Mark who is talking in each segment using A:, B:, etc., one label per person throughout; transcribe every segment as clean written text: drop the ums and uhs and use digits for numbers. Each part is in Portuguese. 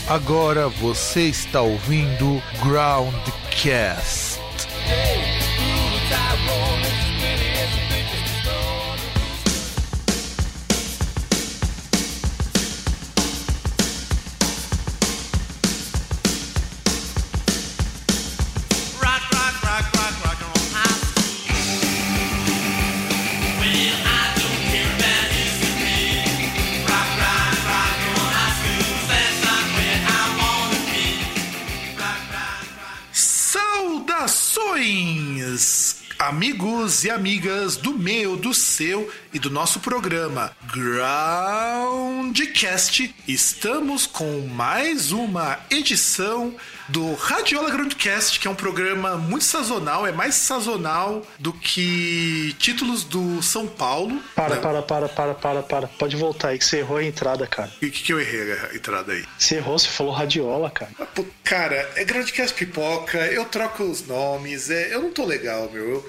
A: Agora você está ouvindo Groundcast. Amigos e amigas do meu, do seu e do nosso programa Groundcast, estamos com mais uma edição do Radiola Groundcast, que é um programa muito sazonal, é mais sazonal do que títulos do São Paulo.
B: Para. Pode voltar aí que você errou a entrada, cara.
A: E o que eu errei a entrada aí?
B: Você errou, você falou radiola, cara.
A: Cara, é Groundcast pipoca, eu troco os nomes, eu não tô legal, meu.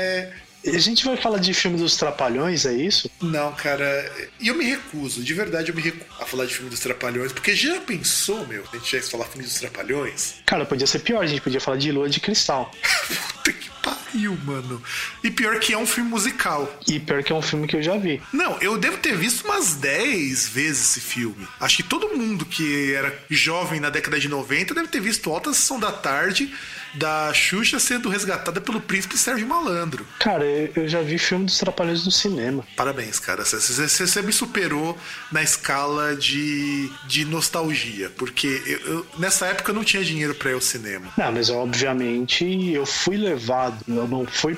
B: A gente vai falar de filme dos Trapalhões, é isso?
A: Não, cara, e eu me recuso, de verdade eu me recuso a falar de filme dos Trapalhões, porque já pensou, meu, a gente já ia falar filme dos Trapalhões?
B: Cara, podia ser pior, a gente podia falar de Lua de Cristal.
A: Puta que pariu, mano. E pior que é um filme musical.
B: E pior que é um filme que eu já vi.
A: Não, eu devo ter visto umas 10 vezes esse filme. Acho que todo mundo que era jovem na década de 90 deve ter visto Alta Sessão da Tarde da Xuxa sendo resgatada pelo príncipe Sérgio Malandro.
B: Cara, eu já vi filme dos Trapalhões no cinema.
A: Parabéns, cara. Você me superou na escala de nostalgia, porque nessa época eu não tinha dinheiro pra ir ao cinema.
B: Não, mas obviamente eu fui levado. Eu não fui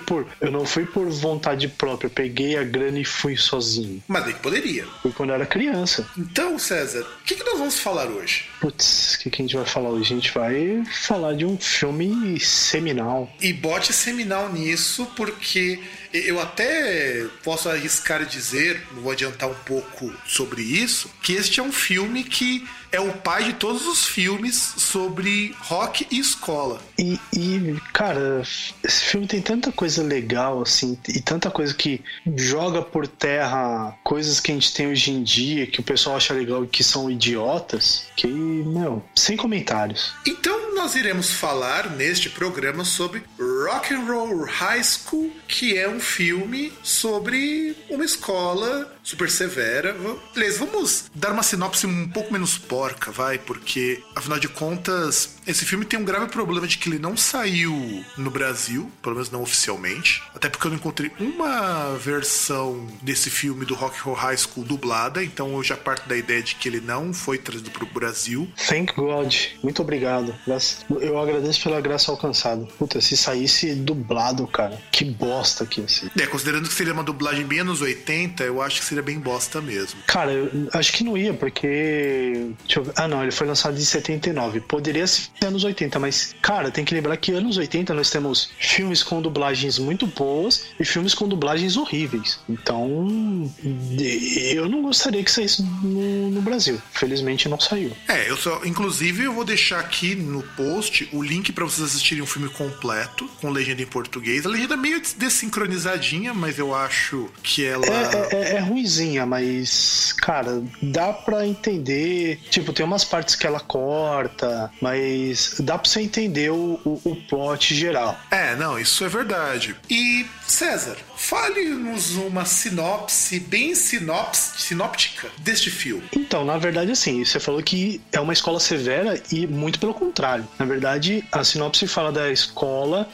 B: por vontade própria. Eu peguei a grana e fui sozinho.
A: Mas daí que poderia.
B: Foi quando eu era criança.
A: Então, César, o que nós vamos falar hoje?
B: Putz, o que a gente vai falar hoje? A gente vai falar de um filme seminal.
A: E bote seminal nisso, porque eu até posso arriscar dizer, vou adiantar um pouco sobre isso, que este é um filme que é o pai de todos os filmes sobre rock e escola.
B: E cara, esse filme tem tanta coisa legal, assim, e tanta coisa que joga por terra coisas que a gente tem hoje em dia, que o pessoal acha legal e que são idiotas, que, meu, sem comentários.
A: Então nós iremos falar neste programa sobre Rock and Roll High School, que é um filme sobre uma escola super severa. Beleza, vamos dar uma sinopse um pouco menos porca, vai, porque afinal de contas esse filme tem um grave problema de que ele não saiu no Brasil, pelo menos não oficialmente, até porque eu não encontrei uma versão desse filme do Rock and Roll High School dublada, então eu já parto da ideia de que ele não foi trazido pro Brasil.
B: Thank God, muito obrigado. Eu agradeço pela graça alcançada. Puta, se saísse dublado, cara, que bosta que ia ser.
A: Considerando que seria uma dublagem bem anos 80, eu acho que seria bem bosta mesmo.
B: Cara, eu acho que não ia, porque... Deixa eu ver. Ah, não, ele foi lançado em 79. Poderia ser anos 80, mas, cara, tem que lembrar que anos 80 nós temos filmes com dublagens muito boas e filmes com dublagens horríveis. Então, eu não gostaria que saísse no Brasil. Felizmente não saiu.
A: Inclusive, eu vou deixar aqui no post o link pra vocês assistirem um filme completo, com legenda em português. A legenda é meio desincronizadinha, mas eu acho que ela...
B: É ruinzinha, mas, cara, dá pra entender. Tipo, tem umas partes que ela corta, mas dá pra você entender o plot geral.
A: Não, isso é verdade. E, César, fale-nos uma sinopse bem sinóptica deste filme.
B: Então, na verdade, assim, você falou que é uma escola severa e muito pelo contrário. Na verdade, a sinopse fala da escola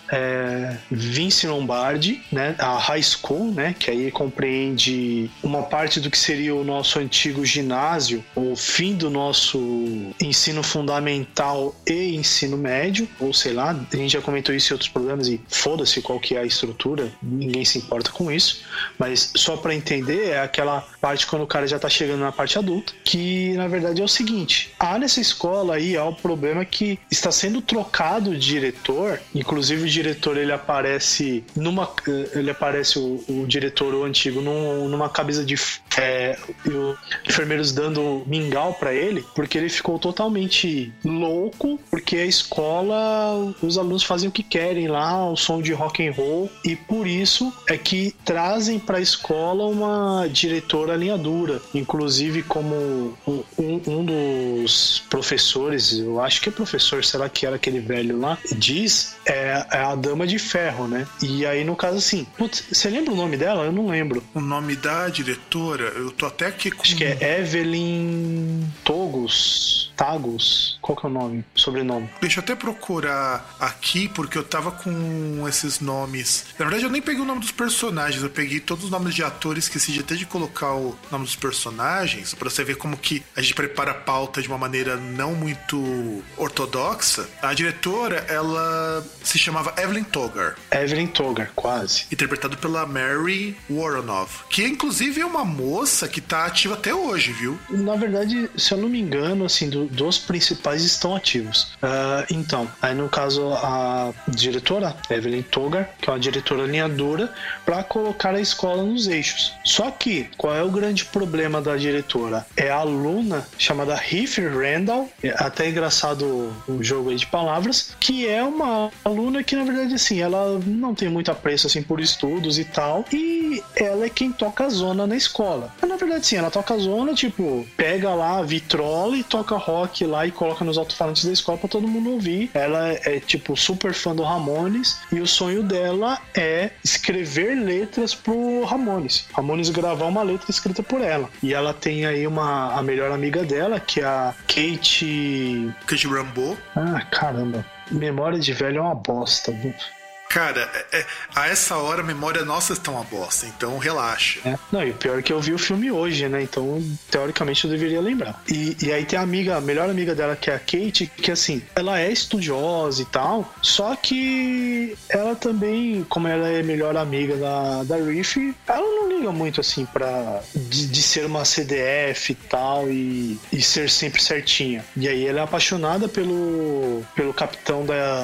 B: Vince Lombardi, né, a high school, né, que aí compreende uma parte do que seria o nosso antigo ginásio, o fim do nosso ensino fundamental e ensino médio, ou sei lá, a gente já comentou isso em outros programas e foda-se qual que é a estrutura, ninguém se importa com isso, mas só pra entender, é aquela parte quando o cara já tá chegando na parte adulta, que na verdade é o seguinte, nessa escola aí há um problema que está sendo trocado de diretor, inclusive o diretor ele aparece o diretor, o antigo, numa camisa de enfermeiros dando mingau pra ele, porque ele ficou totalmente louco porque a escola, os alunos fazem o que querem lá, o som de rock and roll, e por isso é que trazem para a escola uma diretora linha dura, inclusive como um dos professores, eu acho que é professor, será que era aquele velho lá, diz, é a Dama de Ferro, né? E aí no caso assim, putz, você lembra o nome dela? Eu não lembro.
A: O nome da diretora, eu tô até aqui com...
B: Acho que é Evelyn Tagos, qual que é o nome? Sobrenome.
A: Deixa eu até procurar aqui, porque eu tava com esses nomes. Na verdade, eu nem peguei o nome dos personagens, eu peguei todos os nomes de atores, esqueci até de colocar o nome dos personagens, pra você ver como que a gente prepara a pauta de uma maneira não muito ortodoxa. A diretora, ela se chamava Evelyn Togar.
B: Evelyn Togar, quase.
A: Interpretado pela Mary Woronov, que inclusive é uma moça que tá ativa até hoje, viu?
B: Na verdade, se eu não me engano, assim, dos principais estão ativos. Então, aí no caso a diretora, Evelyn Togar, que é uma diretora linha dura, para colocar a escola nos eixos. Só que, qual é o grande problema da diretora? É a aluna chamada Heath Randall, até engraçado um jogo aí de palavras, que é uma aluna que, na verdade, assim, ela não tem muito apreço, assim, por estudos e tal, e ela é quem toca a zona na escola. Mas, na verdade, sim, ela toca a zona, tipo, pega lá a vitrola e toca rock lá e coloca nos alto-falantes da escola pra todo mundo ouvir. Ela é, tipo, super fã do Ramones e o sonho dela é escrever letras pro Ramones. Ramones gravar uma letra escrita por ela. E ela tem aí a melhor amiga dela, que é a Kate
A: Rambeau.
B: Ah, caramba. Memória de velho é uma bosta, viu?
A: Cara, a essa hora a memória nossa está uma bosta, então relaxa.
B: Não, e o pior é que eu vi o filme hoje, né? Então, teoricamente, eu deveria lembrar. E aí tem a melhor amiga dela, que é a Kate, que assim, ela é estudiosa e tal, só que ela também, como ela é melhor amiga da Riff, ela não liga muito assim de ser uma CDF e tal, e ser sempre certinha. E aí ela é apaixonada pelo capitão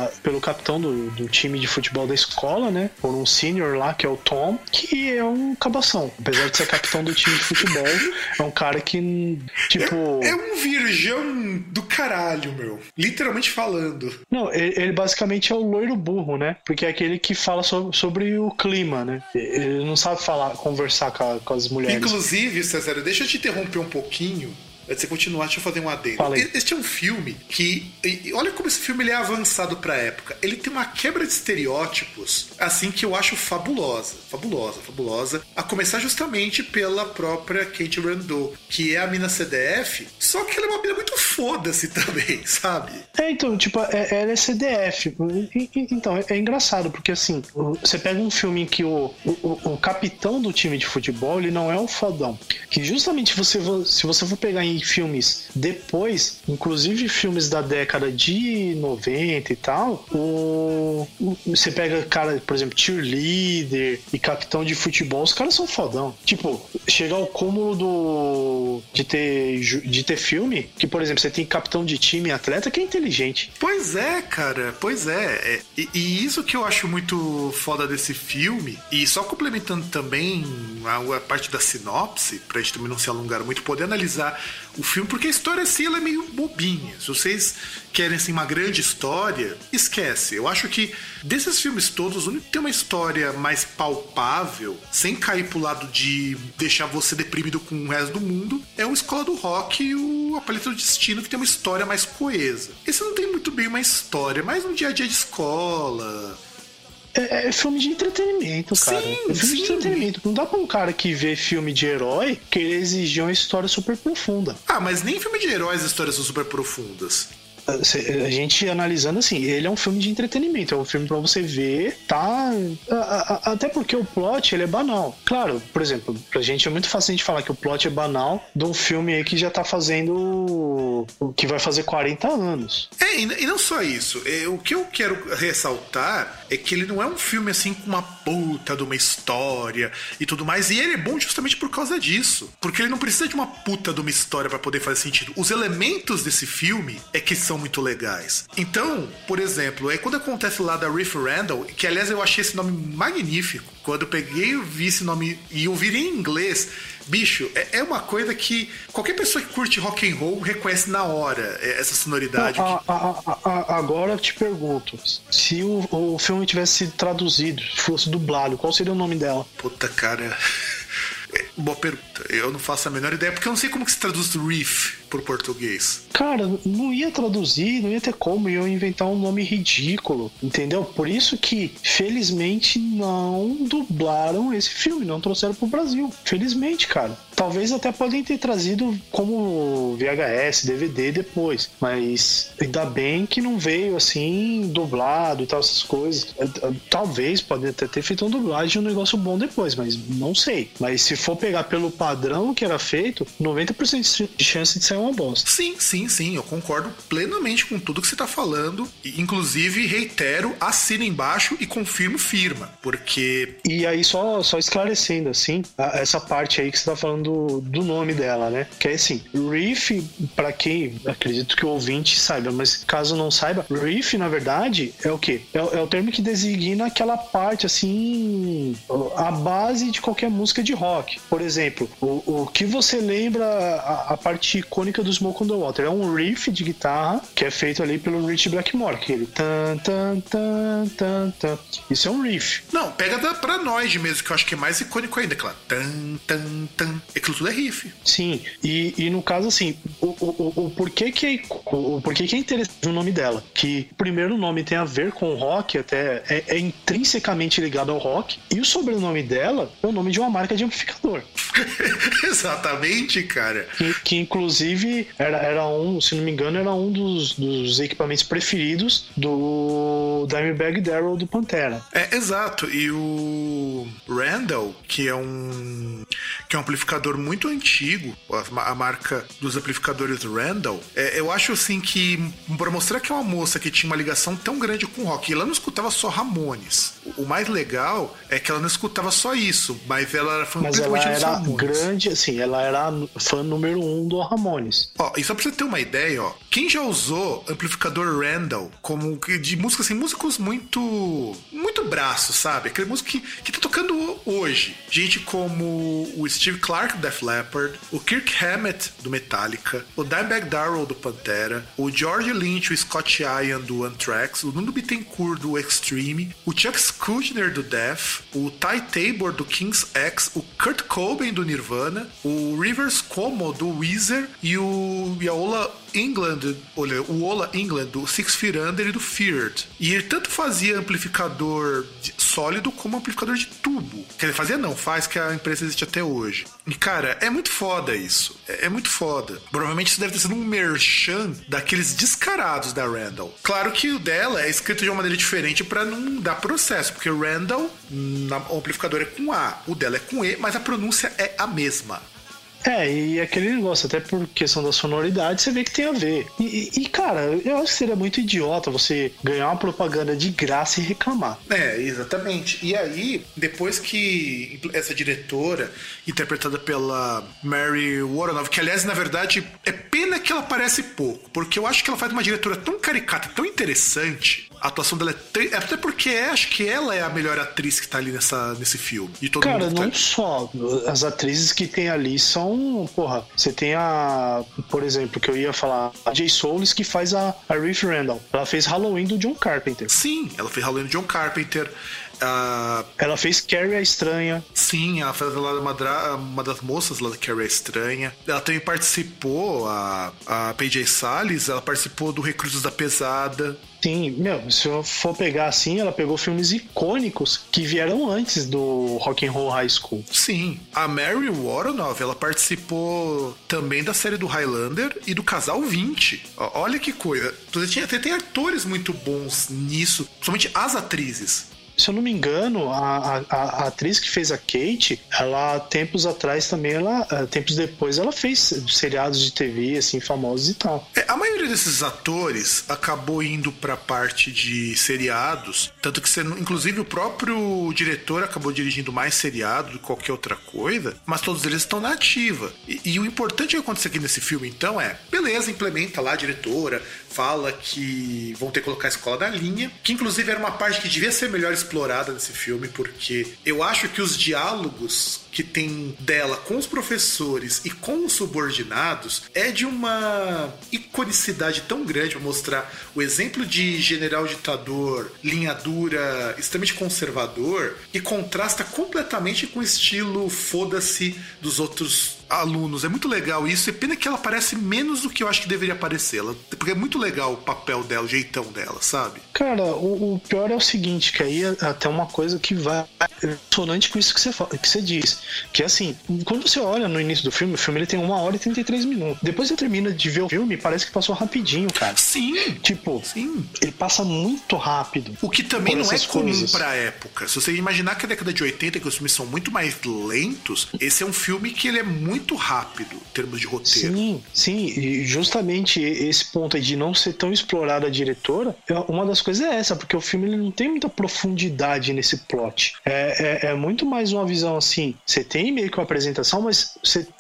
B: do time de futebol da escola, né? Por um senior lá, que é o Tom, que é um cabação. Apesar de ser capitão do time de futebol, é um cara que, tipo...
A: É um virgão do caralho, meu. Literalmente falando.
B: Não, ele basicamente é o loiro burro, né? Porque é aquele que fala sobre o clima, né? Ele não sabe conversar com as mulheres.
A: Inclusive, César, deixa eu te interromper um pouquinho. Antes de você continuar, deixa eu fazer um adendo. Este é um filme que... Olha como esse filme ele é avançado pra época. Ele tem uma quebra de estereótipos, assim, que eu acho fabulosa. Fabulosa. A começar justamente pela própria Kate Randall, que é a mina CDF, só que ela é uma mina muito foda-se também, sabe?
B: Então, tipo, ela é CDF. Então, é engraçado, porque assim, você pega um filme em que o capitão do time de futebol, ele não é um fodão. Que justamente se você for pegar em filmes depois, inclusive filmes da década de 90 e tal, você pega cara, por exemplo, cheerleader e capitão de futebol, os caras são fodão. Tipo, chegar ao cúmulo de ter filme que, por exemplo, você tem capitão de time e atleta que é inteligente.
A: Pois é, cara, e isso que eu acho muito foda desse filme, e só complementando também a parte da sinopse, pra gente também não se alongar muito, poder analisar o filme, porque a história assim, ela é meio bobinha. Se vocês querem assim, uma grande história, esquece. Eu acho que desses filmes todos, o único que tem uma história mais palpável, sem cair pro lado de deixar você deprimido com o resto do mundo, é o Escola do Rock e o A Paleta do Destino, que tem uma história mais coesa. Esse não tem muito bem uma história, mais um dia a dia de escola.
B: É filme de entretenimento, cara. É filme de entretenimento. Não dá pra um cara que vê filme de herói querer exigir uma história super profunda.
A: Mas nem filme de heróis as histórias são super profundas.
B: A gente analisando assim, ele é um filme de entretenimento, é um filme pra você ver, tá? Até porque o plot, ele é banal. Claro, por exemplo, pra gente é muito fácil a gente falar que o plot é banal de um filme aí que já tá fazendo... que vai fazer 40 anos.
A: E não só isso. O que eu quero ressaltar é que ele não é um filme assim com uma puta de uma história e tudo mais, e ele é bom justamente por causa disso. Porque ele não precisa de uma puta de uma história pra poder fazer sentido. Os elementos desse filme é que são são muito legais. Então, por exemplo, aí quando acontece lá da Riff Randall, que aliás eu achei esse nome magnífico, quando eu peguei e vi esse nome e eu vi em inglês, bicho, é uma coisa que qualquer pessoa que curte rock and roll reconhece na hora, essa sonoridade.
B: Agora eu te pergunto, se o filme tivesse sido traduzido, fosse dublado, qual seria o nome dela?
A: Puta, cara... Boa pergunta. Eu não faço a menor ideia, porque eu não sei como que se traduz riff por português.
B: Cara, não ia traduzir, não ia ter como, ia inventar um nome ridículo, entendeu? Por isso que, felizmente, não dublaram esse filme, não trouxeram pro Brasil. Felizmente, cara. Talvez até podem ter trazido como VHS, DVD depois, mas ainda bem que não veio assim, dublado e tal, essas coisas. Talvez podem até ter feito uma dublagem de um negócio bom depois, mas não sei. Mas se for pegar pelo padrão que era feito, 90% de chance de sair uma bosta.
A: Sim, eu concordo plenamente com tudo que você tá falando. E, inclusive, reitero, assina embaixo e confirmo firma, porque...
B: E aí, só esclarecendo, assim, essa parte aí que você tá falando do nome dela, né? Que é assim, Riff, pra quem, acredito que o ouvinte saiba, mas caso não saiba, Riff, na verdade, é o quê? É o termo que designa aquela parte, assim, a base de qualquer música de rock. Por exemplo, o que você lembra, a parte icônica do Smoke on the Water é um riff de guitarra que é feito ali pelo Ritchie Blackmore, aquele tan, tan, tan, tan, tan. Isso é um riff.
A: Não, pega da Paranoid mesmo, que eu acho que é mais icônico ainda, aquela tan, tan, tan. Aquilo tudo é riff.
B: Sim, e no caso, assim, o porquê que é interessante o nome dela, que o primeiro nome tem a ver com o rock, até é intrinsecamente ligado ao rock, e o sobrenome dela é o nome de uma marca de amplificador.
A: Exatamente, cara.
B: Que inclusive era se não me engano, era um dos equipamentos preferidos do Dimebag Darrell do Pantera.
A: Exato. E o Randall, que é um amplificador muito antigo, a marca dos amplificadores Randall, eu acho assim que, para mostrar que é uma moça que tinha uma ligação tão grande com o rock, ela não escutava só Ramones. O mais legal é que ela não escutava só isso, mas ela era fã principalmente dos Ramones.
B: Grande, assim, ela era fã número 1 do Ramones.
A: E só pra você ter uma ideia, quem já usou amplificador Randall como de música, assim, músicos muito braço, sabe? Aquele músico que tá tocando hoje. Gente como o Steve Clark do Def Leppard, o Kirk Hammett do Metallica, o Dimebag Darrell do Pantera, o George Lynch, o Scott Ian do Anthrax, o Nuno Bittencourt do Extreme, o Chuck Schuldiner do Death, o Ty Tabor do King's X, o Kurt Cobain do Nirvana, o Rivers Cuomo do Weezer e o Ola England do Six Feet Under e do Feared. E ele tanto fazia amplificador sólido como amplificador de tubo. Que ele fazia não, faz, que a empresa existe até hoje. E cara, é muito foda isso. É muito foda. Provavelmente isso deve ter sido um merchan daqueles descarados da Randall. Claro que o dela é escrito de uma maneira diferente pra não dar processo, porque o Randall, o amplificador é com A, o dela é com E, mas a pronúncia é a mesma.
B: E aquele negócio, até por questão da sonoridade, você vê que tem a ver. E cara, eu acho que seria muito idiota você ganhar uma propaganda de graça e reclamar.
A: Exatamente. E aí, depois que essa diretora, interpretada pela Mary Woronov, que aliás, na verdade, é pena que ela aparece pouco, porque eu acho que ela faz uma diretora tão caricata, tão interessante. A atuação dela até porque acho que ela é a melhor atriz que tá ali nesse filme. E todo
B: cara,
A: mundo
B: não só. As atrizes que tem ali são... Porra, você tem por exemplo, que eu ia falar, a Jay Soules, que faz a Riff Randall. Ela fez Halloween do John Carpenter.
A: Sim, ela fez Halloween do John Carpenter.
B: Ela fez Carrie a Estranha.
A: Sim, ela fez lá uma das moças lá da Carrie a Estranha. Ela também participou, a PJ Salles, ela participou do Recrutas da Pesada.
B: Sim, se eu for pegar assim, ela pegou filmes icônicos que vieram antes do Rock and Roll High School.
A: Sim, a Mary Woronov, ela participou também da série do Highlander e do Casal 20. Olha que coisa. Você tem atores muito bons nisso, somente as atrizes.
B: se eu não me engano, a atriz que fez a Kate, ela, tempos atrás também, tempos depois, ela fez seriados de TV, assim, famosos e tal.
A: A maioria desses atores acabou indo pra parte de seriados, tanto que, inclusive, o próprio diretor acabou dirigindo mais seriado do que qualquer outra coisa, mas todos eles estão na ativa. E o importante que aconteceu aqui nesse filme, então, beleza, implementa lá a diretora, fala que vão ter que colocar a escola na linha, que inclusive era uma parte que devia ser melhor explorada nesse filme, porque eu acho que os diálogos que tem dela com os professores e com os subordinados é de uma iconicidade tão grande para mostrar o exemplo de general ditador, linha dura, extremamente conservador, que contrasta completamente com o estilo foda-se dos outros alunos. É muito legal isso, é pena que ela parece menos do que eu acho que deveria aparecer, porque é muito legal o papel dela, o jeitão dela, sabe?
B: Cara, o pior é o seguinte, que aí é até uma coisa que vai sonante com isso que você diz, que assim, quando você olha no início do filme, o filme ele tem 1h e 33 minutos. Depois você termina de ver o filme, parece que passou rapidinho, cara.
A: Sim.
B: Tipo,
A: sim.
B: Ele passa muito rápido.
A: O que também não é comum
B: coisas.
A: Pra época. Se você imaginar que a década de 80, que os filmes são muito mais lentos, esse é um filme que ele é muito rápido em termos de roteiro.
B: Sim, e justamente esse ponto aí de não ser tão explorada a diretora, uma das coisas é essa, porque o filme ele não tem muita profundidade nesse plot. É muito mais uma visão assim, você tem meio que uma apresentação, mas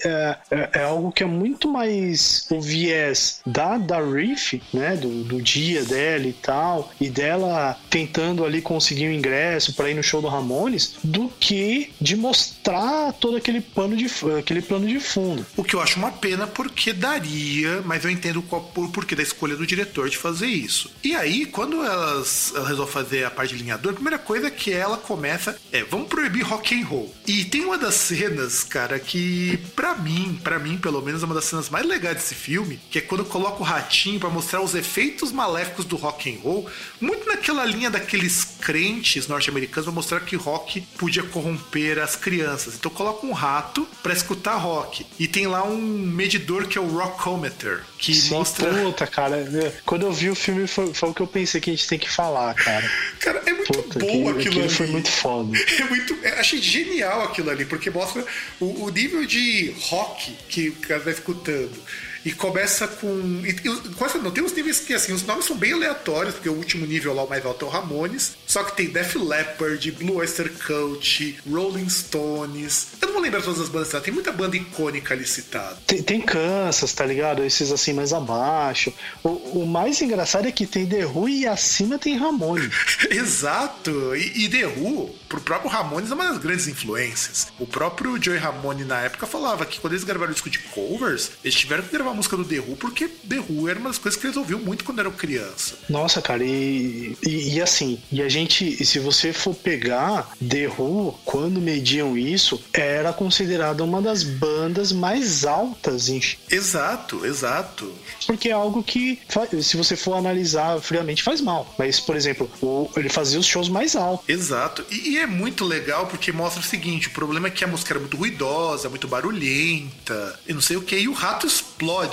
B: é algo que é muito mais o viés da Riff, né, do dia dela e tal, e dela tentando ali conseguir um ingresso para ir no show do Ramones, do que de mostrar todo aquele plano de fundo.
A: O que eu acho uma pena, porque daria, mas eu entendo o porquê da escolha do diretor de fazer isso. E aí, quando ela resolve fazer a parte de linhador, a primeira coisa que ela começa vamos proibir rock and roll. E tem uma das cenas, cara, que pra mim pelo menos é uma das cenas mais legais desse filme, que é quando coloca o ratinho pra mostrar os efeitos maléficos do rock and roll, muito naquela linha daqueles crentes norte-americanos, pra mostrar que rock podia corromper as crianças. Então coloca um rato pra escutar rock. E tem lá um medidor que é o Rockometer, que mostra...
B: Puta, cara, quando eu vi o filme foi o que eu pensei que a gente tem que falar, cara.
A: Cara, é muito bom aquilo ali.
B: Foi muito foda.
A: Achei genial aquilo ali, porque mostra o nível de rock que o cara vai escutando. E começa com... não tem uns níveis que, assim, os nomes são bem aleatórios, porque o último nível lá, o mais alto, é o Ramones. Só que tem Def Leppard, Blue Oyster Cult, Rolling Stones. Eu não vou lembrar todas as bandas, tá? Tem muita banda icônica ali citada.
B: Tem Kansas, tá ligado? Esses, assim, mais abaixo. O mais engraçado é que tem The Who e acima tem Ramones.
A: Exato. E The Who, pro próprio Ramones, é uma das grandes influências. O próprio Joey Ramone, na época, falava que quando eles gravaram o disco de covers, eles tiveram que gravar a música do The Who, porque The Who era uma das coisas que eles ouviam muito quando eram criança.
B: Nossa, cara, e assim, se você for pegar The Who, quando mediam isso, era considerada uma das bandas mais altas
A: Exato.
B: Porque é algo que, se você for analisar friamente, faz mal. Mas, por exemplo, ele fazia os shows mais altos.
A: Exato. E é muito legal porque mostra o seguinte: o problema é que a música era muito ruidosa, muito barulhenta, e não sei o que, e o rato explode.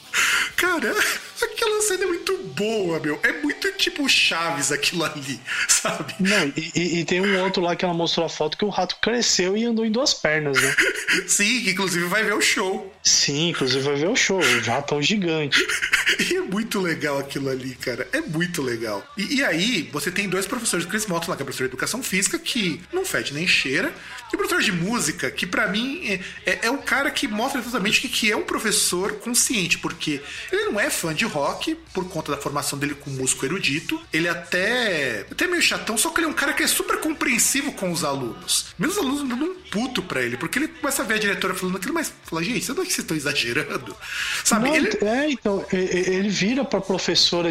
A: Cara, aquela cena é muito boa, meu. É muito tipo Chaves aquilo ali, sabe?
B: Não, e tem um outro lá que ela mostrou a foto que o rato cresceu e andou em 2 pernas, né?
A: Sim, que inclusive vai ver o show.
B: Sim, inclusive vai ver o show. O ratão gigante.
A: E é muito legal aquilo ali, cara. É muito legal. E aí, você tem 2 professores que eles mostram lá, que é o professor de educação física, que não fede nem cheira, e o professor de música, que pra mim é o cara que mostra exatamente o que é um professor consciente, porque ele não é fã de rock, por conta da formação dele com músico erudito. Ele até meio chatão, só que ele é um cara que é super compreensivo com os alunos. Mesmo os alunos dando um puto pra ele, porque ele começa a ver a diretora falando aquilo, mas fala, gente, você não é que vocês estão exagerando? Sabe?
B: Não, então, ele vira pra professora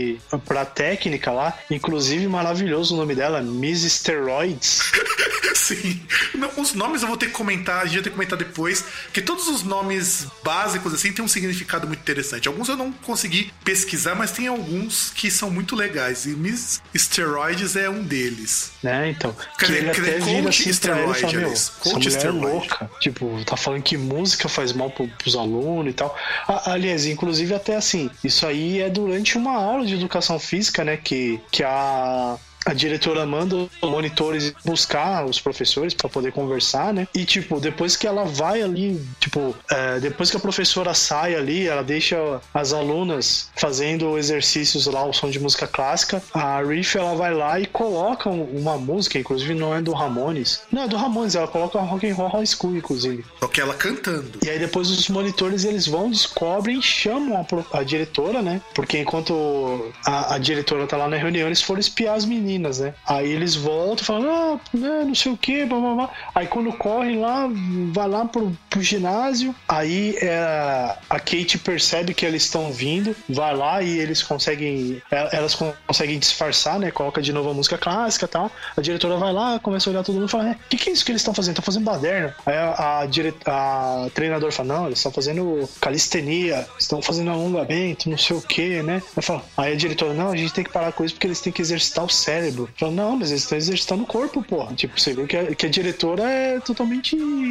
B: pra técnica lá, inclusive maravilhoso o nome dela, Miss Steroids.
A: Sim. Não, os nomes eu vou ter que comentar, a gente vai ter que comentar depois, porque todos os nomes básicos assim têm um significado muito interessante. Alguns eu não consegui pesquisar, mas tem alguns que são muito legais, e Miss Steroids é um deles.
B: Né, então. Que ele até vira assim pra ela e fala, meu, essa mulher é louca. Tipo, tá falando que música faz mal pros alunos e tal. Aliás, inclusive até assim, isso aí é durante uma aula de educação física, né, que a a diretora manda os monitores buscar os professores pra poder conversar, né? E, tipo, depois que ela vai ali, tipo, depois que a professora sai ali, ela deixa as alunas fazendo exercícios lá, o som de música clássica, a Riff, ela vai lá e coloca uma música, inclusive não é do Ramones. Não, é do Ramones, ela coloca Rock and Roll High School, inclusive.
A: Só que ela cantando.
B: E aí depois os monitores, eles vão, descobrem, chamam a diretora, né? Porque enquanto a diretora tá lá na reunião, eles foram espiar as meninas, né? Aí eles voltam falando, não sei o que, blá, blá, blá. Aí quando correm lá, vai lá pro ginásio, aí a Kate percebe que eles estão vindo, vai lá e elas conseguem disfarçar, né? Coloca de novo a música clássica e tal. A diretora vai lá, começa a olhar todo mundo e fala, o que é isso que eles estão fazendo? Estão fazendo baderna. Aí a treinadora fala, não, eles estão fazendo calistenia, estão fazendo alongamento, não sei o que, né? Aí a diretora, não, a gente tem que parar com isso porque eles têm que exercitar o cérebro. Fala, não, mas eles estão exercitando o corpo, porra. Tipo, você vê que a diretora é totalmente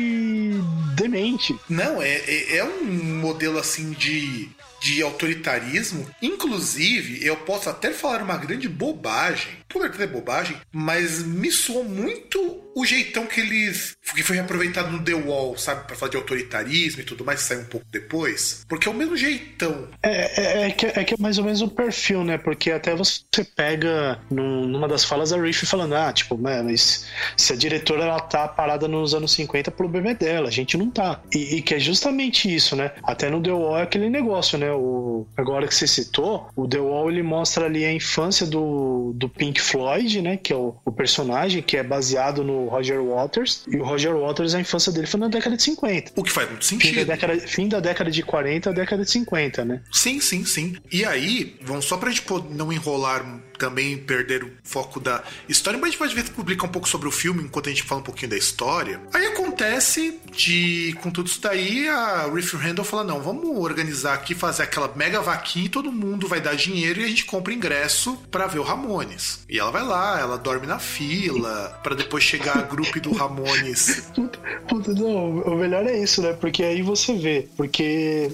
B: demente.
A: Não, é um modelo assim de autoritarismo. Inclusive, eu posso até falar uma grande bobagem, poder ter bobagem, mas me soou muito o jeitão que foi reaproveitado no The Wall, sabe? Pra falar de autoritarismo e tudo mais, que saiu um pouco depois. Porque é o mesmo jeitão.
B: É que é mais ou menos o perfil, né? Porque até você pega numa das falas a Riff falando, mas se a diretora ela tá parada nos anos 50 pro bebê dela, a gente não tá. E que é justamente isso, né? Até no The Wall é aquele negócio, né? Agora que você citou, o The Wall ele mostra ali a infância do Pink Floyd, né? Que é o personagem que é baseado no Roger Waters. E o Roger Waters, a infância dele foi na década de 50.
A: O que faz muito sentido.
B: Fim da década de 40, década de 50, né?
A: Sim. E aí, só pra gente não enrolar também, perder o foco da história, mas a gente pode ver publicar um pouco sobre o filme enquanto a gente fala um pouquinho da história. Aí acontece com tudo isso daí, a Riff Randall fala, não, vamos organizar aqui, fazer aquela mega vaquinha e todo mundo vai dar dinheiro e a gente compra ingresso pra ver o Ramones. E ela vai lá, ela dorme na fila, pra depois chegar a grupo do Ramones.
B: Puta, não, o melhor é isso, né? Porque aí você vê, porque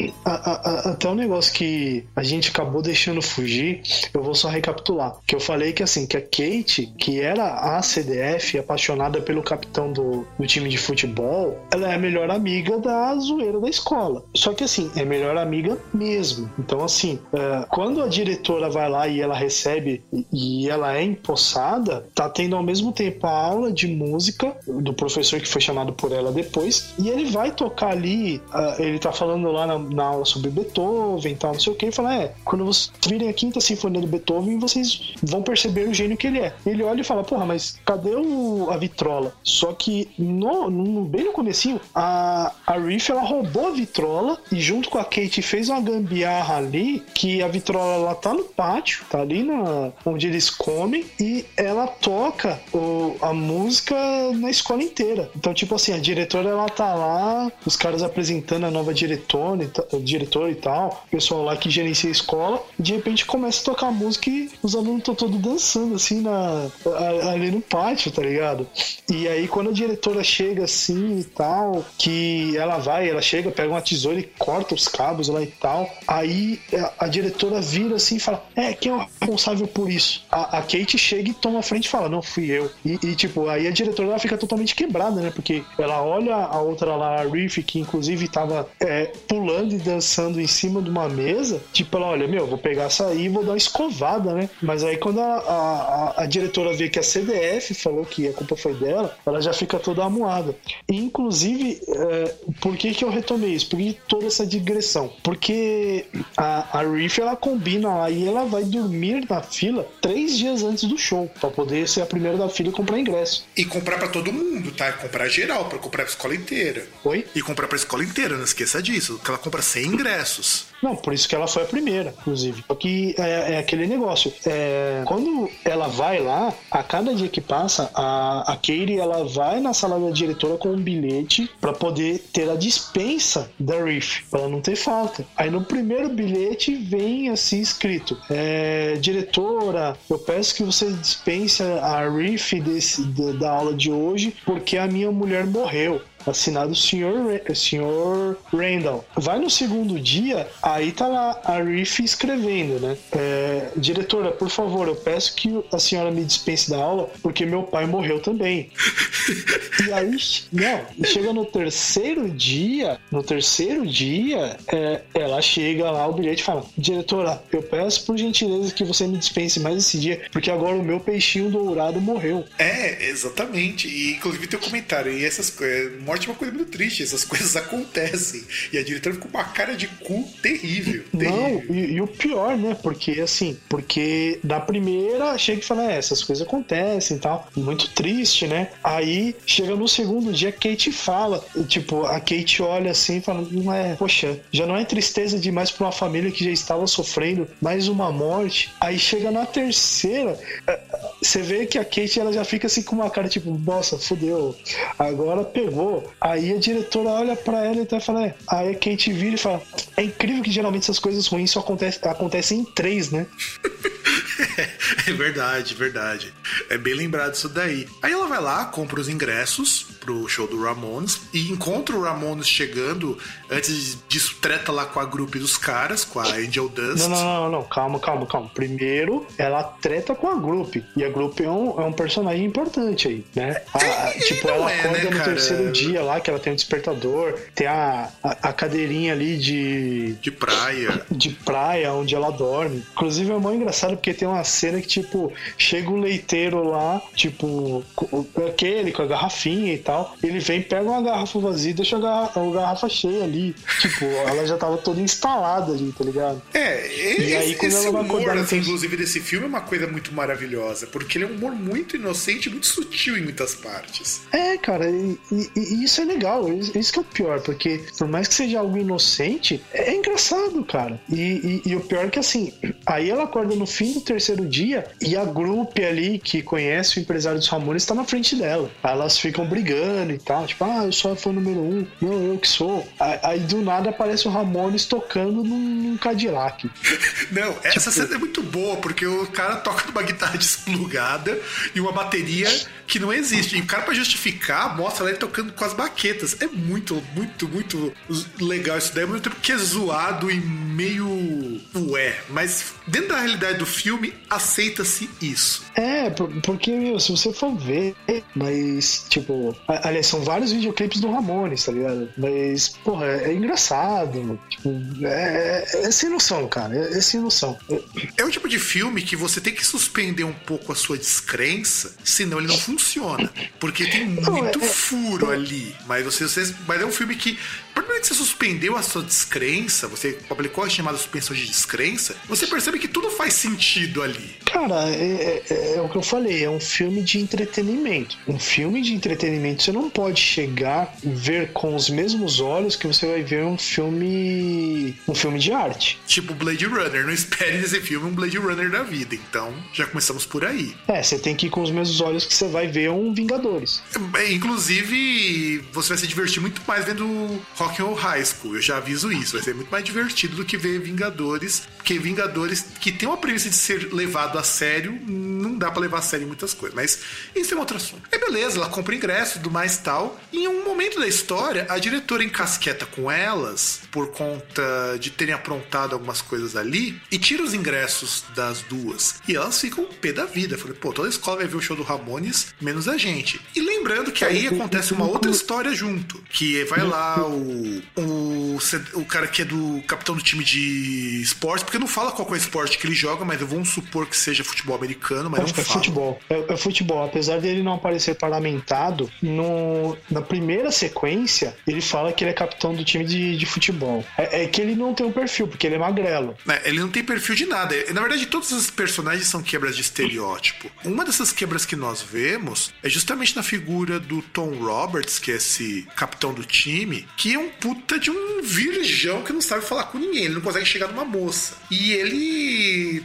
B: até um negócio que a gente acabou deixando fugir, eu vou só recapitular. Que eu falei que assim, que a Kate, que era a CDF, apaixonada pelo capitão do time de futebol, ela é a melhor amiga da zoeira da escola. Só que assim, é melhor amiga mesmo. Então assim, quando a diretora vai lá e ela recebe e ela é empossada, tá tendo ao mesmo tempo a aula de música do professor que foi chamado por ela depois, e ele vai tocar ali, ele tá falando lá na aula sobre Beethoven e tal, não sei o que, e fala, quando vocês virem a Quinta Sinfonia do Beethoven, vocês vão perceber o gênio que ele é. Ele olha e fala, porra, mas cadê a vitrola? Só que bem no comecinho, a Riff, ela roubou a vitrola e junto com a Kate fez uma gambiarra ali, que a vitrola ela tá no pátio, tá ali onde eles comem, e ela toca a música na escola inteira. Então, tipo assim, a diretora ela tá lá, os caras apresentando a nova diretora e tal, o pessoal lá que gerencia a escola, e de repente começa a tocar a música e os alunos estão todos dançando assim ali no pátio, tá ligado? E aí quando a diretora chega assim e tal, que ela chega, pega uma tesoura e corta os cabos lá e tal, aí a diretora vira assim e fala, quem é o responsável por isso? A Kate chega e toma a frente e fala, não, fui eu. E tipo, aí a diretora ela fica totalmente quebrada, né? Porque ela olha a outra lá, a Riff, que inclusive tava pulando e dançando em cima de uma mesa, tipo, ela olha, vou pegar essa aí e vou dar uma escovada, né? Mas aí quando a diretora vê que a CDF falou que a culpa foi dela, ela já fica toda amuada. E inclusive, por que eu retomei isso? Por que toda essa digressão? Porque a Riff, ela combina lá e ela vai dormir na fila 3 dias antes do show, pra poder ser a primeira da fila e comprar ingresso.
A: E comprar pra todo mundo, tá? Comprar geral, pra comprar pra escola inteira.
B: Oi?
A: E comprar pra escola inteira, não esqueça disso, que ela compra 100 ingressos.
B: Não, por isso que ela foi a primeira, inclusive. Só que é aquele negócio. Quando ela vai lá, a cada dia que passa, a Katie, ela vai na sala da diretora com um bilhete pra poder ter a dispensa da Riff, pra ela não ter falta. Aí no primeiro bilhete vem assim escrito, diretora, eu peço que você dispense a Riff da aula de hoje porque a minha mulher morreu. assinado Sr. Randall. Vai no segundo dia, aí tá lá a Riff escrevendo, né? Diretora, por favor, eu peço que a senhora me dispense da aula, porque meu pai morreu também. E aí, chega no terceiro dia, ela chega lá, o bilhete fala: diretora, eu peço por gentileza que você me dispense mais esse dia, porque agora o meu peixinho dourado morreu.
A: Exatamente. E inclusive tem um comentário, e essas coisas, morte é uma coisa muito triste, essas coisas acontecem. E a diretora ficou com uma cara de cu terrível.
B: Não, e o pior, né? Porque na primeira chega e fala, essas coisas acontecem e tal. Muito triste, né? Aí chega no segundo dia, Kate fala, tipo, a Kate olha assim e fala, poxa, já não é tristeza demais pra uma família que já estava sofrendo mais uma morte. Aí chega na terceira, você vê que a Kate, ela já fica assim com uma cara tipo, nossa, fudeu, agora pegou. Aí a diretora olha pra ela e até fala, aí a Kate vira e fala, é incrível que geralmente essas coisas ruins só acontecem em 3, né?
A: É verdade. É bem lembrado isso daí. Aí ela vai lá, compra os ingressos pro show do Ramones e encontra o Ramones chegando. Antes disso, treta lá com a grupo dos caras, com a Angel Dust.
B: Não, calma. Primeiro, ela treta com a grupo. E a grupo é um personagem importante aí, né? Ela acorda no terceiro dia lá, que ela tem um despertador, tem a cadeirinha ali de praia, onde ela dorme. Inclusive é muito engraçado porque tem uma cena que, tipo, chega o leiteiro lá, tipo, aquele com a garrafinha e tal, ele vem, pega uma garrafa vazia e deixa a garrafa cheia ali. Tipo, ela já tava toda instalada ali, tá ligado?
A: E aí quando ela vai acordar, assim, inclusive desse filme é uma coisa muito maravilhosa, porque ele é um humor muito inocente, muito sutil em muitas partes.
B: Cara, e isso é legal, isso que é o pior, porque por mais que seja algo inocente, é engraçado, cara. E o pior é que, assim, aí ela acorda no fim do terceiro dia e a grupo ali que conhece o empresário dos Ramones tá na frente dela. Aí elas ficam brigando e tal, tipo, eu sou a fã número 1, não, eu que sou. Aí do nada aparece o Ramones tocando num Cadillac.
A: Não, essa cena é muito boa, porque o cara toca numa guitarra desplugada e uma bateria que não existe. E o cara, pra justificar, mostra ele tocando com as baquetas. É muito, muito, muito legal isso daí, ao mesmo tempo que é zoado e meio mas dentro da realidade do filme, aceita-se isso.
B: Porque, se você for ver, mas, tipo, aliás, são vários videoclipes do Ramones, tá ligado? Mas, porra, é engraçado. Tipo, é sem noção, cara. É sem noção.
A: É o tipo de filme que você tem que suspender um pouco a sua descrença, senão ele não funciona. Porque tem muito furo ali. Mas mas é um filme que, a partir do momento que você suspendeu a sua descrença, você aplicou a chamada suspensão de descrença, você percebe que tudo faz sentido ali.
B: Cara, é o que eu falei, é um filme de entretenimento. Um filme de entretenimento, você não pode chegar e ver com os mesmos olhos que você vai ver um filme de arte.
A: Tipo Blade Runner, não espere nesse filme um Blade Runner da vida, então já começamos por aí.
B: Você tem que ir com os mesmos olhos que você vai ver um Vingadores.
A: Inclusive, você vai se divertir muito mais vendo Rock and Roll High School, eu já aviso isso, vai ser muito mais divertido do que ver Vingadores, porque Vingadores, que tem uma premissa de ser levado a sério, não dá pra levar a sério muitas coisas, mas isso é um outro assunto. Beleza, ela compra ingresso e tudo mais e tal, e em um momento da história, a diretora encasqueta com elas, por conta de terem aprontado algumas coisas ali, e tira os ingressos das duas, e elas ficam pé da vida. Falei, toda a escola vai ver o show do Ramones, menos a gente. E lembrando que aí acontece uma outra história junto, que vai lá o cara que é do capitão do time de esporte, porque não fala qual é o esporte que ele joga, mas eu vou supor que seja futebol americano, mas não fala.
B: É futebol. Apesar dele não aparecer parlamentado, na primeira sequência, ele fala que ele é capitão do time de futebol. É que ele não tem um perfil, porque ele é magrelo.
A: Ele não tem perfil de nada. Na verdade, todos os personagens são quebras de estereótipo. Uma dessas quebras que nós vemos é justamente na figura do Tom Roberts, que é esse capitão do time, que é um puta de um virgão que não sabe falar com ninguém. Ele não consegue chegar numa moça. E ele é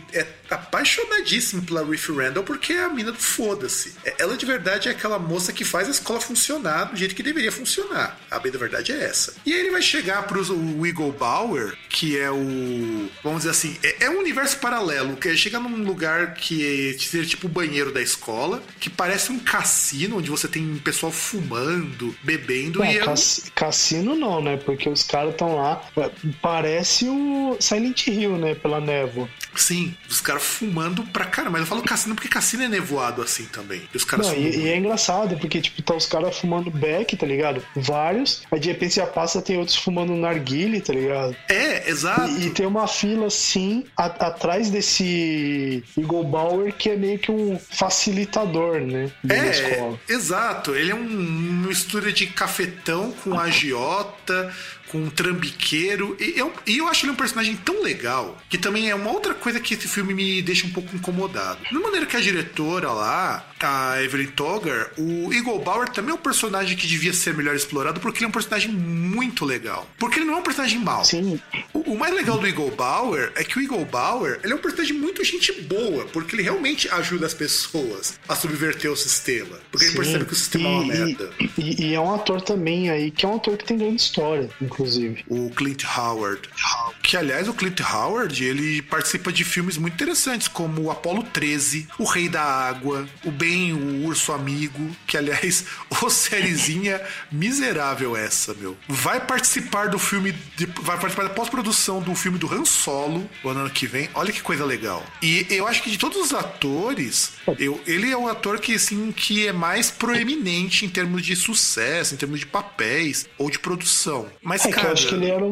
A: apaixonadíssimo pela Riff Randall porque é a mina do foda-se. Ela de verdade é aquela moça que faz a escola funcionar do jeito que deveria funcionar. A bem da verdade é essa. E aí ele vai chegar pro Eagle Bauer, que é o... Vamos dizer assim, é um universo paralelo, que chega num lugar que seria tipo o banheiro da escola, que parece um cassino, onde você tem pessoal fumando, bebendo.
B: E cassino não, né? Porque os caras estão lá, parece o Silent Hill, né? Pela névoa.
A: Sim, os caras fumando pra caramba. Mas eu falo cassino porque cassino é nevoado assim também. E os caras
B: e é engraçado, porque tipo, tá os caras fumando beck, tá ligado? Vários, aí de repente já passa, tem outros fumando narguile, tá ligado?
A: Exato.
B: E tem uma fila assim, atrás desse Eagle Bauer, que é meio que um facilitador, né? Da escola.
A: Exato. Ele é um mistura de cafetão com agiota, com um trambiqueiro. E eu acho ele um personagem tão legal, que também é uma outra coisa que esse filme me deixa um pouco incomodado. Da maneira que a diretora lá, a Evelyn Togar, o Eagle Bauer também é um personagem que devia ser melhor explorado, porque ele é um personagem muito legal. Porque ele não é um personagem mau.
B: Sim.
A: O mais legal do Eagle Bauer é que o Eagle Bauer, ele é um personagem muito gente boa, porque ele realmente ajuda as pessoas a subverter o sistema. Porque ele percebe que o sistema é uma merda.
B: E é um ator também aí, que é um ator que tem grande história, inclusive.
A: O Clint Howard. Que, aliás, o Clint Howard, ele participa de filmes muito interessantes, como o Apollo 13, O Rei da Água, O Bem, o Urso Amigo, que, aliás, ô sériezinha miserável essa, meu. Vai participar do filme, vai participar da pós-produção do filme do Han Solo, o ano que vem. Olha que coisa legal. E eu acho que de todos os atores, ele é o ator que, assim, que é mais proeminente em termos de sucesso, em termos de papéis ou de produção. Mas, cara...
B: eu acho que ele era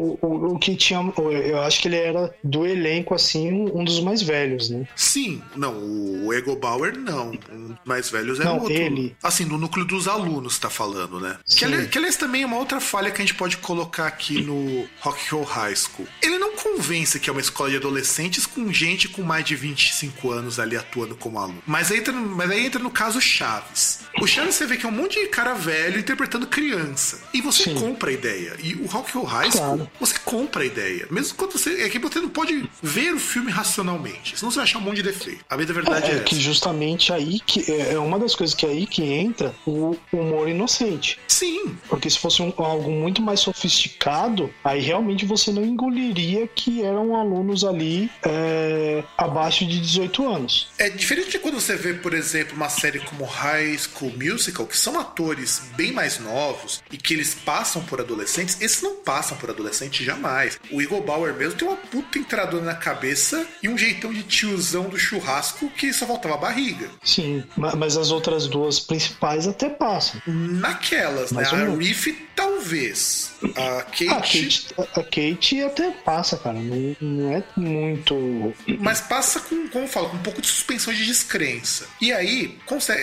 B: o que tinha... Eu acho que ele era do elenco, assim, um dos mais velhos, né?
A: Sim. Não, o Eagle Bauer, não. Um mais velhos era o outro.
B: Ele.
A: Assim, no núcleo dos alunos, tá falando, né? Que aliás, também é uma outra falha que a gente pode colocar aqui no Rock Horror High School. Ele não convence que é uma escola de adolescentes com gente com mais de 25 anos ali atuando como aluno. Mas aí entra no caso Chaves. O Chaves, você vê que é um monte de cara velho interpretando criança. E você compra a ideia. E o Rock Horror High School, você compra a ideia. Mesmo quando você... É que você não pode ver o filme racionalmente. Senão você vai achar um monte de defeito. A verdade é essa.
B: Que justamente aí que é uma das coisas que é aí que entra o humor inocente.
A: Sim.
B: Porque se fosse algo muito mais sofisticado, aí realmente você não engoliria que eram alunos ali abaixo de 18 anos.
A: É diferente de quando você vê, por exemplo, uma série como High School Musical, que são atores bem mais novos e que eles passam por adolescentes. Esses não passam por adolescentes jamais. O Eagle Bauer mesmo tem uma puta entradona na cabeça e um jeitão de tiozão do churrasco que só faltava a barriga.
B: Sim, mas as outras duas principais até passam.
A: Naquelas, né? A Riff, talvez. A Kate...
B: A Kate até passa, cara. Não é muito...
A: Mas passa com, como eu falo, com um pouco de suspensão de descrença. E aí,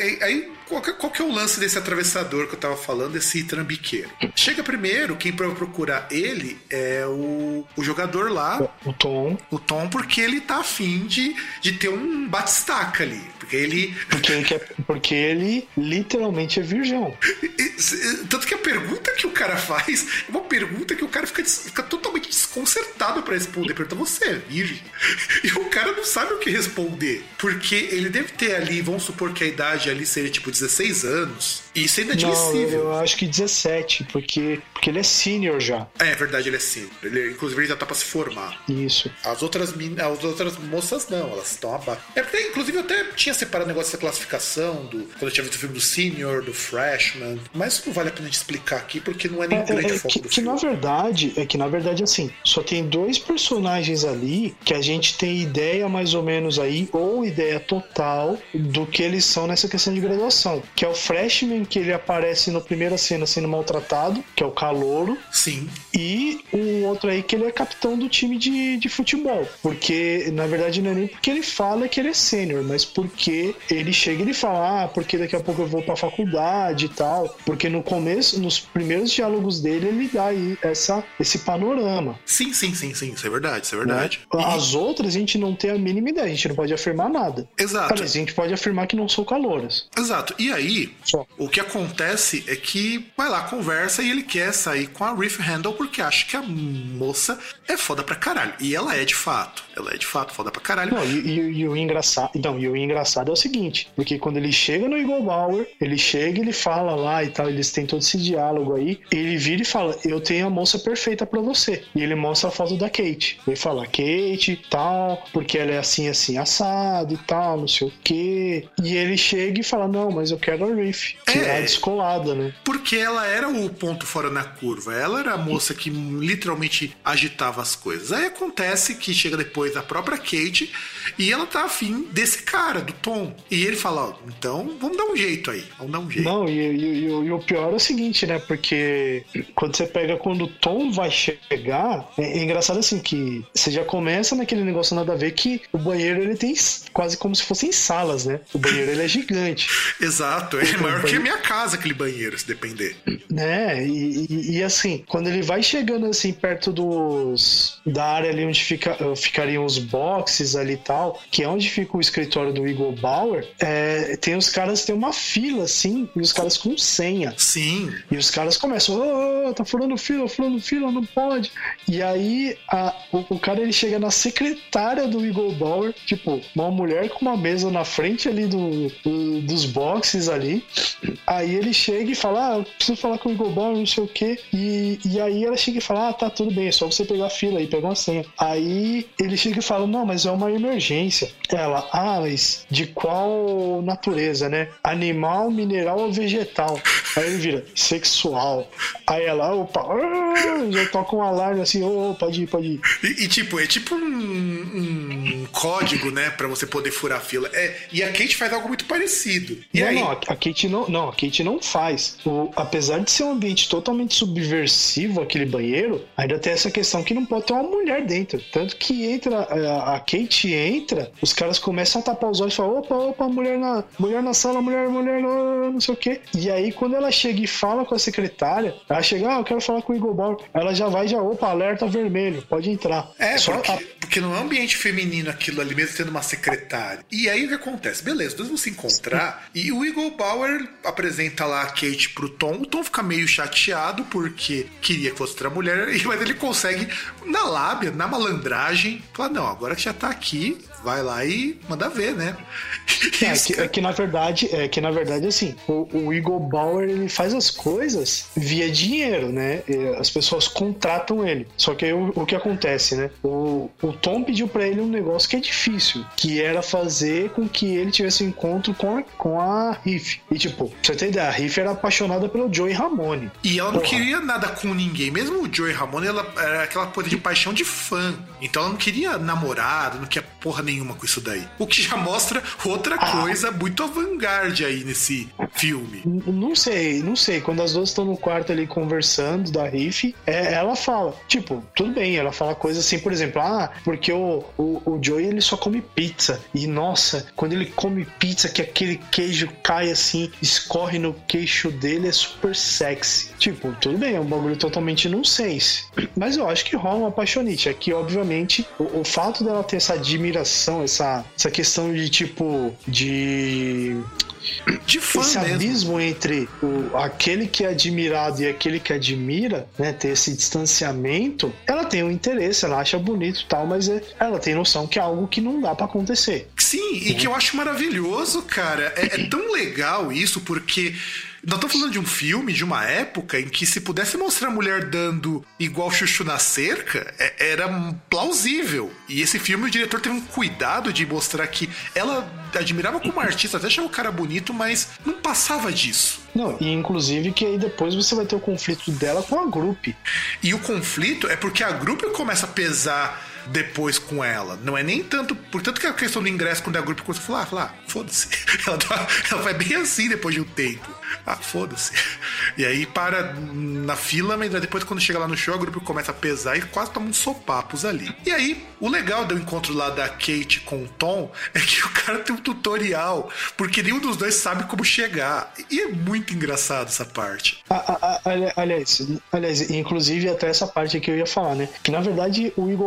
A: qual que é o lance desse atravessador que eu tava falando, desse trambiqueiro? Chega primeiro, quem vai procurar ele é o jogador lá.
B: O Tom.
A: O Tom, porque ele tá afim de ter um batistaca ali.
B: Porque ele literalmente é virgão.
A: Tanto que a pergunta que o cara faz é uma pergunta que o cara fica totalmente desconcertado pra responder. Pergunta, você é virgem? E o cara não sabe o que responder. Porque ele deve ter ali, vamos supor que a idade ali seria tipo 16 anos. E isso é inadmissível.
B: Não, eu acho que 17, porque ele é sênior já.
A: É verdade, ele é sênior. Inclusive, ele já tá pra se formar.
B: Isso.
A: As outras moças não, elas estão abaixo. Porque, inclusive, eu até tinha separado o negócio dessa classificação, quando eu tinha visto o filme do sênior, do freshman. Mas isso não vale a pena te explicar aqui, porque não é nem grande foco do filme.
B: Na verdade, assim, só tem dois personagens ali que a gente tem ideia mais ou menos aí, ou ideia total do que eles são nessa questão de graduação. Que é o freshman, que ele aparece na primeira cena sendo maltratado, que é o calouro.
A: Sim.
B: E o outro aí que ele é capitão do time de futebol. Porque, na verdade, não é nem porque ele fala que ele é sênior, mas porque ele chega e ele fala, porque daqui a pouco eu vou pra faculdade e tal. Porque no começo, nos primeiros diálogos dele, ele dá aí esse panorama.
A: Sim, isso é verdade,
B: Né? As outras a gente não tem a mínima ideia, a gente não pode afirmar nada.
A: Exato.
B: Aliás, a gente pode afirmar que não são calouras.
A: Exato. E aí, o que acontece é que vai lá, conversa e ele quer sair com a Riff Randall porque acha que a moça é foda pra caralho. E ela é de fato. Ela é de fato foda pra caralho.
B: Não, e o engraçado é o seguinte, porque quando ele chega no Eagle Bauer, ele chega e ele fala lá e tal, eles têm todo esse diálogo aí, ele vira e fala, eu tenho a moça perfeita pra você. E ele mostra a foto da Kate. Ele fala, Kate, tal, porque ela é assim, assim, assado e tal, não sei o quê. E ele chega e fala, não, mas eu quero a Riff, que é a descolada, né?
A: Porque ela era o ponto fora na curva. Ela era a moça que literalmente agitava as coisas. Aí acontece que chega depois a própria Kate e ela tá afim desse cara, do Tom. E ele fala, ó, então vamos dar um jeito aí. Vamos dar um jeito.
B: Não, e o pior é o seguinte, né? Porque quando o Tom vai chegar, é engraçado assim que você já começa naquele negócio nada a ver que o banheiro ele tem quase como se fossem salas, né? O banheiro ele é gigante.
A: Exato, é maior que a minha casa aquele banheiro, se depender.
B: Né? E assim, quando ele vai chegando assim perto da área ali onde ficariam os boxes ali e tal, que é onde fica o escritório do Eagle Bauer, tem os caras, tem uma fila assim, e os caras com senha.
A: Sim.
B: E os caras começam, tá furando fila, não pode. E aí o cara ele chega na secretária do Eagle Bauer, tipo, uma mulher com uma mesa na frente ali dos boxes ali. Aí ele chega e fala, eu preciso falar com o Eagle Bauer, não sei o quê. E aí ela chega e fala, tá, tudo bem, é só você pegar a fila aí, pegar uma senha. Aí ele chega e fala, não, mas é uma emergência. Ela, mas de qual natureza, né? Animal, mineral ou vegetal? Aí ele vira, sexual. Aí ela, opa, já toca um alarme assim, pode ir.
A: E tipo, é tipo um código, né, pra você poder furar a fila. E a Kate faz algo muito parecido. E aí?
B: Não, a Kate não faz. Apesar de ser um ambiente totalmente subversivo, aquele banheiro, ainda tem essa questão que não pode ter uma mulher dentro. Tanto que a Kate entra, os caras começam a tapar os olhos e falam, opa, mulher na sala, mulher, não sei o quê. E aí, quando ela chega e fala com a secretária, ela chega, eu quero falar com o Eagle Bauer. Ela já vai, alerta vermelho, pode entrar.
A: Porque não é um ambiente feminino aquilo ali, mesmo sendo uma secretária. E aí o que acontece? Beleza, dois vão se encontrar e o Eagle Bauer apresenta lá a Kate pro Tom. O Tom fica meio chateado porque queria que fosse outra mulher, mas ele consegue, na lábia, na malandragem, falar, não, agora que já tá aqui, vai lá e manda ver, né?
B: Que na verdade, assim, o Eagle Bauer, ele faz as coisas via dinheiro, né? As pessoas contratam ele. Só que aí o que acontece, né? O Tom pediu pra ele um negócio que é difícil, que era fazer com que ele tivesse um encontro com a Riff. E tipo, pra você ter ideia, a Riff era apaixonada pelo Joey Ramone.
A: E ela não queria nada com ninguém. Mesmo o Joey Ramone, ela era aquela coisa de paixão de fã. Então ela não queria namorado, não queria porra nenhuma com isso daí. O que já mostra outra coisa muito avant-garde aí nesse filme.
B: Não sei. Quando as duas estão no quarto ali conversando da Riff, ela fala, tipo, tudo bem, ela fala coisas assim, por exemplo, porque o Joey ele só come pizza. E nossa, quando ele come pizza, que aquele queijo cai assim, escorre no queixo dele, é super sexy. Tipo, tudo bem, é um bagulho totalmente nonsense. Mas eu acho que rola uma apaixonite. É que, obviamente, o fato dela ter essa admiração, essa questão de tipo, de fã esse mesmo. Abismo entre aquele que é admirado e aquele que admira, né, ter esse distanciamento, ela tem um interesse, ela acha bonito e tal, mas ela tem noção que é algo que não dá pra acontecer.
A: Sim, e que eu acho maravilhoso, cara. É tão legal isso, porque nós estamos falando de um filme, de uma época em que se pudesse mostrar a mulher dando igual chuchu na cerca, era plausível. E esse filme, o diretor teve um cuidado de mostrar que ela admirava como artista, até achava o cara bonito, mas não passava disso.
B: Não, e inclusive que aí depois você vai ter o conflito dela com a Group.
A: E o conflito é porque a Group começa a pesar depois com ela. Não é nem tanto... Portanto que a questão do ingresso, quando a Group começa a falar, foda-se. Ela vai bem assim depois de um tempo. Foda-se. E aí para na fila, mas depois quando chega lá no show, a Group começa a pesar e quase toma uns sopapos ali. E aí, o legal do encontro lá da Kate com o Tom é que o cara tem um tutorial, porque nenhum dos dois sabe como chegar. E é muito engraçado essa parte.
B: Aliás, inclusive até essa parte que eu ia falar, né? Que na verdade o Eagle Bauer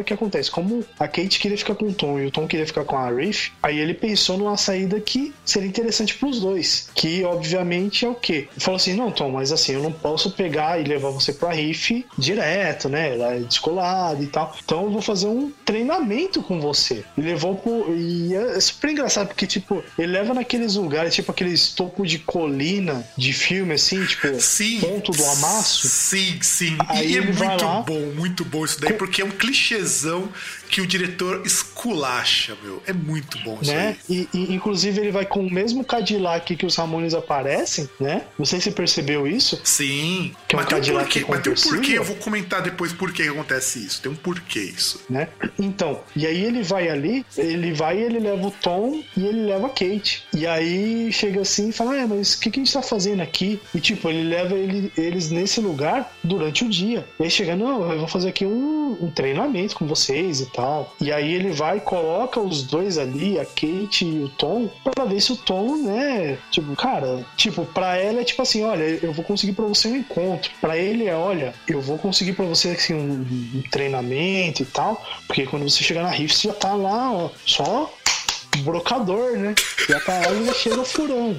B: que acontece? Como a Kate queria ficar com o Tom e o Tom queria ficar com a Riff, aí ele pensou numa saída que seria interessante pros dois. Que, obviamente, é o quê? Ele falou assim, não, Tom, mas assim, eu não posso pegar e levar você pra Riff direto, né? Ela é descolada e tal. Então eu vou fazer um treinamento com você. E levou pro... E é super engraçado, porque, tipo, ele leva naqueles lugares, tipo, aqueles topos de colina de filme, assim, tipo,
A: sim,
B: ponto do amasso.
A: Sim.
B: Aí
A: e é
B: ele vai lá,
A: muito bom isso daí, porque é um clichêzão que o diretor esculacha, meu. É muito bom isso
B: né?
A: aí.
B: E inclusive ele vai com o mesmo Cadillac que os Ramones aparecem, né? Não sei se você percebeu isso.
A: Sim.
B: Que é um Cadillac
A: mas tem um porquê,
B: conversível.
A: eu vou comentar depois por que acontece isso. Tem um porquê isso.
B: Né? Então, e aí ele vai ali, ele leva o Tom e ele leva a Kate. E aí chega assim e fala, mas o que a gente tá fazendo aqui? E tipo, ele leva eles nesse lugar durante o dia. E aí chega, não, eu vou fazer aqui um treinamento com vocês e tal. E aí ele vai e coloca os dois ali, a Kate e o Tom, pra ver se o Tom, né, tipo, cara, tipo, pra ela é tipo assim, olha, eu vou conseguir pra você um encontro. Pra ele é, olha, eu vou conseguir pra você assim, um treinamento e tal, porque quando você chegar na Riff, você já tá lá, ó, só brocador, né? Já tá lá e já chega furando.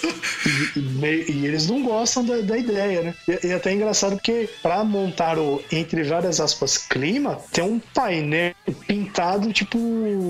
B: E eles não gostam da ideia, né? E até é engraçado porque pra montar o, entre várias aspas, clima, tem um painel pintado tipo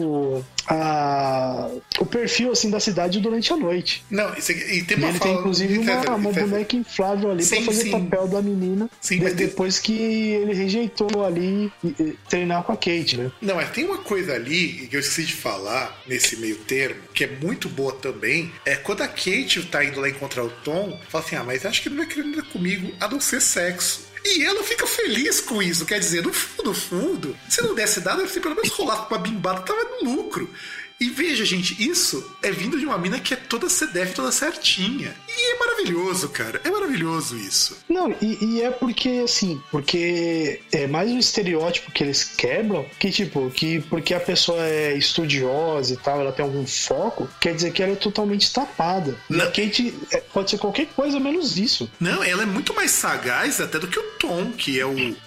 B: o perfil assim da cidade durante a noite.
A: Não, e tem uma
B: ele
A: fala,
B: tem inclusive uma boneca inflável ali pra fazer papel da menina depois que ele rejeitou ali treinar com a Kate, né?
A: Não, mas tem uma coisa ali que eu esqueci de falar nesse meio termo, que é muito boa também, é quando a Kate tá indo lá encontrar o Tom, fala assim, mas acho que ele não vai querer nada comigo a não ser sexo. E ela fica feliz com isso, quer dizer, no fundo, se não desse nada, se pelo menos rolar com uma bimbada, tava no lucro. E veja, gente, isso é vindo de uma mina que é toda CDF, toda certinha. E é maravilhoso, cara. É maravilhoso isso.
B: Não, e é porque, assim, porque é mais um estereótipo que eles quebram, que tipo, que porque a pessoa é estudiosa e tal, ela tem algum foco, quer dizer que ela é totalmente tapada.
A: Não.
B: E a Kate pode ser qualquer coisa menos isso.
A: Não, ela é muito mais sagaz até do que o Tom, que é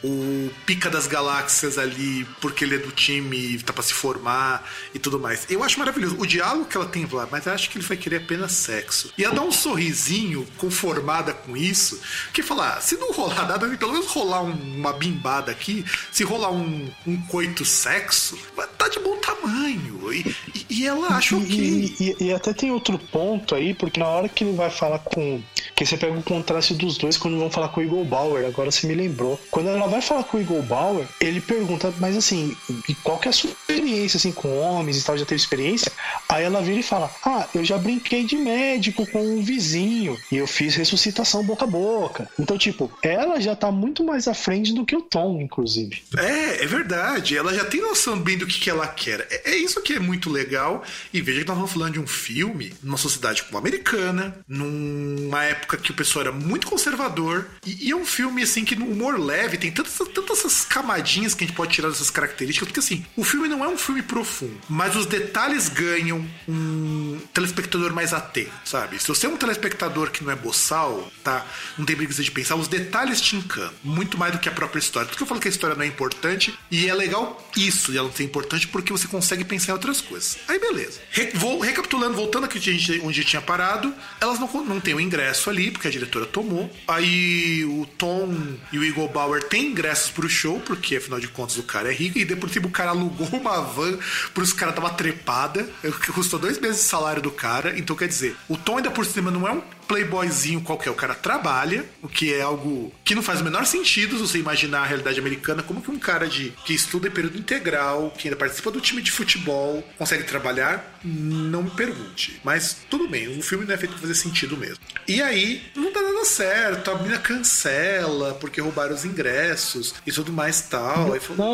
A: o pica das galáxias ali, porque ele é do time, tá pra se formar e tudo mais. Eu acho maravilhoso. O diálogo que ela tem lá, mas eu acho que ele vai querer apenas sexo. E ela dá um sorrisinho conformada com isso, que fala, se não rolar nada, pelo menos rolar uma bimbada aqui, se rolar um coito sexo, tá de bom tamanho. E ela acha ok.
B: E até tem outro ponto aí, porque na hora que ele vai falar com... Que você pega o contraste dos dois quando vão falar com o Eagle Bauer, agora você me lembrou. Quando ela vai falar com o Eagle Bauer, ele pergunta, mas assim, qual que é a sua experiência assim, com homens e tal, já teve experiência? Aí ela vira e fala, eu já brinquei de médico com um vizinho e eu fiz ressuscitação boca a boca. Então, tipo, ela já tá muito mais à frente do que o Tom, inclusive.
A: É verdade. Ela já tem noção bem do que ela quer. É isso que é muito legal. E veja que nós estamos falando de um filme numa sociedade como a americana, numa época que o pessoal era muito conservador. E é um filme, assim, que no humor leve tem tantas essas camadinhas que a gente pode tirar dessas características. Porque, assim, o filme não é um filme profundo, mas os detalhes ganham um telespectador mais atento, sabe? Se você é um telespectador que não é boçal, tá? Não tem preguiça de pensar, os detalhes te encantam. Muito mais do que a própria história. Por que eu falo que a história não é importante? E é legal isso, de ela não ser importante, porque você consegue pensar em outras coisas. Aí, beleza. Recapitulando, voltando aqui onde tinha parado, elas não têm o ingresso ali, porque a diretora tomou. Aí o Tom e o Eagle Bauer têm ingressos pro show, porque afinal de contas o cara é rico, e depois o cara alugou uma van pros caras dar uma trepada, custou 2 meses de salário do cara. Então, quer dizer, o Tom ainda por cima não é um playboyzinho qualquer, o cara trabalha, o que é algo que não faz o menor sentido se você imaginar a realidade americana, como que um cara que estuda em período integral, que ainda participa do time de futebol, consegue trabalhar? Não me pergunte. Mas tudo bem, o filme não é feito pra fazer sentido mesmo. E aí, não dá nada certo, a menina cancela porque roubaram os ingressos e tudo mais tal.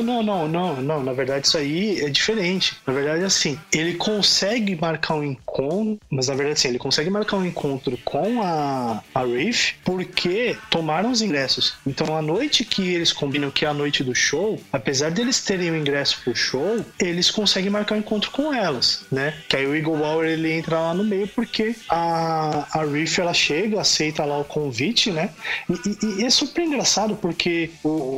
B: Não, na verdade isso aí é diferente. Na verdade, assim, ele consegue marcar um encontro, mas na verdade, assim, ele consegue marcar um encontro com a Riff porque tomaram os ingressos. Então, a noite que eles combinam que é a noite do show, apesar deles terem o ingresso pro show, eles conseguem marcar um encontro com elas, né? Que aí o Eagle Bauer, ele entra lá no meio porque a Riff, ela chega, aceita lá o convite, né? E é super engraçado porque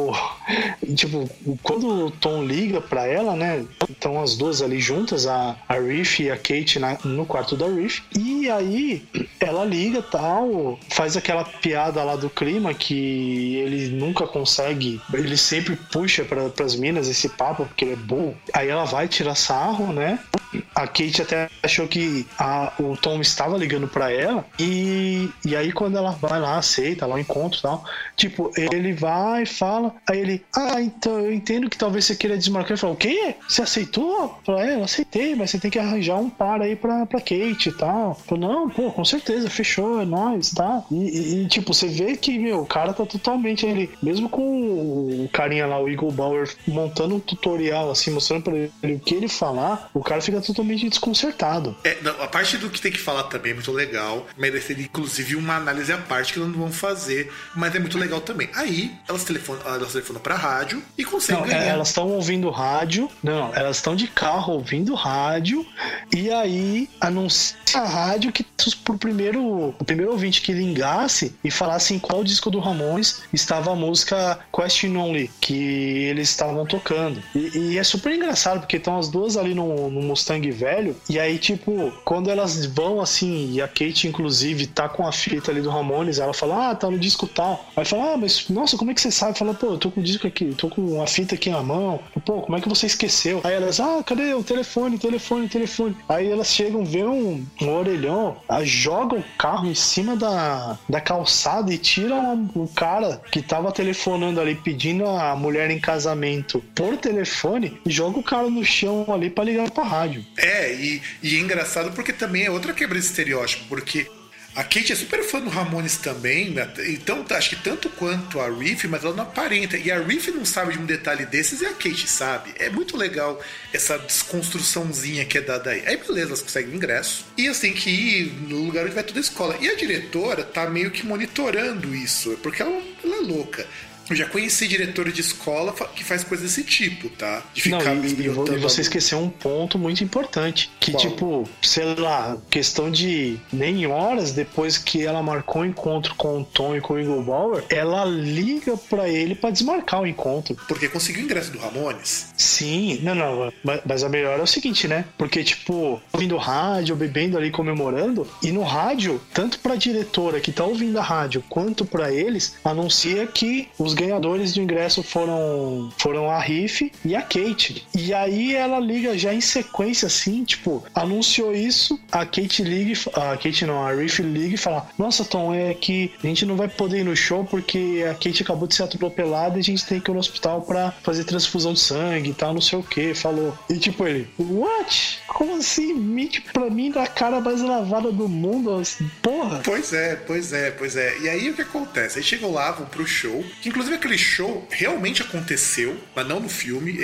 B: Tipo, quando o Tom liga pra ela, né? Estão as duas ali juntas, a Riff e a Kate no quarto da Riff. E aí ela liga tal, faz aquela piada lá do clima que ele nunca consegue, ele sempre puxa pras minas esse papo, porque ele é burro. Aí ela vai tirar sarro, né? A Kate até achou que o Tom estava ligando pra ela. E aí quando ela vai lá, aceita lá o encontro e tal, tipo, ele vai, fala, aí ele, então eu entendo que talvez você queira desmarcar. Ele fala, o quê? Você aceitou? Fala, eu aceitei, mas você tem que arranjar um par aí pra Kate e tal. Falei, não, pô, com certeza, fechou, é nóis, tá? E tipo, você vê que, meu, o cara tá totalmente ele, mesmo com o carinha lá, o Eagle Bauer, montando um tutorial, assim, mostrando pra ele o que ele falar, o cara fica totalmente desconcertado.
A: A parte do que tem que falar também é muito legal, mereceria inclusive uma análise à parte que nós não vamos fazer, mas é muito legal também. Aí, elas telefonam pra rádio e conseguem ganhar.
B: Elas estão ouvindo rádio, elas estão de carro ouvindo rádio, e aí anuncia a rádio que o primeiro ouvinte que ligasse e falasse em qual disco do Ramones estava a música Question Only, que eles estavam tocando. E é super engraçado, porque estão as duas ali no Mustang velho, e aí, tipo, quando elas vão assim, e a Kate, inclusive, tá com a fita ali do Ramones, ela fala, tá no disco tal. Aí fala, mas nossa, como é que você sabe? Fala, pô, eu tô com o disco aqui, tô com a fita aqui na mão. Pô, como é que você esqueceu? Aí elas, cadê o telefone? Aí elas chegam, vê um orelhão, jogam o carro em cima da calçada e tiram o cara que tava telefonando ali, pedindo a mulher em casamento por telefone, e joga o cara no chão ali pra ligar pra rádio.
A: E é engraçado porque também é outra quebra de estereótipo, porque a Kate é super fã do Ramones também, então acho que tanto quanto a Riff, mas ela não aparenta. E a Riff não sabe de um detalhe desses e a Kate sabe. É muito legal essa desconstruçãozinha que é dada aí. Aí beleza, elas conseguem ingresso e elas têm que ir no lugar onde vai toda a escola. E a diretora tá meio que monitorando isso, porque ela é louca. Eu já conheci diretora de escola que faz coisas desse tipo, tá? De ficar
B: e você esqueceu um ponto muito importante. Que, qual? Tipo, sei lá, questão de nem horas depois que ela marcou o encontro com o Tom e com o Eagle Bauer, ela liga pra ele pra desmarcar o encontro.
A: Porque conseguiu o ingresso do Ramones?
B: Sim, mas a melhor é o seguinte, né? Porque, tipo, ouvindo rádio, bebendo ali, comemorando, e no rádio, tanto pra diretora que tá ouvindo a rádio, quanto pra eles, anuncia que os ganhadores de ingresso foram a Riff e a Kate. E aí ela liga já em sequência, assim, tipo, anunciou isso, a Riff liga e fala, nossa, Tom, é que a gente não vai poder ir no show porque a Kate acabou de ser atropelada e a gente tem que ir no hospital pra fazer transfusão de sangue e tal, não sei o que, falou. E tipo, ele, what? Como assim? Mente pra mim da cara mais lavada do mundo, assim, porra.
A: Pois é. E aí o que acontece? Aí chegam lá, vão pro show, que inclusive aquele show realmente aconteceu, mas não no filme.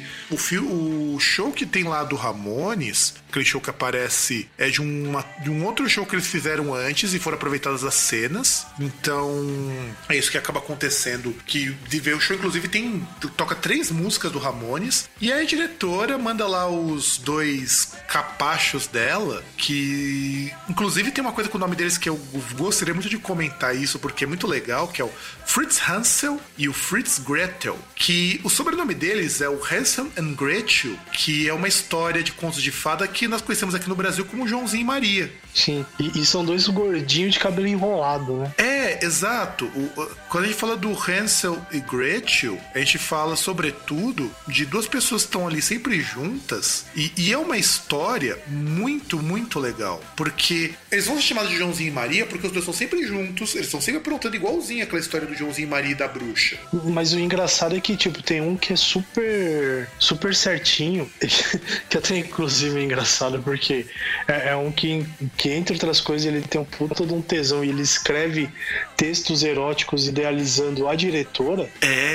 A: O show que tem lá do Ramones, aquele show que aparece é de um outro show que eles fizeram antes e foram aproveitadas as cenas. Então é isso que acaba acontecendo, que de ver o show inclusive toca 3 músicas do Ramones, e aí a diretora manda lá os 2 capachos dela, que inclusive tem uma coisa com o nome deles que eu gostaria muito de comentar isso, porque é muito legal, que é o Fritz Hansel e o Fritz Gretel, que o sobrenome deles é o Hansel and Gretel, que é uma história de contos de fada que nós conhecemos aqui no Brasil como Joãozinho e Maria.
B: Sim, e são 2 gordinhos de cabelo enrolado, né?
A: Exato. Quando a gente fala do Hansel e Gretel, a gente fala sobretudo de 2 pessoas que estão ali sempre juntas, e é uma história muito, muito legal, porque eles vão ser chamados de Joãozinho e Maria porque os 2 estão sempre juntos, eles estão sempre aprontando igualzinho aquela história do Joãozinho e Maria e da bruxa.
B: Mas o engraçado é que, tipo, tem um que é super, super certinho, que até inclusive é engraçado, porque é um que entre outras coisas ele tem um puta de um tesão e ele escreve textos eróticos idealizando a diretora.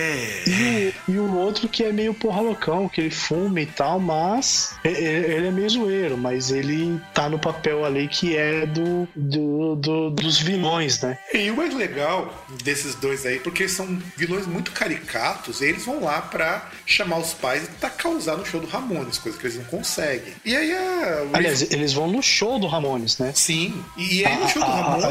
B: E o outro que é meio porra loucão, que ele fuma e tal, mas ele é meio zoeiro, mas ele tá no papel ali que é dos vilões, né?
A: E o mais legal desses 2 aí, porque são vilões muito caricatos, e eles vão lá pra chamar os pais e tentar causar no show do Ramones, coisa que eles não conseguem. E aí
B: Aliás, eles vão no show do Ramones. Ramones, né?
A: Sim, e aí no show do Ramones...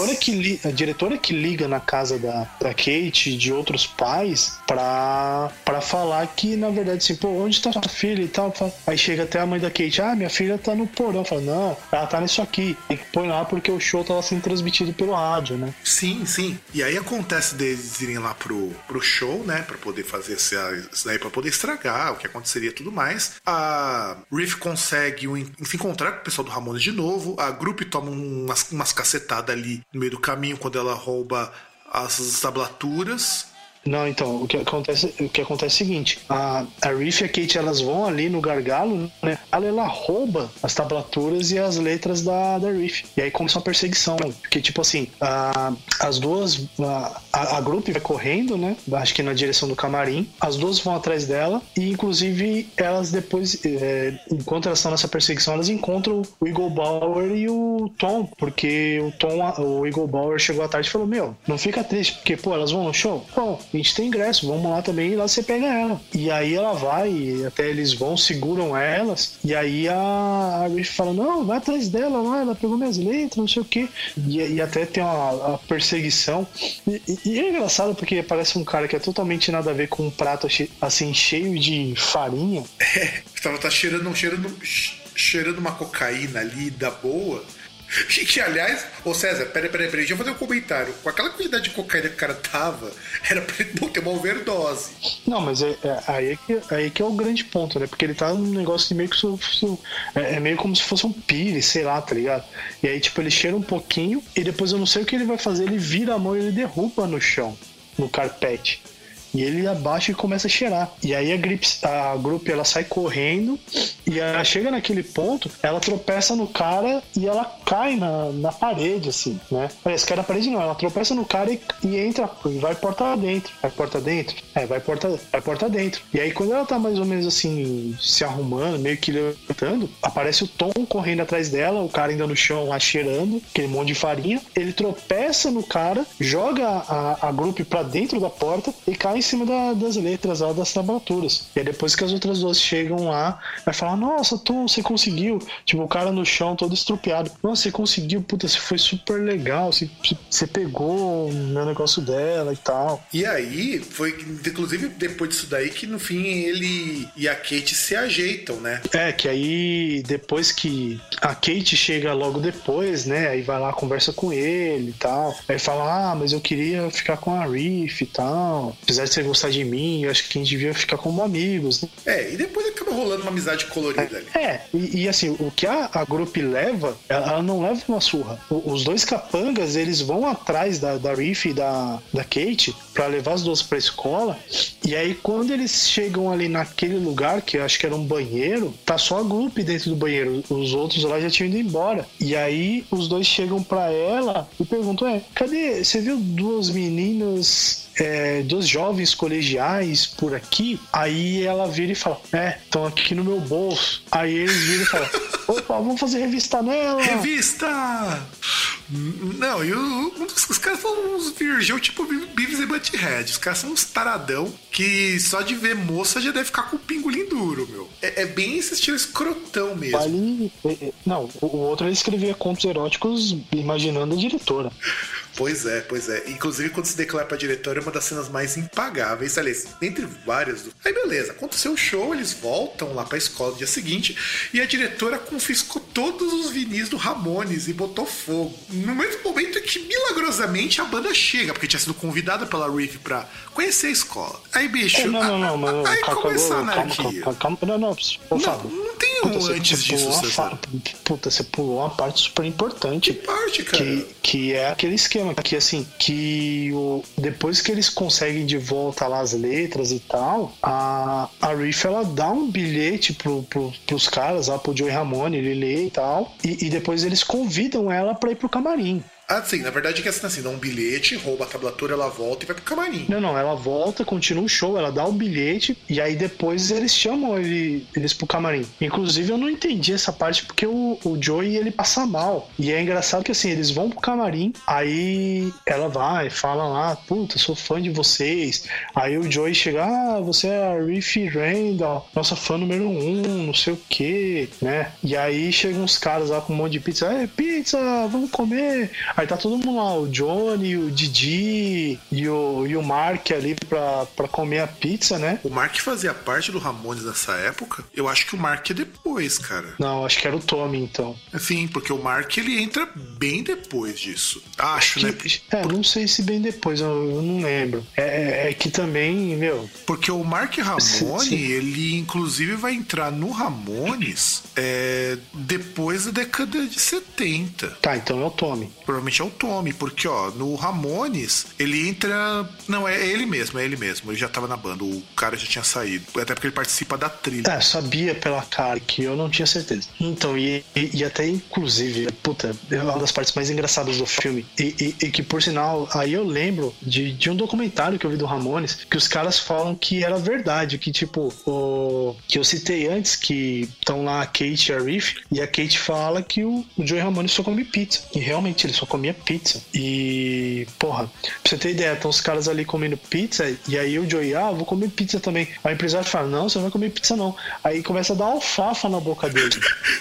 B: A diretora que liga na casa da Kate e de outros pais pra falar que, na verdade, assim, pô, onde tá sua filha e tal? Aí chega até a mãe da Kate, minha filha tá no porão. Fala, não, ela tá nisso aqui. Tem que pôr lá porque o show tava sendo transmitido pelo rádio, né?
A: Sim, sim. E aí acontece deles irem lá pro show, né? Pra poder fazer isso daí, pra poder estragar o que aconteceria e tudo mais. A Riff consegue se encontrar com o pessoal do Ramones de novo. A Group toma umas cacetadas ali no meio do caminho quando ela rouba as tablaturas.
B: Não, então, o que acontece é o seguinte, a Riff e a Kate, elas vão ali no gargalo, né? Ela rouba as tablaturas e as letras da Riff. E aí começa uma perseguição, porque tipo assim, as duas, a Group vai correndo, né? Acho que na direção do camarim, as duas vão atrás dela e inclusive elas depois, enquanto elas estão nessa perseguição, elas encontram o Eagle Bauer e o Tom, porque o Eagle Bauer chegou à tarde e falou, não fica triste, porque, pô, elas vão no show? Pô, a gente tem ingresso, vamos lá também, e lá você pega ela. E aí ela vai, e até eles vão, seguram elas, e aí a Riff fala, não, vai atrás dela lá, ela pegou minhas letras, não sei o quê. E até tem uma perseguição. E é engraçado porque parece um cara que é totalmente nada a ver com um prato assim, cheio de farinha.
A: Tá cheirando uma cocaína ali da boa. Que, aliás, ô César, peraí, deixa eu fazer um comentário. Com aquela quantidade de cocaína que o cara tava, era pra ele ter uma overdose.
B: Não, mas aí que é o grande ponto, né? Porque ele tá num negócio de meio que é meio como se fosse um pire, sei lá, tá ligado? E aí, tipo, ele cheira um pouquinho e depois eu não sei o que ele vai fazer, ele vira a mão e ele derruba no chão, no carpete. E ele abaixa e começa a cheirar. E aí a Group ela sai correndo e ela chega naquele ponto, ela tropeça no cara e ela cai na parede, assim, né? Parece que na parede não, ela tropeça no cara e entra, e vai porta dentro. Vai porta dentro? Vai porta dentro. E aí quando ela tá mais ou menos assim, se arrumando, meio que levantando, aparece o Tom correndo atrás dela, o cara ainda no chão lá cheirando, aquele monte de farinha. Ele tropeça no cara, joga a Group pra dentro da porta e cai em cima das letras lá, das tablaturas. E aí depois que as outras duas chegam lá, vai falar, nossa, Tom, você conseguiu. Tipo, o cara no chão todo estrupiado. Nossa, você conseguiu, puta, você foi super legal, você pegou o meu negócio dela e tal.
A: E aí, foi inclusive depois disso daí que no fim ele e a Kate se ajeitam, né?
B: Que aí depois que a Kate chega logo depois, né, aí vai lá, conversa com ele e tal. Aí fala, mas eu queria ficar com a Riff e tal. Apesar de você gostar de mim, eu acho que a gente devia ficar como amigos, né?
A: E depois acaba rolando uma amizade colorida ali.
B: E assim, o que a Group leva, ela não leva uma surra. Os dois capangas, eles vão atrás da Riff e da Kate pra levar as duas pra escola. E aí, quando eles chegam ali naquele lugar, que eu acho que era um banheiro, tá só a Group dentro do banheiro. Os outros lá já tinham ido embora. E aí, os dois chegam pra ela e perguntam, cadê? Você viu duas meninas... dos jovens colegiais por aqui? Aí ela vira e fala, estão aqui no meu bolso. Aí eles viram e falam, opa, vamos fazer revista nela.
A: Revista! Não, e os caras são uns virgão tipo Beavis e Butthead. Os caras são uns taradão que só de ver moça já deve ficar com o pingolim duro, meu. É bem esse estilo escrotão mesmo.
B: Não, o outro ele escrevia contos eróticos imaginando a diretora.
A: Pois é. Inclusive, quando se declara pra diretora, é uma das cenas mais impagáveis. Aliás, entre várias. Aí, beleza. Aconteceu o show, eles voltam lá pra escola no dia seguinte e a diretora confiscou todos os vinis do Ramones e botou fogo. No mesmo momento em que, milagrosamente, a banda chega, porque tinha sido convidada pela Riff pra conhecer a escola. Aí, bicho...
B: Não.
A: Aí começa a anarquia.
B: Calma. Não
A: tem antes disso, César.
B: Você pulou uma parte super importante.
A: Que parte, cara?
B: Que é aquele esquema que, assim, depois que eles conseguem de volta lá as letras e tal, a Riff, ela dá um bilhete pros caras lá, pro Joey Ramone, ele lê e tal, e depois eles convidam ela pra ir pro camarim.
A: Ah, sim, na verdade é que assim, dá um bilhete, rouba a tablatura, ela volta e vai pro camarim.
B: Não, ela volta, continua o show, ela dá o bilhete e aí depois eles chamam eles pro camarim. Inclusive eu não entendi essa parte porque o Joey, ele passa mal. E é engraçado que assim, eles vão pro camarim, aí ela vai, fala lá, puta, sou fã de vocês. Aí o Joey chega, você é a Riff Randall, nossa fã número 1, não sei o que, né? E aí chegam uns caras lá com um monte de pizza, pizza, vamos comer. Aí tá todo mundo lá, o Johnny, o Didi e o Mark ali pra comer a pizza, né?
A: O Mark fazia parte do Ramones nessa época? Eu acho que o Mark é depois, cara.
B: Não, acho que era o Tommy, então.
A: Sim, porque o Mark, ele entra bem depois disso. Acho, né?
B: Não sei se bem depois, eu não lembro. É que também, meu...
A: Porque o Mark Ramone, sim. Ele inclusive vai entrar no Ramones depois da década de 70.
B: Tá, então é o Tommy.
A: Provavelmente é o Tommy, porque, no Ramones, ele entra... Não, é ele mesmo. Ele já tava na banda, o cara já tinha saído. Até porque ele participa da trilha.
B: Sabia pela cara que eu não tinha certeza. Então, e até inclusive, puta, é uma das partes mais engraçadas do filme. E que, por sinal, aí eu lembro de um documentário que eu vi do Ramones, que os caras falam que era verdade, que tipo, que eu citei antes, que estão lá a Kate e a Riff, e a Kate fala que o Joey Ramone só come pizza. E realmente ele só comia pizza. E, porra, pra você ter ideia, estão os caras ali comendo pizza, e aí o Joey, vou comer pizza também. Aí o empresário fala, não, você não vai comer pizza não. Aí começa a dar alfafa na boca dele.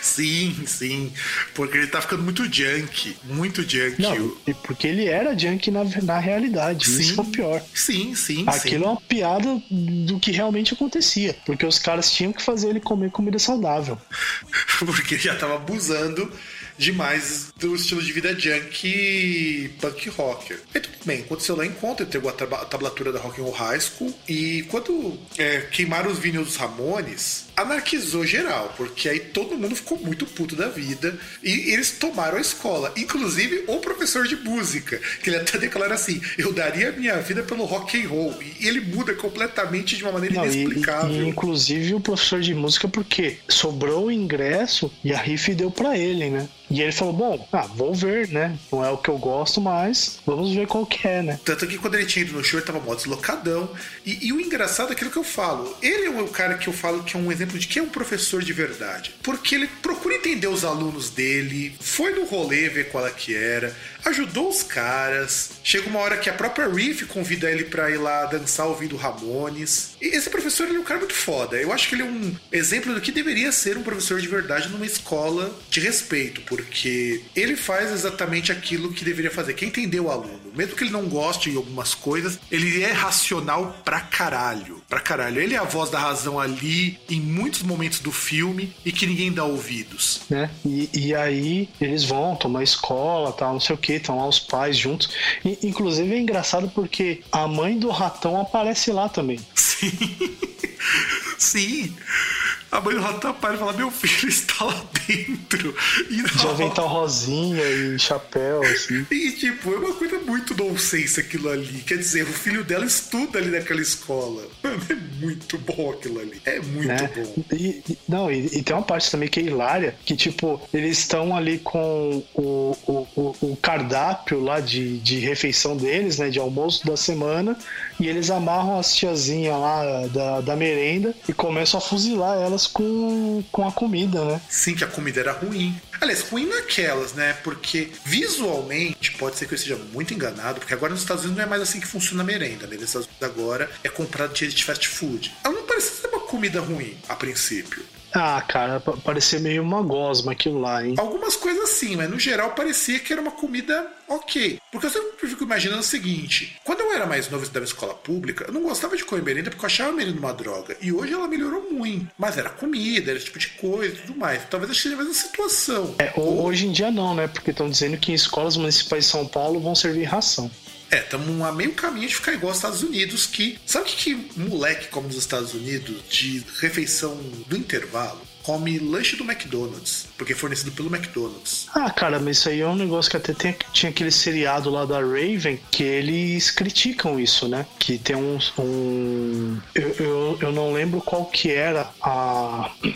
A: Sim, porque ele tá ficando muito junk.
B: Não, porque ele era junk na realidade. Sim, isso é o pior.
A: Sim.
B: Aquilo é uma piada do que realmente acontecia. Porque os caras tinham que fazer ele comer comida saudável.
A: Porque ele já tava abusando demais do estilo de vida junk punk rocker. E tudo bem, aconteceu lá em conta, ele pegou a tablatura da Rock and Roll High School e quando queimaram os vinil dos Ramones, anarquizou geral, porque aí todo mundo ficou muito puto da vida e eles tomaram a escola, inclusive o professor de música, que ele até declara assim, eu daria minha vida pelo rock and roll, e ele muda completamente de uma maneira inexplicável.
B: E inclusive o professor de música, porque sobrou o ingresso e a Riff deu pra ele, né? E ele falou, bom, vou ver, né? Não é o que eu gosto, mas vamos ver qual que é, né?
A: Tanto que quando ele tinha ido no show, ele tava mó deslocadão. E o engraçado é aquilo que eu falo. Ele é o cara que eu falo que é um exemplo de que é um professor de verdade. Porque ele procura entender os alunos dele, foi no rolê ver qual é que era, ajudou os caras. Chega uma hora que a própria Riff convida ele pra ir lá dançar ouvindo Ramones. E esse professor, ele é um cara muito foda. Eu acho que ele é um exemplo do que deveria ser um professor de verdade numa escola de respeito, porque ele faz exatamente aquilo que deveria fazer, que é entender o aluno. Mesmo que ele não goste de algumas coisas, ele é racional pra caralho. Ele é a voz da razão ali em muitos momentos do filme e que ninguém dá ouvidos.
B: Né? E aí eles vão tomar escola, tal, não sei o que, estão lá os pais juntos. E, inclusive é engraçado porque a mãe do ratão aparece lá também.
A: Sim. A mãe do ratão aparece e fala, meu filho está lá dentro.
B: De avental rosinha e chapéu, assim.
A: E tipo, é uma coisa muito nonsense aquilo ali. Quer dizer, o filho dela estuda ali naquela escola. Mano, é muito bom aquilo ali. É muito bom.
B: E tem uma parte também que é hilária, que tipo, eles estão ali com o cardápio lá de refeição deles, né, de almoço da semana, e eles amarram as tiazinhas lá da merenda e começam a fuzilar elas com a comida, né?
A: Sim, que a comida era ruim. Aliás, ruim naquelas, né? Porque visualmente, pode ser que eu esteja muito enganado, porque agora nos Estados Unidos não é mais assim que funciona a merenda, né? Nos Estados Unidos agora é comprado de fast food. Ela não parece ser uma comida ruim, a princípio.
B: Cara, parecia meio uma gosma aquilo lá, hein?
A: Algumas coisas sim, mas no geral parecia que era uma comida ok. Porque eu sempre fico imaginando o seguinte, quando eu era mais novo e estudava em escola pública, eu não gostava de comer merenda porque eu achava a merenda uma droga. E hoje ela melhorou muito. Mas era comida, era esse tipo de coisa e tudo mais. Talvez eu esteja na mesma situação.
B: Hoje em dia não, né? Porque estão dizendo que em escolas municipais de São Paulo vão servir ração.
A: Estamos a meio caminho de ficar igual aos Estados Unidos, que... Sabe o que moleque come nos Estados Unidos de refeição do intervalo? Come lanche do McDonald's, porque é fornecido pelo McDonald's.
B: Cara, mas isso aí é um negócio que até tinha aquele seriado lá da Raven, que eles criticam isso, né? Que tem eu não lembro qual que era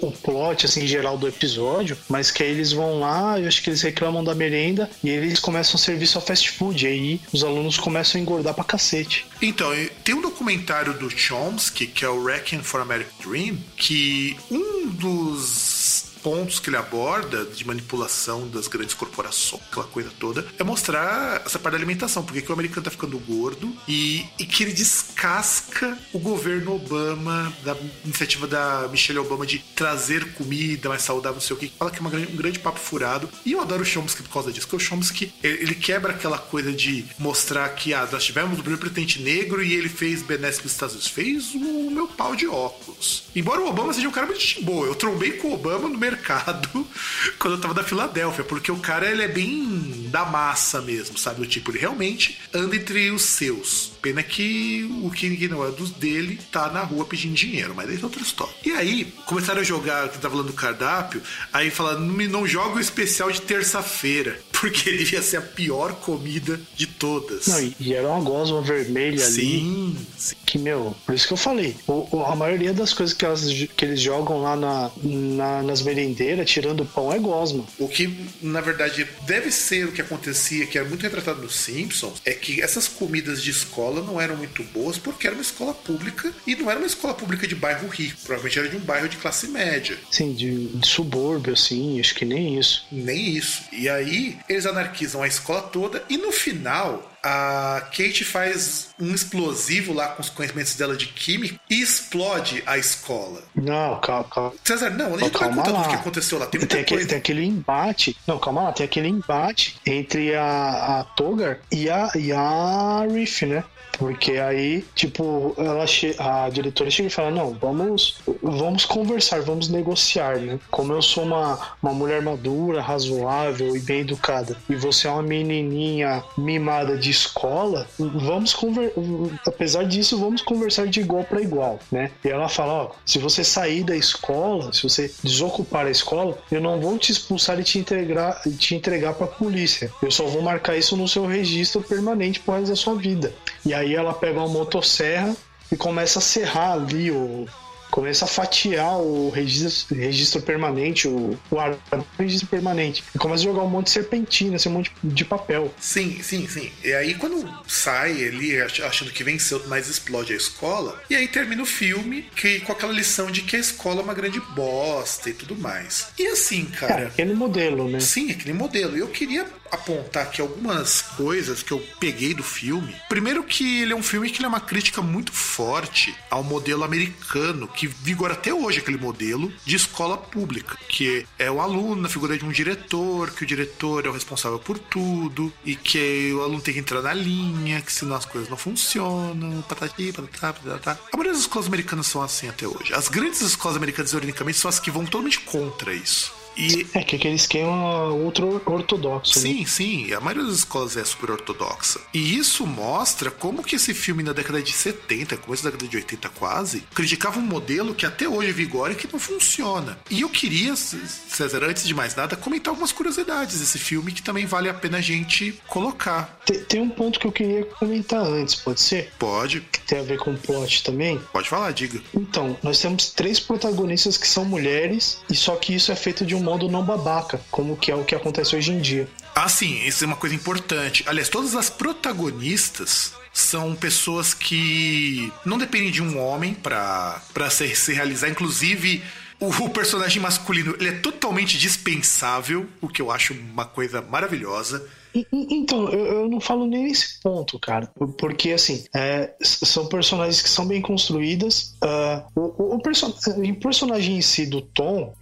B: o plot, assim, geral do episódio, mas que aí eles vão lá, eu acho que eles reclamam da merenda e eles começam a servir só fast food, e aí os alunos começam a engordar pra cacete.
A: Então, tem um documentário do Chomsky, que é o Wrecking for American Dream, que um dos pontos que ele aborda de manipulação das grandes corporações, aquela coisa toda, é mostrar essa parte da alimentação, porque que o americano tá ficando gordo e que ele descasca o governo Obama, da iniciativa da Michelle Obama de trazer comida mais saudável, não sei o que, fala que é um grande papo furado. E eu adoro o Chomsky por causa disso, porque o Chomsky, ele quebra aquela coisa de mostrar que nós tivemos o primeiro presidente negro e ele fez benéfico nos Estados Unidos, fez o meu pau de óculos. Embora o Obama seja um cara muito de boa, eu trombei com o Obama no mercado quando eu tava na Filadélfia, porque o cara, ele é bem da massa mesmo, sabe? O tipo, ele realmente anda entre os seus. Pena que o que não é dos dele tá na rua pedindo dinheiro, mas aí é outra história. E aí, começaram a jogar, que tá falando do cardápio, aí falaram, não joga o especial de terça-feira, porque devia ser a pior comida de todas.
B: Não, e era uma gosma vermelha ali.
A: Sim.
B: Que, por isso que eu falei, a maioria das coisas que eles jogam lá nas merendeiras, tirando o pão, é gosma.
A: O que, na verdade, deve ser o que acontecia, que era muito retratado nos Simpsons, é que essas comidas de escola não eram muito boas porque era uma escola pública e não era uma escola pública de bairro rico, provavelmente era de um bairro de classe média.
B: Sim, de subúrbio, assim, acho que nem isso.
A: Nem isso. E aí, eles anarquizam a escola toda e no final a Kate faz um explosivo lá com os conhecimentos dela de química e explode a escola.
B: Não, calma.
A: César, não, a gente vai contando o que aconteceu lá. Tem muita coisa.
B: Tem aquele embate. Não, calma lá, tem aquele embate entre a Togar e a Riff, né? Porque aí, tipo, a diretora chega e fala, não, vamos conversar, vamos negociar, né? Como eu sou uma mulher madura, razoável e bem educada, e você é uma menininha mimada de escola, apesar disso, vamos conversar de igual para igual, né? E ela fala, se você sair da escola, se você desocupar a escola, eu não vou te expulsar e te entregar pra polícia. Eu só vou marcar isso no seu registro permanente pro resto da sua vida. E aí ela pega uma motosserra e começa a serrar ali, começa a fatiar o registro permanente, o registro permanente. E começa a jogar um monte de serpentina, assim, um monte de papel.
A: Sim. E aí quando sai ele achando que venceu, mas explode a escola, e aí termina o filme com aquela lição de que a escola é uma grande bosta e tudo mais. E assim, cara...
B: aquele modelo, né?
A: Sim, aquele modelo. E eu queria apontar aqui algumas coisas que eu peguei do filme. Primeiro que ele é um filme que ele é uma crítica muito forte ao modelo americano, que vigora até hoje aquele modelo de escola pública, que é o aluno na figura de um diretor, que o diretor é o responsável por tudo, e que o aluno tem que entrar na linha, que senão as coisas não funcionam, patati, patatá. A maioria das escolas americanas são assim até hoje. As grandes escolas americanas, ironicamente, são as que vão totalmente contra isso. Que
B: aquele esquema ultra ortodoxo.
A: Sim, a maioria das escolas é super ortodoxa. E isso mostra como que esse filme na década de 70, começo da década de 80 quase, criticava um modelo que até hoje vigora e que não funciona. E eu queria, César, antes de mais nada, comentar algumas curiosidades desse filme que também vale a pena a gente colocar.
B: Tem um ponto que eu queria comentar antes, pode ser?
A: Pode.
B: Que tem a ver com o plot também?
A: Pode falar, diga.
B: Então, nós temos 3 protagonistas que são mulheres, e só que isso é feito de um modo não babaca, como que é o que acontece hoje em dia.
A: Ah, sim, isso é uma coisa importante. Aliás, todas as protagonistas são pessoas que não dependem de um homem pra se realizar. Inclusive, o personagem masculino, ele é totalmente dispensável, o que eu acho uma coisa maravilhosa.
B: Então, eu não falo nem nesse ponto, cara. Porque, assim, são personagens que são bem construídas. O personagem em si do Tom,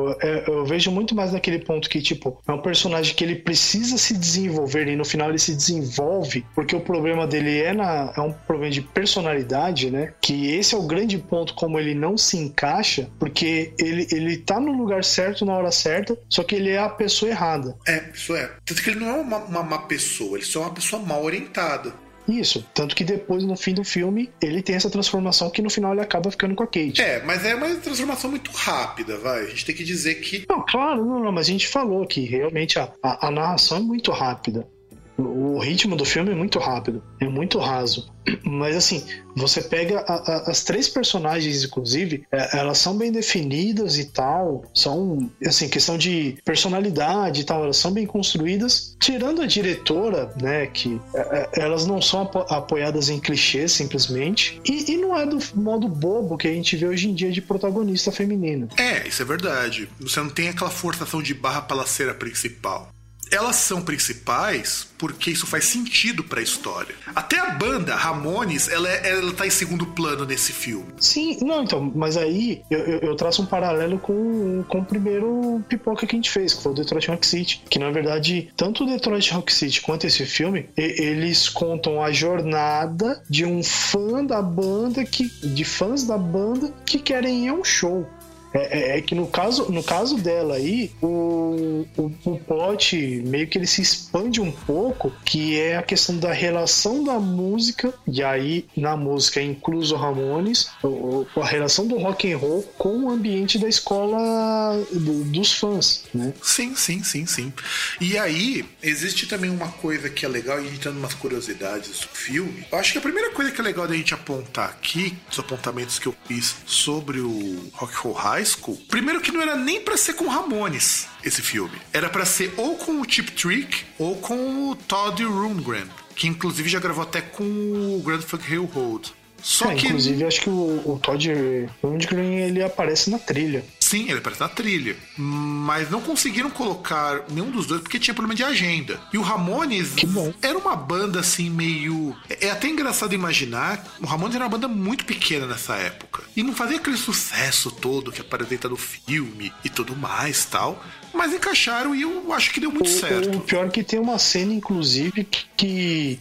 B: eu vejo muito mais naquele ponto que, tipo, é um personagem que ele precisa se desenvolver e no final ele se desenvolve porque o problema dele é um problema de personalidade, né? Que esse é o grande ponto como ele não se encaixa, porque ele tá no lugar certo na hora certa, só que ele é a pessoa errada.
A: Isso é. Tanto que ele não é uma má pessoa, ele só é uma pessoa mal orientada.
B: Isso, tanto que depois, no fim do filme, ele tem essa transformação que no final ele acaba ficando com a Kate.
A: Mas é uma transformação muito rápida, vai. A gente tem que dizer que...
B: Não, claro, não, mas a gente falou que realmente a narração é muito rápida. O ritmo do filme é muito rápido, é muito raso. Mas assim, você pega as três personagens, inclusive, elas são bem definidas e tal, são, assim, questão de personalidade e tal, elas são bem construídas, tirando a diretora, né, que elas não são apoiadas em clichês, simplesmente, e não é do modo bobo que a gente vê hoje em dia de protagonista feminina.
A: Isso é verdade. Você não tem aquela forçação de barra pela ser a principal. Elas são principais porque isso faz sentido pra história. Até a banda, Ramones, ela tá em segundo plano nesse filme.
B: Sim, não, então, mas aí eu traço um paralelo com o primeiro pipoca que a gente fez, que foi o Detroit Rock City, que na verdade, tanto o Detroit Rock City quanto esse filme, eles contam a jornada de um fã da banda, de fãs da banda que querem ir a um show. É que no caso dela aí, o plot meio que ele se expande um pouco, que é a questão da relação da música, e aí na música é incluso Ramones, a relação do rock and roll com o ambiente da escola dos fãs, né?
A: Sim. E aí, existe também uma coisa que é legal, e entrando umas curiosidades do filme. Eu acho que a primeira coisa que é legal da gente apontar aqui, os apontamentos que eu fiz sobre o Rock and Roll High School, primeiro que não era nem pra ser com Ramones esse filme, era pra ser ou com o Cheap Trick ou com o Todd Rundgren, que inclusive já gravou até com o Grand Funk Railroad. Só que...
B: Inclusive, acho que o Todd Rundgren, ele aparece na trilha.
A: Sim, ele aparece na trilha. Mas não conseguiram colocar nenhum dos dois porque tinha problema de agenda. E o Ramones era uma banda assim meio... É até engraçado imaginar. O Ramones era uma banda muito pequena nessa época. E não fazia aquele sucesso todo que apresenta no filme e tudo mais tal. Mas encaixaram e eu acho que deu muito certo.
B: O pior é que tem uma cena, inclusive, que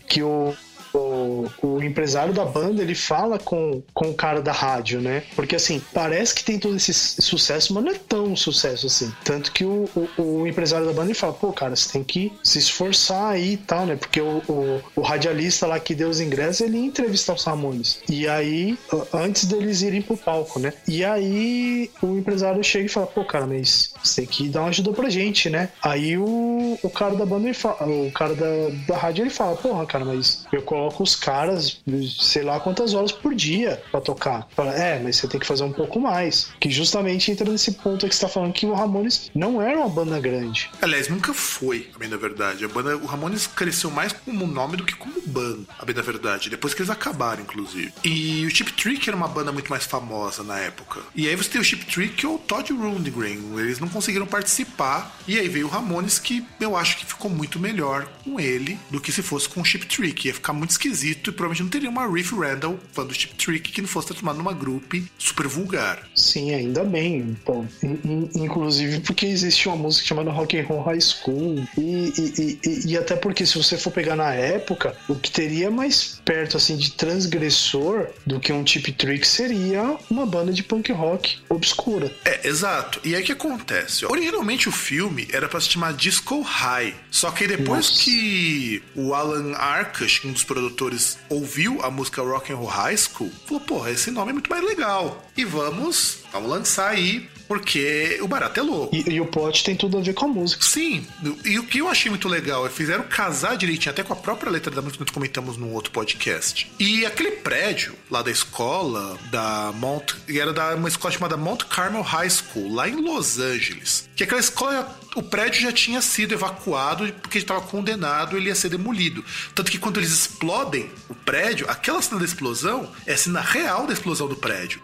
B: o empresário da banda, ele fala com o cara da rádio, né? Porque assim, parece que tem todo esse sucesso, mas não é tão sucesso assim. Tanto que o empresário da banda, ele fala, pô, cara, você tem que se esforçar aí e tal, né? Porque o radialista lá que deu os ingressos, ele ia entrevistar os Ramones. E aí, antes deles irem pro palco, né? E aí, o empresário chega e fala, pô, cara, mas você tem que dar uma ajuda pra gente, né? Aí o cara da banda, ele fala, o cara da rádio, ele fala, porra, cara, mas eu coloco os caras, sei lá quantas horas por dia pra tocar. Fala, mas você tem que fazer um pouco mais. Que justamente entra nesse ponto aí que você tá falando, que o Ramones não era uma banda grande.
A: Aliás, nunca foi, a bem da verdade. O Ramones cresceu mais como nome do que como banda, a bem da verdade. Depois que eles acabaram, inclusive. E o Cheap Trick era uma banda muito mais famosa na época. E aí você tem o Cheap Trick ou o Todd Rundgren. Eles não conseguiram participar. E aí veio o Ramones, que eu acho que ficou muito melhor com ele do que se fosse com o Cheap Trick. Ia ficar muito esquisito e provavelmente não teria uma Riff Randall, fã do Cheap Trick, que não fosse transformado numa group super vulgar.
B: Sim, ainda bem. Pô, inclusive porque existe uma música chamada Rock and Roll High School e até porque se você for pegar na época, o que teria mais perto assim de transgressor do que um Cheap Trick seria uma banda de punk rock obscura.
A: Exato. E aí o que acontece? Originalmente o filme era pra se chamar Disco High, só que depois que o Alan Arkush, um dos produtores, ouviu a música Rock and Roll High School, falou, porra, esse nome é muito mais legal. E vamos lançar aí, porque o barato é louco.
B: E o plot tem tudo a ver com a música.
A: Sim, e o que eu achei muito legal é que fizeram casar direitinho, até com a própria letra da música que nós comentamos num outro podcast. E aquele prédio lá da escola, era uma escola chamada Mount Carmel High School, lá em Los Angeles. Que aquela escola, o prédio já tinha sido evacuado porque estava condenado, ele ia ser demolido. Tanto que quando eles explodem o prédio, aquela cena da explosão é a cena real da explosão do prédio.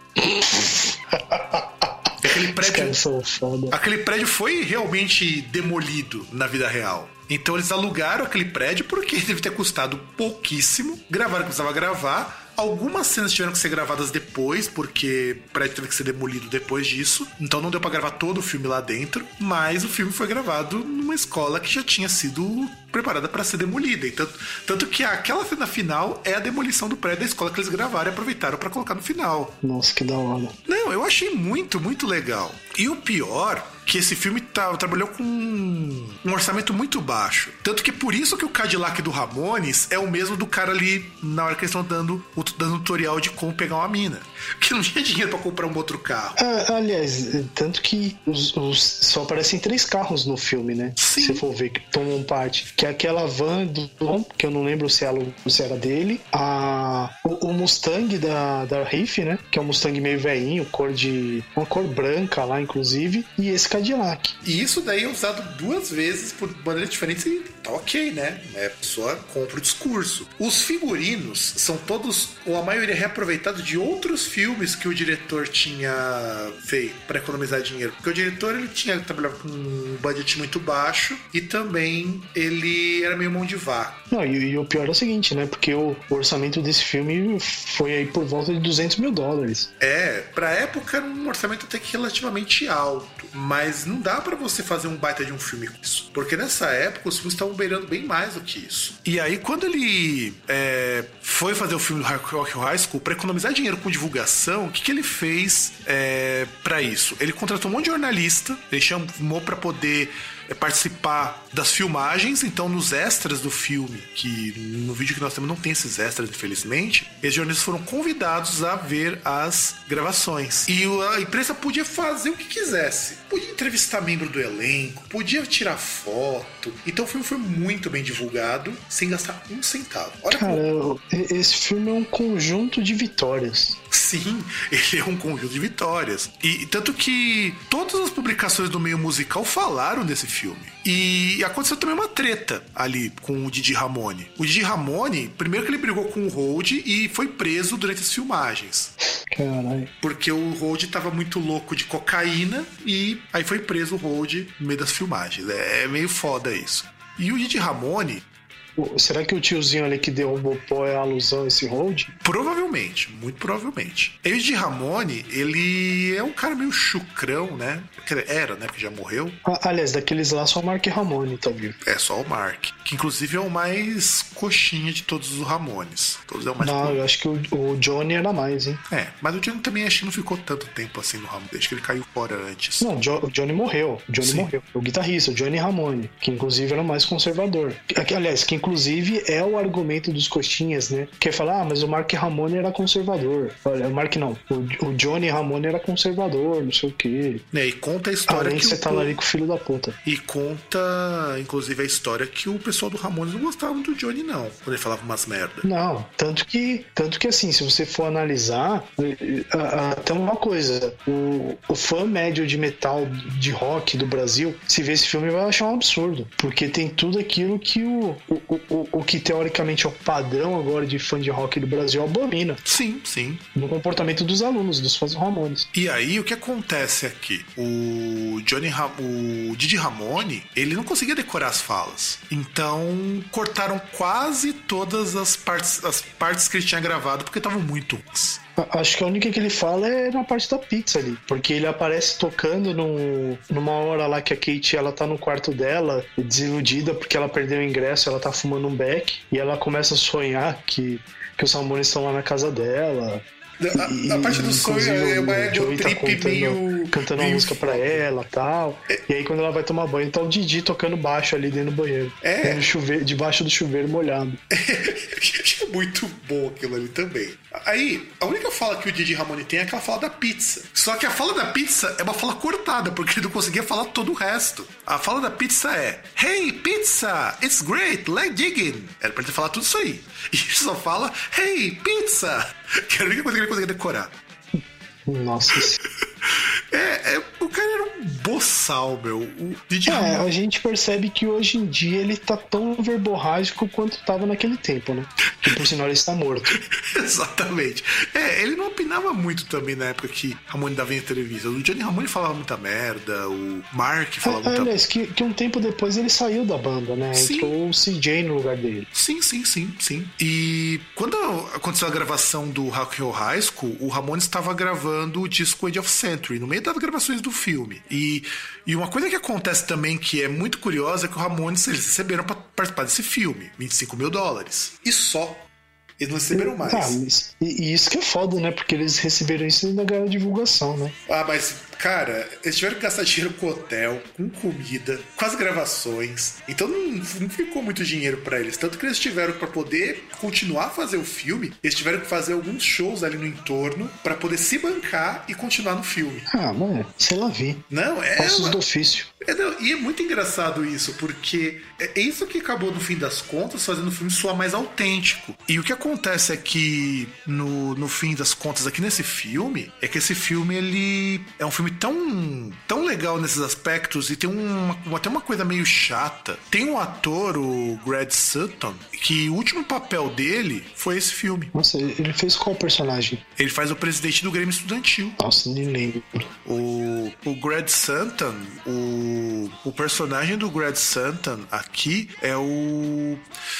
A: Aquele prédio foi realmente demolido na vida real. Então eles alugaram aquele prédio porque deve ter custado pouquíssimo. Gravaram o que precisava gravar. Algumas cenas tiveram que ser gravadas depois, porque o prédio teve que ser demolido depois disso. Então não deu pra gravar todo o filme lá dentro. Mas o filme foi gravado numa escola que já tinha sido preparada para ser demolida. E tanto que aquela cena final é a demolição do prédio da escola que eles gravaram e aproveitaram para colocar no final.
B: Nossa, que da hora.
A: Não, eu achei muito, muito legal. E o pior, que esse filme trabalhou com um orçamento muito baixo. Tanto que por isso que o Cadillac do Ramones é o mesmo do cara ali na hora que eles estão dando tutorial de como pegar uma mina. Que não tinha dinheiro pra comprar um outro carro.
B: Aliás, tanto que só aparecem 3 carros no filme, né?
A: Sim.
B: Se você for ver que tomam parte. Que é aquela van do Tom, que eu não lembro se era dele. O Mustang da Riff, né? Que é um Mustang meio velhinho, uma cor branca lá, inclusive. E esse Cadillac.
A: E isso daí é usado 2 vezes por maneiras diferentes e tá ok, né? A pessoa compra o discurso. Os figurinos são todos, ou a maioria, reaproveitado de outros filmes que o diretor tinha feito para economizar dinheiro. Porque o diretor, ele trabalhava com um budget muito baixo e também ele era meio mão de vaca.
B: Não, e o pior é o seguinte, né? Porque o orçamento desse filme foi aí por volta de $200 mil.
A: Pra época era um orçamento até que relativamente alto. Mas não dá pra você fazer um baita de um filme com isso. Porque nessa época os filmes estavam beirando bem mais do que isso. E aí quando ele foi fazer o filme do Rock High School, pra economizar dinheiro com divulgação, o que ele fez pra isso? Ele contratou um monte de jornalista, ele chamou pra poder participar das filmagens. Então nos extras do filme, que no vídeo que nós temos não tem esses extras, infelizmente, esses jornalistas foram convidados a ver as gravações. E a imprensa podia fazer o que quisesse. Podia entrevistar membro do elenco, podia tirar foto. Então o filme foi muito bem divulgado, sem gastar um centavo. Olha,
B: cara, esse filme é um conjunto de vitórias.
A: Sim, ele é um conjunto de vitórias. E tanto que todas as publicações do meio musical falaram desse filme. E aconteceu também uma treta ali com o Didi Ramone. O Didi Ramone, primeiro que ele brigou com o Hold e foi preso durante as filmagens.
B: Caralho.
A: Porque o Hold tava muito louco de cocaína e aí foi preso o Hold no meio das filmagens. É meio foda isso. E o Didi Ramone...
B: Será que o tiozinho ali que derrubou o pó é a alusão a esse Hold?
A: Provavelmente, muito provavelmente. E o Didi Ramone, ele é um cara meio chucrão, né? Era, né? Porque já morreu.
B: Aliás, daqueles lá só o Mark Ramone tá vivo.
A: É, só o Mark. Que inclusive é o mais coxinha de todos os Ramones. Todos é o mais
B: eu acho que o Johnny era mais, hein?
A: Mas o Johnny também acho que não ficou tanto tempo assim no Ramone. Desde que ele caiu fora antes.
B: Não, o Johnny morreu. O Johnny morreu. O guitarrista, o Johnny Ramone, que inclusive era o mais conservador. Aliás, que inclusive é o argumento dos coxinhas, né? Que é falar, mas o Mark Ramone era conservador. Olha, o Mark não. O Johnny Ramone era conservador, não sei o quê.
A: E conta a história
B: além que você tá ali com o filho da puta.
A: E conta, inclusive, a história que o pessoal do Ramones não gostava do Johnny, não. Quando ele falava umas merda.
B: Não, tanto que assim, se você for analisar, até uma coisa, o fã médio de metal, de rock do Brasil, se vê esse filme vai achar um absurdo. Porque tem tudo aquilo que o que teoricamente é o padrão agora de fã de rock do Brasil abomina.
A: Sim, sim.
B: No comportamento dos alunos, dos fãs do Ramones.
A: E aí, o que acontece aqui? O Didi Ramone, ele não conseguia decorar as falas. Então, cortaram quase todas as partes que ele tinha gravado, porque estavam muito ruins.
B: Acho que a única que ele fala é na parte da pizza ali. Porque ele aparece tocando numa hora lá que a Kate, ela tá no quarto dela, desiludida porque ela perdeu o ingresso, ela tá fumando um beck, e ela começa a sonhar que os Ramones estão lá na casa dela.
A: A parte do sonho é uma ego trip meio...
B: Cantando uma música pra ela e tal. E aí quando ela vai tomar banho, tá o Didi tocando baixo ali dentro do banheiro. Debaixo do chuveiro molhado.
A: É muito bom aquilo ali também. Aí, a única fala que o Didi Ramone tem é aquela fala da pizza. Só que a fala da pizza é uma fala cortada, porque ele não conseguia falar todo o resto. A fala da pizza é: Hey, pizza! It's great! Leg digging! Era pra ele falar tudo isso aí. E ele só fala: Hey, pizza! Que era a única coisa que ele conseguia decorar.
B: Nossa.
A: O cara era um boçal, meu. O Didi Ramone...
B: A gente percebe que hoje em dia ele tá tão verborrágico quanto tava naquele tempo, né? Que por sinal ele está morto.
A: Exatamente. Ele não opinava muito também na época que Ramone dava em entrevista. O Johnny Ramone falava muita merda, o Mark falava muita...
B: Aliás, que um tempo depois ele saiu da banda, né?
A: Sim.
B: Entrou o CJ no lugar dele.
A: Sim. E quando aconteceu a gravação do Rock Hill High School, o Ramone estava gravando o disco Age of Century, no meio das gravações do filme. E uma coisa que acontece também que é muito curiosa é que o Ramones, eles receberam para participar desse filme $25 mil. E só. Eles não receberam mais.
B: E isso que é foda, né? Porque eles receberam isso e ainda ganharam divulgação, né?
A: Mas Cara, eles tiveram que gastar dinheiro com hotel, com comida, com as gravações. Então não ficou muito dinheiro pra eles. Tanto que eles tiveram, pra poder continuar a fazer o filme, eles tiveram que fazer alguns shows ali no entorno pra poder se bancar e continuar no filme.
B: Ah, mano, sei lá, vi.
A: Não, é.
B: Passos do ofício.
A: E é muito engraçado isso, porque é isso que acabou, no fim das contas, fazendo o filme soar mais autêntico. E o que acontece é que, no fim das contas, aqui nesse filme, é que esse filme, ele é um filme tão legal nesses aspectos e tem até uma coisa meio chata. Tem um ator, o Greg Sutton, que o último papel dele foi esse filme.
B: Nossa, ele fez qual personagem?
A: Ele faz o presidente do Grêmio Estudantil.
B: Nossa, nem lembro.
A: O Greg Sutton, o personagem do Greg Sutton aqui é o...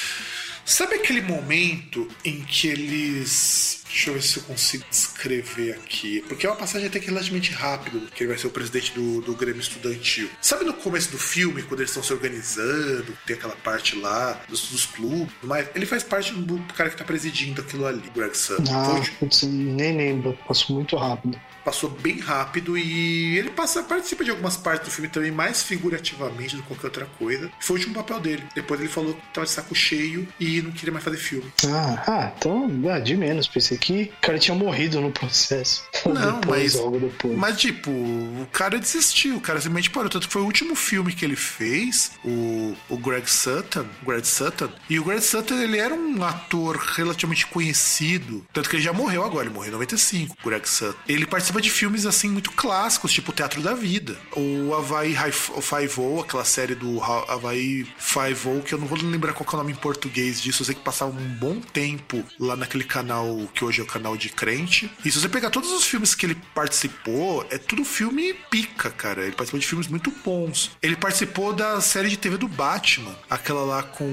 A: Sabe aquele momento em que eles... Deixa eu ver se eu consigo descrever aqui. Porque é uma passagem até que relativamente rápida, que ele vai ser o presidente do Grêmio Estudantil. Sabe no começo do filme, quando eles estão se organizando, tem aquela parte lá dos clubes, mas ele faz parte do cara que tá presidindo aquilo ali, o Greg Sutton.
B: Putz, nem lembro. Passou muito rápido.
A: Passou bem rápido e ele participa de algumas partes do filme também, mais figurativamente do que qualquer outra coisa. Foi o último papel dele. Depois ele falou que tava de saco cheio e não queria mais fazer filme.
B: Então, de menos. Pensei que o cara tinha morrido no processo.
A: Não, mas tipo, o cara desistiu. O cara simplesmente parou. Tanto que foi o último filme que ele fez, o Greg Sutton. E o Greg Sutton, ele era um ator relativamente conhecido. Tanto que ele já morreu agora. Ele morreu em 95, o Greg Sutton. Ele participa de filmes assim muito clássicos, tipo o Teatro da Vida, o Hawaii Five-O, aquela série do Hawaii Five-O, que eu não vou lembrar qual é o nome em português disso. Eu sei que passava um bom tempo lá naquele canal que hoje é o canal de crente. E se você pegar todos os filmes que ele participou, é tudo filme pica, cara. Ele participou de filmes muito bons. Ele participou da série de TV do Batman, aquela lá com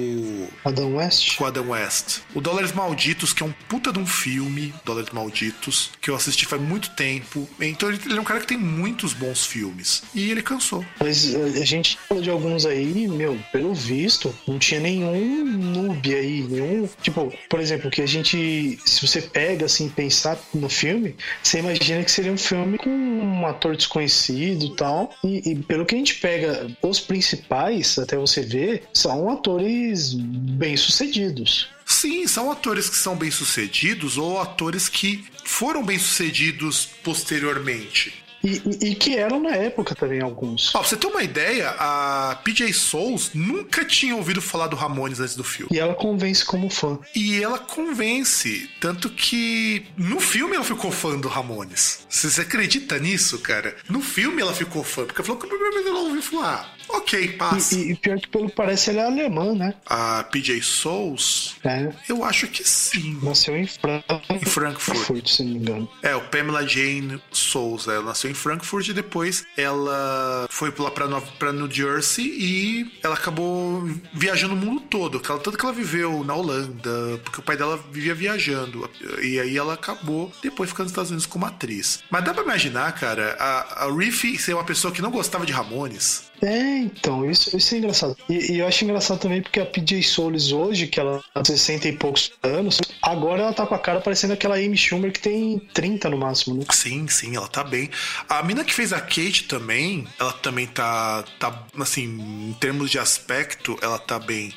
A: o
B: Adam West.
A: Com o Adam West. O Dólares Malditos, que é um puta de um filme, Dólares Malditos, que eu assisti faz muito tempo. Então ele é um cara que tem muitos bons filmes. E ele cansou.
B: Mas a gente falou de alguns aí, pelo visto, não tinha nenhum noob aí, tipo, por exemplo, que a gente, se você pega assim, pensar no filme, você imagina que seria um filme com um ator desconhecido e tal, e pelo que a gente pega, os principais, até você ver, são atores bem-sucedidos.
A: Sim, são atores que são bem-sucedidos ou atores que foram bem-sucedidos posteriormente.
B: E que eram na época também alguns.
A: Pra você ter uma ideia, a PJ Souls nunca tinha ouvido falar do Ramones antes do filme.
B: E ela convence como fã.
A: E ela convence, tanto que no filme ela ficou fã do Ramones. Você acredita nisso, cara? No filme ela ficou fã, porque ela falou que a primeira vez ela ouviu falar, ok, passa.
B: E pior que pelo parece ela é alemã, né?
A: A PJ Souls?
B: É.
A: Eu acho que sim.
B: Nasceu em Frankfurt, se não me engano.
A: O Pamela Jane Souls, ela nasceu em Frankfurt e depois ela foi lá pra New Jersey e ela acabou viajando o mundo todo. Tanto que ela viveu na Holanda, porque o pai dela vivia viajando. E aí ela acabou depois ficando nos Estados Unidos como atriz. Mas dá pra imaginar, cara, a Riff ser uma pessoa que não gostava de Ramones.
B: Então, isso é engraçado. E eu acho engraçado também porque a PJ Souls hoje, que ela tem 60 e poucos anos, agora ela tá com a cara parecendo aquela Amy Schumer que tem 30 no máximo, né?
A: Sim, ela tá bem. A mina que fez a Kate também, ela também tá assim, em termos de aspecto, ela tá bem.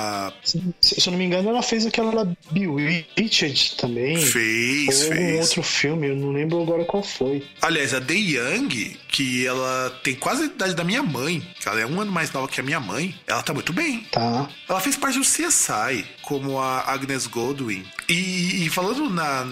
B: Se eu não me engano, ela fez aquela Bewitched também.
A: Fez.
B: Um outro filme, eu não lembro agora qual foi.
A: Aliás, a Day Young, que ela tem quase a idade da minha mãe, que ela é um ano mais nova que a minha mãe, ela tá muito bem.
B: Tá.
A: Ela fez parte do CSI, como a Agnes Goldwyn. E falando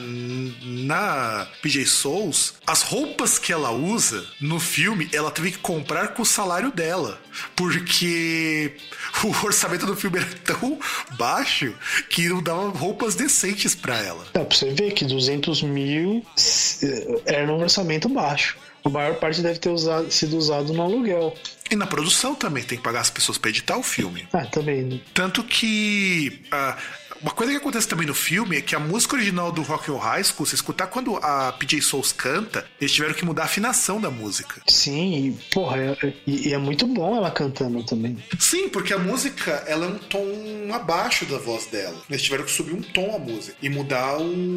A: na PJ Souls, as roupas que ela usa no filme, ela teve que comprar com o salário dela. Porque o orçamento do filme era tão baixo que não dava roupas decentes pra ela.
B: Pra você ver que 200 mil era um orçamento baixo. A maior parte deve ter sido usado no aluguel.
A: E na produção também, tem que pagar as pessoas pra editar o filme.
B: Também, né?
A: Tanto que uma coisa que acontece também no filme é que a música original do Rock and Roll High School, se escutar quando a PJ Soles canta, eles tiveram que mudar a afinação da música.
B: Sim, e, porra, é muito bom ela cantando também.
A: Sim, porque a música, ela é um tom abaixo da voz dela. Eles tiveram que subir um tom a música e mudar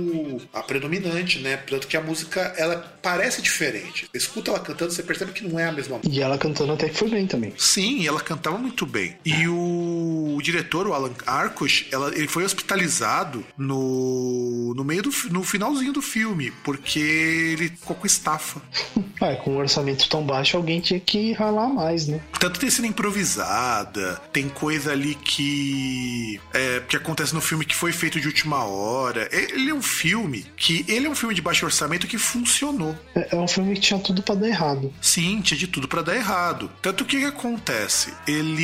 A: a predominante, né? Tanto que a música, ela parece diferente. Você escuta ela cantando, você percebe que não é a mesma música.
B: E ela cantando até que foi bem também.
A: Sim, ela cantava muito bem. E o diretor, o Alan Arkush, ele foi hospitalizado no finalzinho do filme, porque ele ficou com estafa.
B: Com um orçamento tão baixo, alguém tinha que ralar mais, né?
A: Tanto tem cena improvisada, tem coisa ali que acontece no filme que foi feito de última hora. Ele é um filme de baixo orçamento que funcionou.
B: É um filme que tinha tudo pra dar errado.
A: Sim, tinha de tudo pra dar errado. Tanto que o que acontece?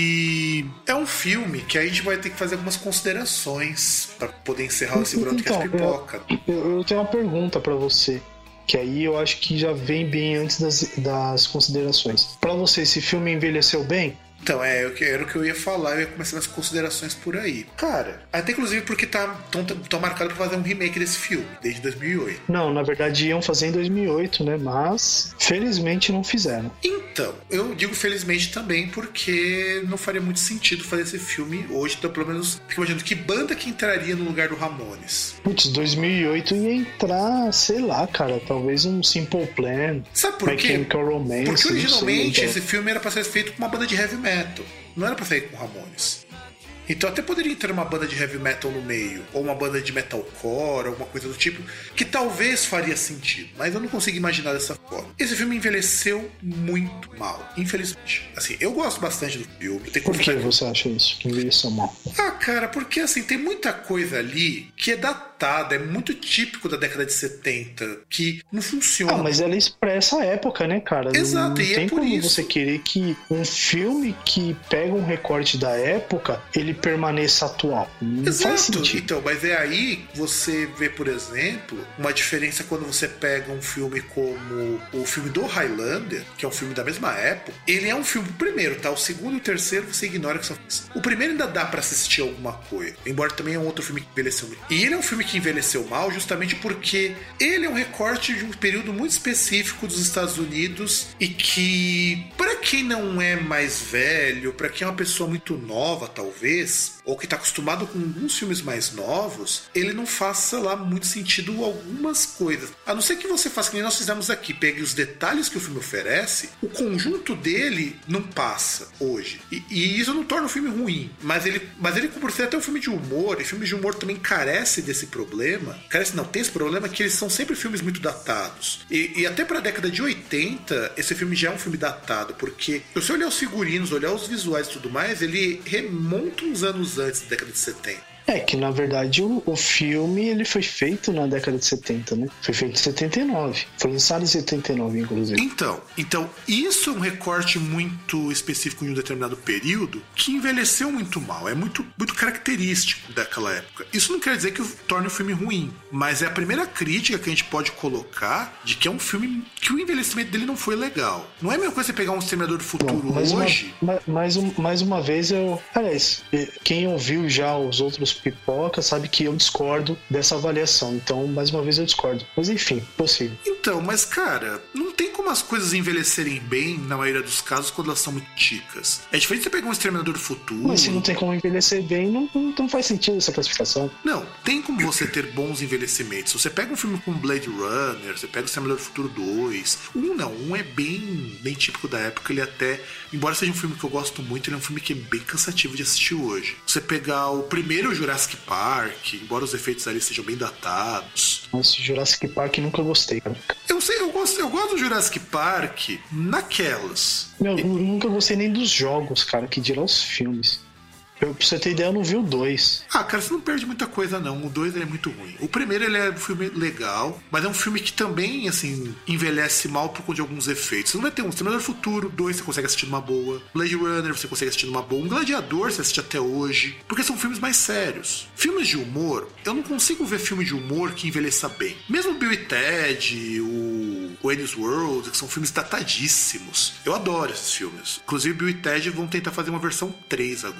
A: Ele é um filme que a gente vai ter que fazer algumas considerações pra poder encerrar esse broadcast pipoca.
B: Eu tenho uma pergunta pra você, que aí eu acho que já vem bem antes das considerações. Pra você, esse filme envelheceu bem?
A: Então, era o que eu ia falar, eu ia começar as considerações por aí. Cara, até inclusive porque tão marcado pra fazer um remake desse filme, desde 2008.
B: Não, na verdade iam fazer em 2008, né? Mas, felizmente, não fizeram.
A: Então, eu digo felizmente também porque não faria muito sentido fazer esse filme hoje, então pelo menos fico imaginando que banda que entraria no lugar do Ramones.
B: Putz, 2008 ia entrar, sei lá, cara, talvez um Simple Plan.
A: Sabe por quê?
B: Chemical Romance,
A: porque originalmente
B: sei,
A: esse filme era pra ser feito com uma banda de heavy metal. Não era pra sair com Ramones. Então até poderia ter uma banda de heavy metal no meio, ou uma banda de metalcore, alguma coisa do tipo, que talvez faria sentido, mas eu não consigo imaginar dessa forma. Esse filme envelheceu muito mal, infelizmente. Assim, eu gosto bastante do filme.
B: Por que você acha isso, que envelheceu mal?
A: Cara, porque assim, tem muita coisa ali que é datada, é muito típico da década de 70, que não funciona.
B: Mas ela expressa a época, né, cara?
A: Exato,
B: não
A: e
B: tem
A: é por
B: como
A: isso.
B: Você querer que um filme que pega um recorte da época, ele permaneça atual. Não
A: Exato.
B: Faz sentido.
A: Então, mas é aí você vê, por exemplo, uma diferença quando você pega um filme como o filme do Highlander, que é um filme da mesma época. Ele é um filme, primeiro, tá? O segundo e o terceiro você ignora que são filmes. O primeiro ainda dá pra assistir alguma coisa, embora também é um outro filme que envelheceu muito. E ele é um filme que envelheceu mal justamente porque ele é um recorte de um período muito específico dos Estados Unidos e que, pra quem não é mais velho, pra quem é uma pessoa muito nova, talvez, ou que tá acostumado com alguns filmes mais novos, ele não faça lá muito sentido algumas coisas. A não ser que você faça que nem nós fizemos aqui, pegue os detalhes que o filme oferece, o conjunto dele não passa hoje. E isso não torna o filme ruim, mas ele por ser até um filme de humor, e filmes de humor também carece desse problema. Tem esse problema que eles são sempre filmes muito datados. E até pra década de 80, esse filme já é um filme datado, porque se você olhar os figurinos, olhar os visuais e tudo mais, ele remonta uns anos antes da década de 70.
B: É que, na verdade, o filme ele foi feito na década de 70, né? Foi feito em 79. Foi lançado em 79, inclusive.
A: Então, isso é um recorte muito específico em um determinado período que envelheceu muito mal. É muito, muito característico daquela época. Isso não quer dizer que torne o filme ruim, mas é a primeira crítica que a gente pode colocar de que é um filme que o envelhecimento dele não foi legal. Não é a mesma coisa você pegar um Exterminador do Futuro hoje...
B: Mais uma vez, aliás, quem ouviu já os outros pipoca sabe que eu discordo dessa avaliação, então mais uma vez eu discordo, mas enfim, possível.
A: Então, mas cara, não tem como as coisas envelhecerem bem na maioria dos casos quando elas são muito ticas. É diferente você pegar um Exterminador do Futuro...
B: Mas se não tem como envelhecer bem, não faz sentido essa classificação.
A: Não, tem como você ter bons envelhecimentos. Você pega um filme como Blade Runner, você pega o Exterminador do Futuro 2, um é bem típico da época, ele até, embora seja um filme que eu gosto muito, ele é um filme que é bem cansativo de assistir hoje. Você pegar o primeiro Jurassic Park, embora os efeitos ali sejam bem datados.
B: Nossa, Jurassic Park nunca gostei, cara.
A: Eu gosto do Jurassic Park naquelas.
B: Eu nunca gostei nem dos jogos, cara, que dirá os filmes. Pra você ter ideia, eu não vi o 2.
A: Cara, você não perde muita coisa, não. O 2 ele é muito ruim. O primeiro ele é um filme legal, mas é um filme que também, assim, envelhece mal por conta de alguns efeitos. Você não vai ter um Exterminador do Futuro 2, você consegue assistir numa boa. Blade Runner, você consegue assistir numa boa. Um Gladiador, você assiste até hoje. Porque são filmes mais sérios. Filmes de humor, eu não consigo ver filme de humor que envelheça bem. Mesmo Bill e Ted, o Wayne's World, que são filmes datadíssimos. Eu adoro esses filmes. Inclusive, Bill e Ted vão tentar fazer uma versão 3 agora. Eu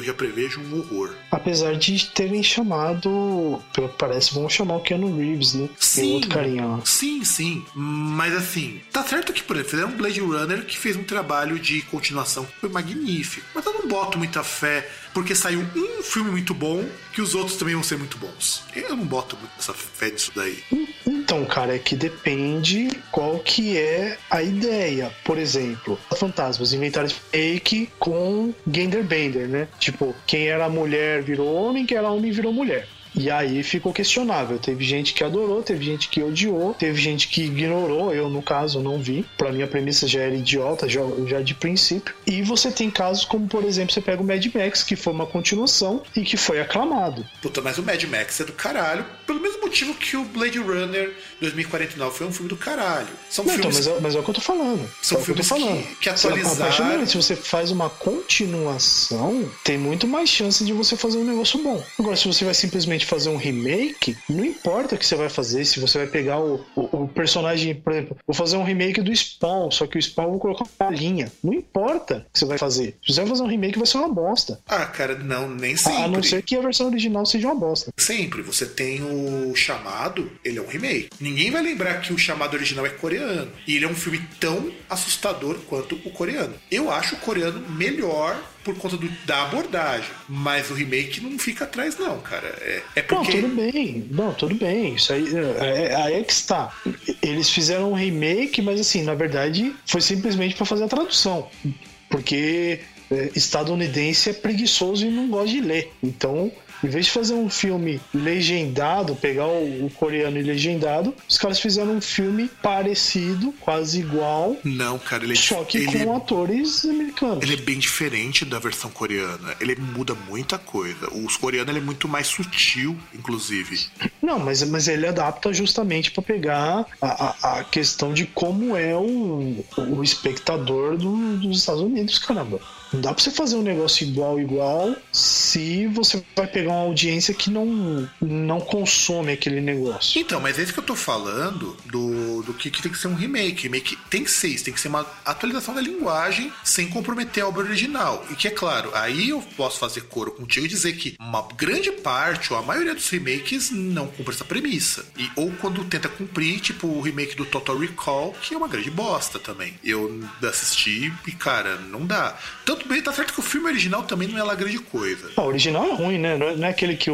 A: já prevejo um horror.
B: Apesar de terem chamado, pelo que parece, vão chamar o Keanu Reeves, né?
A: Sim,
B: outro carinha lá.
A: sim. Mas assim, tá certo que, por exemplo, fizeram um Blade Runner que fez um trabalho de continuação que foi magnífico. Mas eu não boto muita fé, porque saiu um filme muito bom, que os outros também vão ser muito bons. Eu não boto muito essa fé nisso daí.
B: Então, cara, é que depende qual que é a ideia. Por exemplo, Fantasmas inventaram fake com Genderbender, né? Tipo, quem era mulher virou homem, quem era homem virou mulher. E aí ficou questionável. Teve gente que adorou, teve gente que odiou, teve gente que ignorou. Eu, no caso, não vi. Pra mim, a premissa já era idiota, já de princípio. E você tem casos como, por exemplo, você pega o Mad Max, que foi uma continuação e que foi aclamado.
A: Puta, mas o Mad Max é do caralho, pelo mesmo motivo que o Blade Runner 2049 foi um filme do caralho. São filmes...
B: Então, mas é o que eu tô falando.
A: São filmes que atualizaram...
B: A partir do momento que você faz uma continuação, tem muito mais chance de você fazer um negócio bom. Agora, se você vai simplesmente fazer um remake, não importa o que você vai fazer, se você vai pegar o personagem, por exemplo, vou fazer um remake do Spawn, só que o Spawn eu vou colocar uma linha. Não importa o que você vai fazer. Se você vai fazer um remake, vai ser uma bosta.
A: Ah, cara, não, nem sempre.
B: A não ser que a versão original seja uma bosta.
A: Sempre. Você tem o Chamado, ele é um remake. Ninguém vai lembrar que o Chamado original é coreano. E ele é um filme tão assustador quanto o coreano. Eu acho o coreano melhor por conta da abordagem, mas o remake não fica atrás não, cara. É porque...
B: Não, tudo bem. Isso aí é que está. Eles fizeram um remake, mas assim, na verdade, foi simplesmente para fazer a tradução. Porque estadunidense é preguiçoso e não gosta de ler. Então, em vez de fazer um filme legendado, pegar o coreano e legendado, os caras fizeram um filme parecido, quase igual.
A: Não, cara,
B: só que com atores americanos.
A: Ele é bem diferente da versão coreana. Ele muda muita coisa. Os coreanos ele é muito mais sutil, inclusive.
B: Não, mas ele adapta justamente para pegar a questão de como é o espectador dos Estados Unidos, caramba. Não dá pra você fazer um negócio igual se você vai pegar uma audiência que não consome aquele negócio.
A: Então, mas é isso que eu tô falando do que tem que ser um remake. Remake tem que ser isso, tem que ser uma atualização da linguagem sem comprometer a obra original. E que é claro, aí eu posso fazer coro contigo e dizer que uma grande parte ou a maioria dos remakes não cumpre essa premissa. Ou quando tenta cumprir, tipo o remake do Total Recall, que é uma grande bosta também. Eu assisti e, cara, não dá. Tanto bem, tá certo que o filme original também não é lá grande coisa.
B: O original é ruim, né? Não é aquele que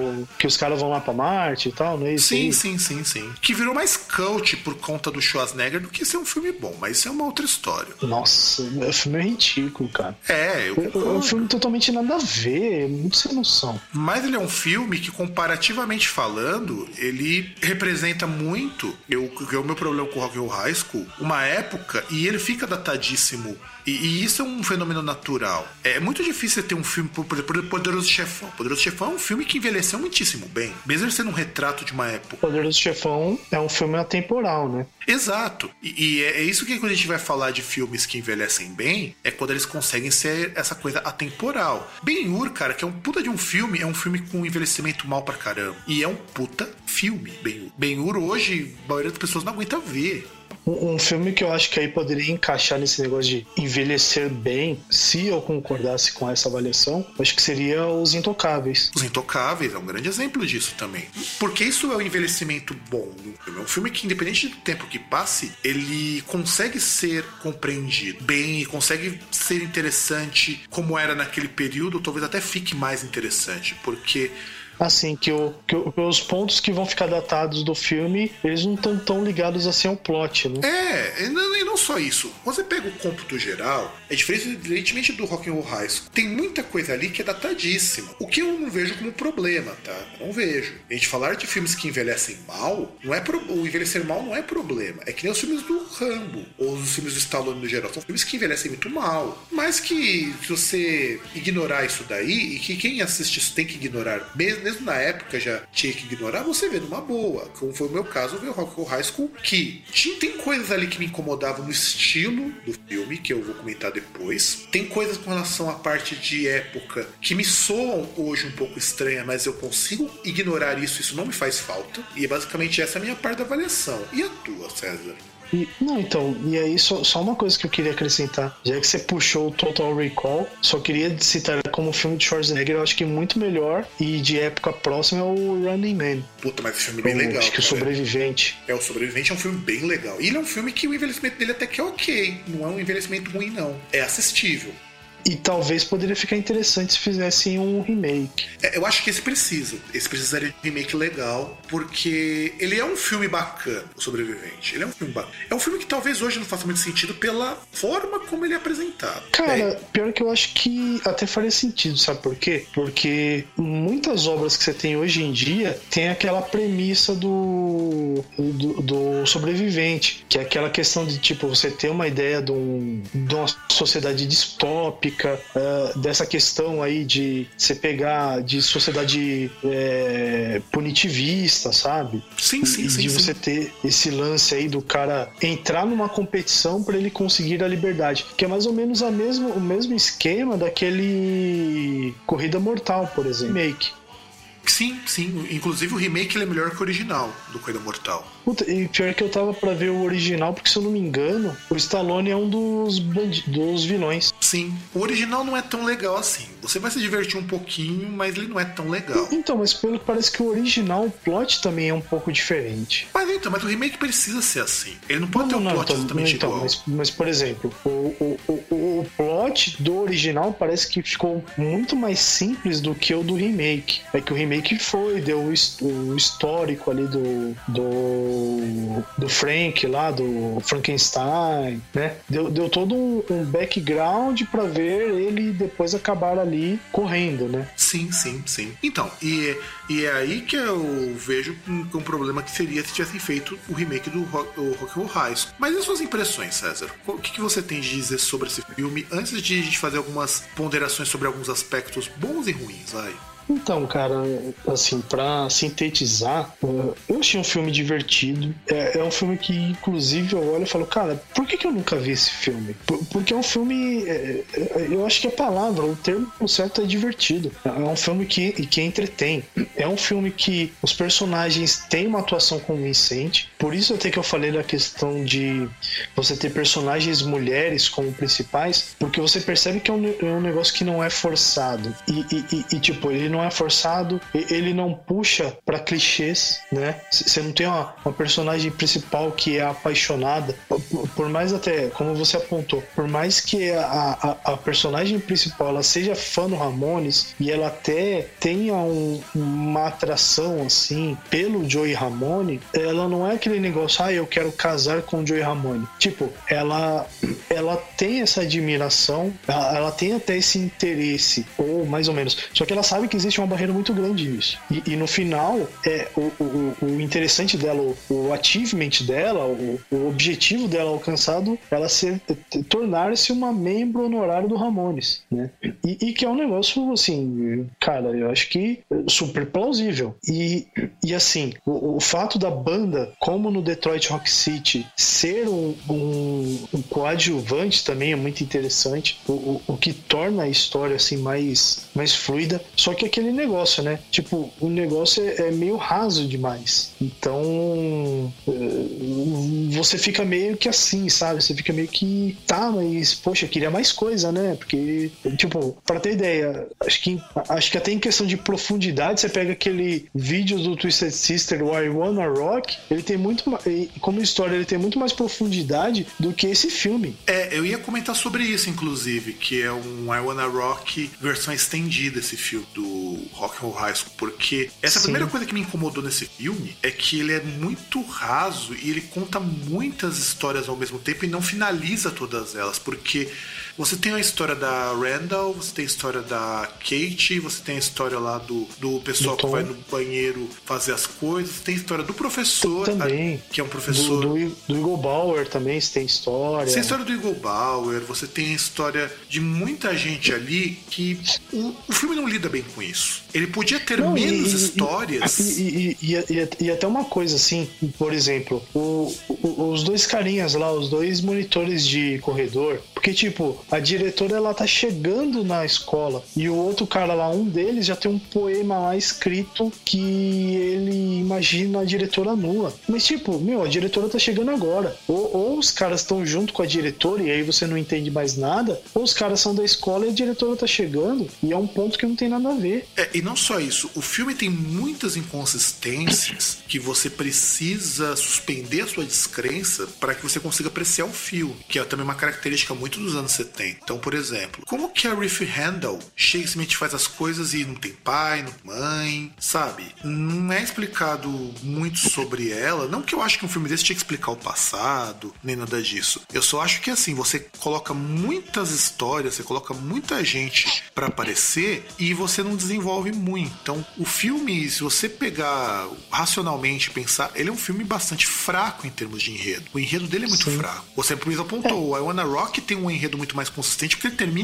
B: os caras vão lá pra Marte e tal, não é isso?
A: Sim. Que virou mais cult por conta do Schwarzenegger do que ser um filme bom, mas isso é uma outra história.
B: Nossa, o filme é ridículo, cara.
A: Eu concordo.
B: É um filme totalmente nada a ver, muito sem noção.
A: Mas ele é um filme que, comparativamente falando, ele representa muito, que é o meu problema com o Rock and Roll High School, uma época, e ele fica datadíssimo. E isso é um fenômeno natural. É muito difícil ter um filme, por exemplo, Poderoso Chefão. Poderoso Chefão é um filme que envelheceu muitíssimo bem, mesmo ele sendo um retrato de uma época.
B: Poderoso Chefão é um filme atemporal, né?
A: Exato. E é isso que quando a gente vai falar de filmes que envelhecem bem, é quando eles conseguem ser essa coisa atemporal. Ben-Hur, cara, que é um puta de um filme, é um filme com envelhecimento mal pra caramba. E é um puta filme, Ben-Hur. Ben-Hur hoje, a maioria das pessoas não aguenta ver.
B: Um filme que eu acho que aí poderia encaixar nesse negócio de envelhecer bem, se eu concordasse com essa avaliação, acho que seria Os Intocáveis.
A: Os Intocáveis é um grande exemplo disso também. Porque isso é um envelhecimento bom no filme. É um filme que, independente do tempo que passe, ele consegue ser compreendido bem e consegue ser interessante como era naquele período, ou talvez até fique mais interessante, porque...
B: Assim, que os pontos que vão ficar datados do filme, eles não estão tão ligados assim ao plot, né?
A: E não só isso. Quando você pega o cômputo geral, é diferentemente do Rock and Roll High School. Tem muita coisa ali que é datadíssima. O que eu não vejo como problema, tá? Eu não vejo. A gente falar de filmes que envelhecem mal, o envelhecer mal não é problema. É que nem os filmes do Rambo, ou os filmes do Stallone no geral. São filmes que envelhecem muito mal. Mas que, se você ignorar isso daí, e que quem assiste isso tem que ignorar mesmo na época já tinha que ignorar, você vê numa boa, como foi o meu caso, ver o Rock and Roll High School, que tem coisas ali que me incomodavam no estilo do filme, que eu vou comentar depois. Tem coisas com relação à parte de época que me soam hoje um pouco estranha, mas eu consigo ignorar isso não me faz falta. E basicamente essa é a minha parte da avaliação. E a tua, César?
B: E aí só uma coisa que eu queria acrescentar. Já que você puxou o Total Recall, só queria citar como filme de Schwarzenegger, eu acho que muito melhor e de época próxima é o Running Man.
A: Puta, mas esse filme é bem legal.
B: Acho que o Sobrevivente.
A: O Sobrevivente é um filme bem legal. E ele é um filme que o envelhecimento dele até que é ok. Não é um envelhecimento ruim, não. É assistível.
B: E talvez poderia ficar interessante se fizessem um remake.
A: Eu acho que esse precisa. Esse precisaria de um remake legal, porque ele é um filme bacana, O Sobrevivente. Ele é um filme bacana. É um filme que talvez hoje não faça muito sentido pela forma como ele é apresentado.
B: Cara, pior que eu acho que até faria sentido, sabe por quê? Porque muitas obras que você tem hoje em dia tem aquela premissa do sobrevivente, que é aquela questão de, tipo, você ter uma ideia de uma sociedade distópica, dessa questão aí de você pegar de sociedade punitivista, sabe?
A: Sim.
B: De você ter esse lance aí do cara entrar numa competição para ele conseguir a liberdade, que é mais ou menos o mesmo esquema daquele Corrida Mortal, por exemplo, remake.
A: Sim. Inclusive o remake ele é melhor que o original do Corrida Mortal.
B: Puta, e pior que eu tava pra ver o original, porque se eu não me engano, o Stallone é um dos vilões.
A: Sim, o original não é tão legal assim. Você vai se divertir um pouquinho, mas ele não é tão legal.
B: Então, mas pelo que parece que o original, o plot também é um pouco diferente.
A: Mas o remake precisa ser assim. Ele não pode ter um plot exatamente igual.
B: Mas, por exemplo, o plot do original parece que ficou muito mais simples do que o do remake. É que o remake deu o histórico ali do Frank lá, do Frankenstein, né? Deu todo um background pra ver ele depois acabar ali correndo, né?
A: Sim. Então, e é aí que eu vejo um problema que seria se tivessem feito o remake do Rock'n'Roll High School. Mas e as suas impressões, César? O que você tem de dizer sobre esse filme antes de a gente fazer algumas ponderações sobre alguns aspectos bons e ruins, vai?
B: Então, cara, assim, pra sintetizar, eu achei um filme divertido. É um filme que, inclusive, eu olho e falo, cara, por que eu nunca vi esse filme? Porque é um filme, eu acho que a palavra, o termo certo é divertido. É um filme que entretém. É um filme que os personagens têm uma atuação convincente. Por isso até que eu falei da questão de você ter personagens mulheres como principais, porque você percebe que é um negócio que não é forçado. E tipo, ele não é forçado, ele não puxa pra clichês, né? Você não tem uma personagem principal que é apaixonada, por mais até, como você apontou, por mais que a personagem principal ela seja fã do Ramones e ela até tenha uma atração assim pelo Joey Ramone, ela não é aquele negócio, eu quero casar com o Joey Ramone. Tipo, ela tem essa admiração, ela tem até esse interesse, ou mais ou menos, só que ela sabe que existe uma barreira muito grande nisso. E no final, o interessante dela, o achievement dela, o objetivo dela alcançado, ela tornar-se uma membro honorária do Ramones, né? E que é um negócio, assim, cara, eu acho que super plausível. E assim, o fato da banda, como no Detroit Rock City, ser um coadjuvante também é muito interessante, o que torna a história, assim, mais fluida. Só que aquele negócio, né? Tipo, o negócio é meio raso demais. Então, você fica meio que assim, sabe? Você fica meio que, mas, poxa, eu queria mais coisa, né? Porque, tipo, pra ter ideia, acho que até em questão de profundidade, você pega aquele vídeo do Twisted Sister, o I Wanna Rock, ele tem muito mais, como história, ele tem muito mais profundidade do que esse filme.
A: Eu ia comentar sobre isso, inclusive, que é um I Wanna Rock versão estendida, esse filme do Rock'n'Roll High School, porque essa primeira coisa que me incomodou nesse filme é que ele é muito raso e ele conta muitas histórias ao mesmo tempo e não finaliza todas elas, porque você tem a história da Randall, você tem a história da Kate, você tem a história lá do pessoal que vai no banheiro fazer as coisas, você tem a história do professor
B: também,
A: que é um professor
B: do Eagle Bauer também, você tem história.
A: Você tem a história do Eagle Bauer, você tem a história de muita gente ali que o filme não lida bem com isso. Ele podia ter menos histórias.
B: E até uma coisa assim, por exemplo, os dois carinhas lá, os dois monitores de corredor, Porque, tipo, a diretora, ela tá chegando na escola e o outro cara lá, um deles, já tem um poema lá escrito que ele imagina a diretora nua. Mas, tipo, a diretora tá chegando agora. Ou os caras estão junto com a diretora e aí você não entende mais nada, ou os caras são da escola e a diretora tá chegando e é um ponto que não tem nada a ver.
A: E não só isso, o filme tem muitas inconsistências que você precisa suspender a sua descrença para que você consiga apreciar o filme, que é também uma característica muito dos anos 70. Então, por exemplo, como que a Ruth Handel simplesmente faz as coisas e não tem pai, não tem mãe, sabe? Não é explicado muito sobre ela, não que eu acho que um filme desse tinha que explicar o passado, nem nada disso. Eu só acho que assim, você coloca muitas histórias, você coloca muita gente para aparecer e você não desenvolve muito. Então, o filme, se você pegar racionalmente e pensar, ele é um filme bastante fraco em termos de enredo. O enredo dele é muito fraco. Você apontou, o I Wanna Rock tem um enredo muito mais consistente porque ele termina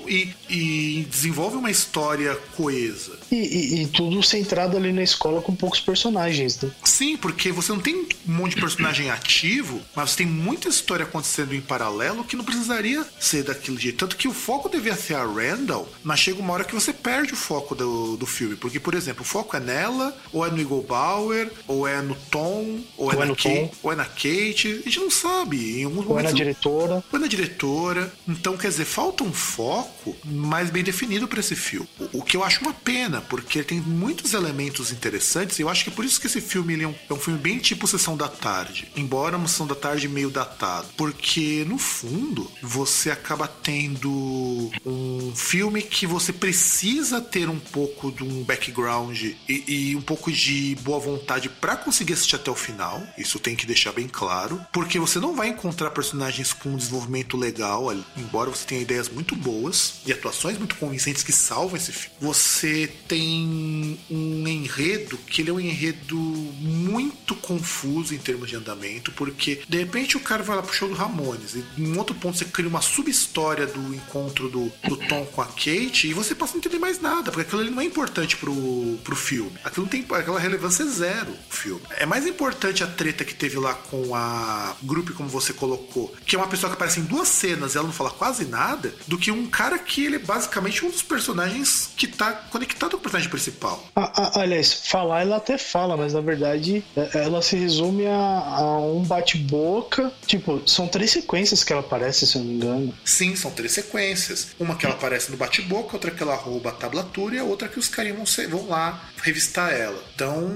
A: e desenvolve uma história coesa.
B: E tudo centrado ali na escola com poucos personagens, né?
A: Sim, porque você não tem um monte de personagem ativo, mas você tem muita história acontecendo em paralelo que não precisaria ser daquele jeito. Tanto que o foco devia ser a Randall, mas chega uma hora que você perde o foco do filme. Porque, por exemplo, o foco é nela, ou é no Eagle Bauer, ou é no Tom, ou é na Kate. A gente não sabe. Em alguns momentos,
B: ou é na diretora.
A: Ou é na diretora. Então, quer dizer, falta um foco mais bem definido para esse filme. O que eu acho uma pena, porque tem muitos elementos interessantes e eu acho que é por isso que esse filme ele é um filme bem tipo Sessão da Tarde. Embora uma Sessão da Tarde meio datado. Porque, no fundo, você acaba tendo um filme que você precisa ter um pouco de um background e um pouco de boa vontade para conseguir assistir até o final. Isso tem que deixar bem claro. Porque você não vai encontrar personagens com um desenvolvimento legal, embora você tenha ideias muito boas e atuações muito convincentes que salvam esse filme. Você tem um enredo que ele é um enredo muito confuso em termos de andamento, porque de repente o cara vai lá pro show do Ramones e em outro ponto você cria uma sub-história do encontro do Tom com a Kate e você passa a não entender mais nada, porque aquilo ali não é importante pro filme. Aquilo não tem aquela relevância zero pro filme. É mais importante a treta que teve lá com a Group, como você colocou, que é uma pessoa que aparece em 2 cenas e ela não fala quase nada, do que um cara que ele é basicamente um dos personagens que tá conectado com o personagem principal.
B: Aliás, falar ela até fala, mas na verdade ela se resume a um bate-boca. Tipo, são 3 sequências que ela aparece, se eu não me engano.
A: Sim, são 3 sequências. Uma que ela aparece no bate-boca, outra que ela rouba a tablatura e a outra que os carinhos vão lá revistar ela. Então,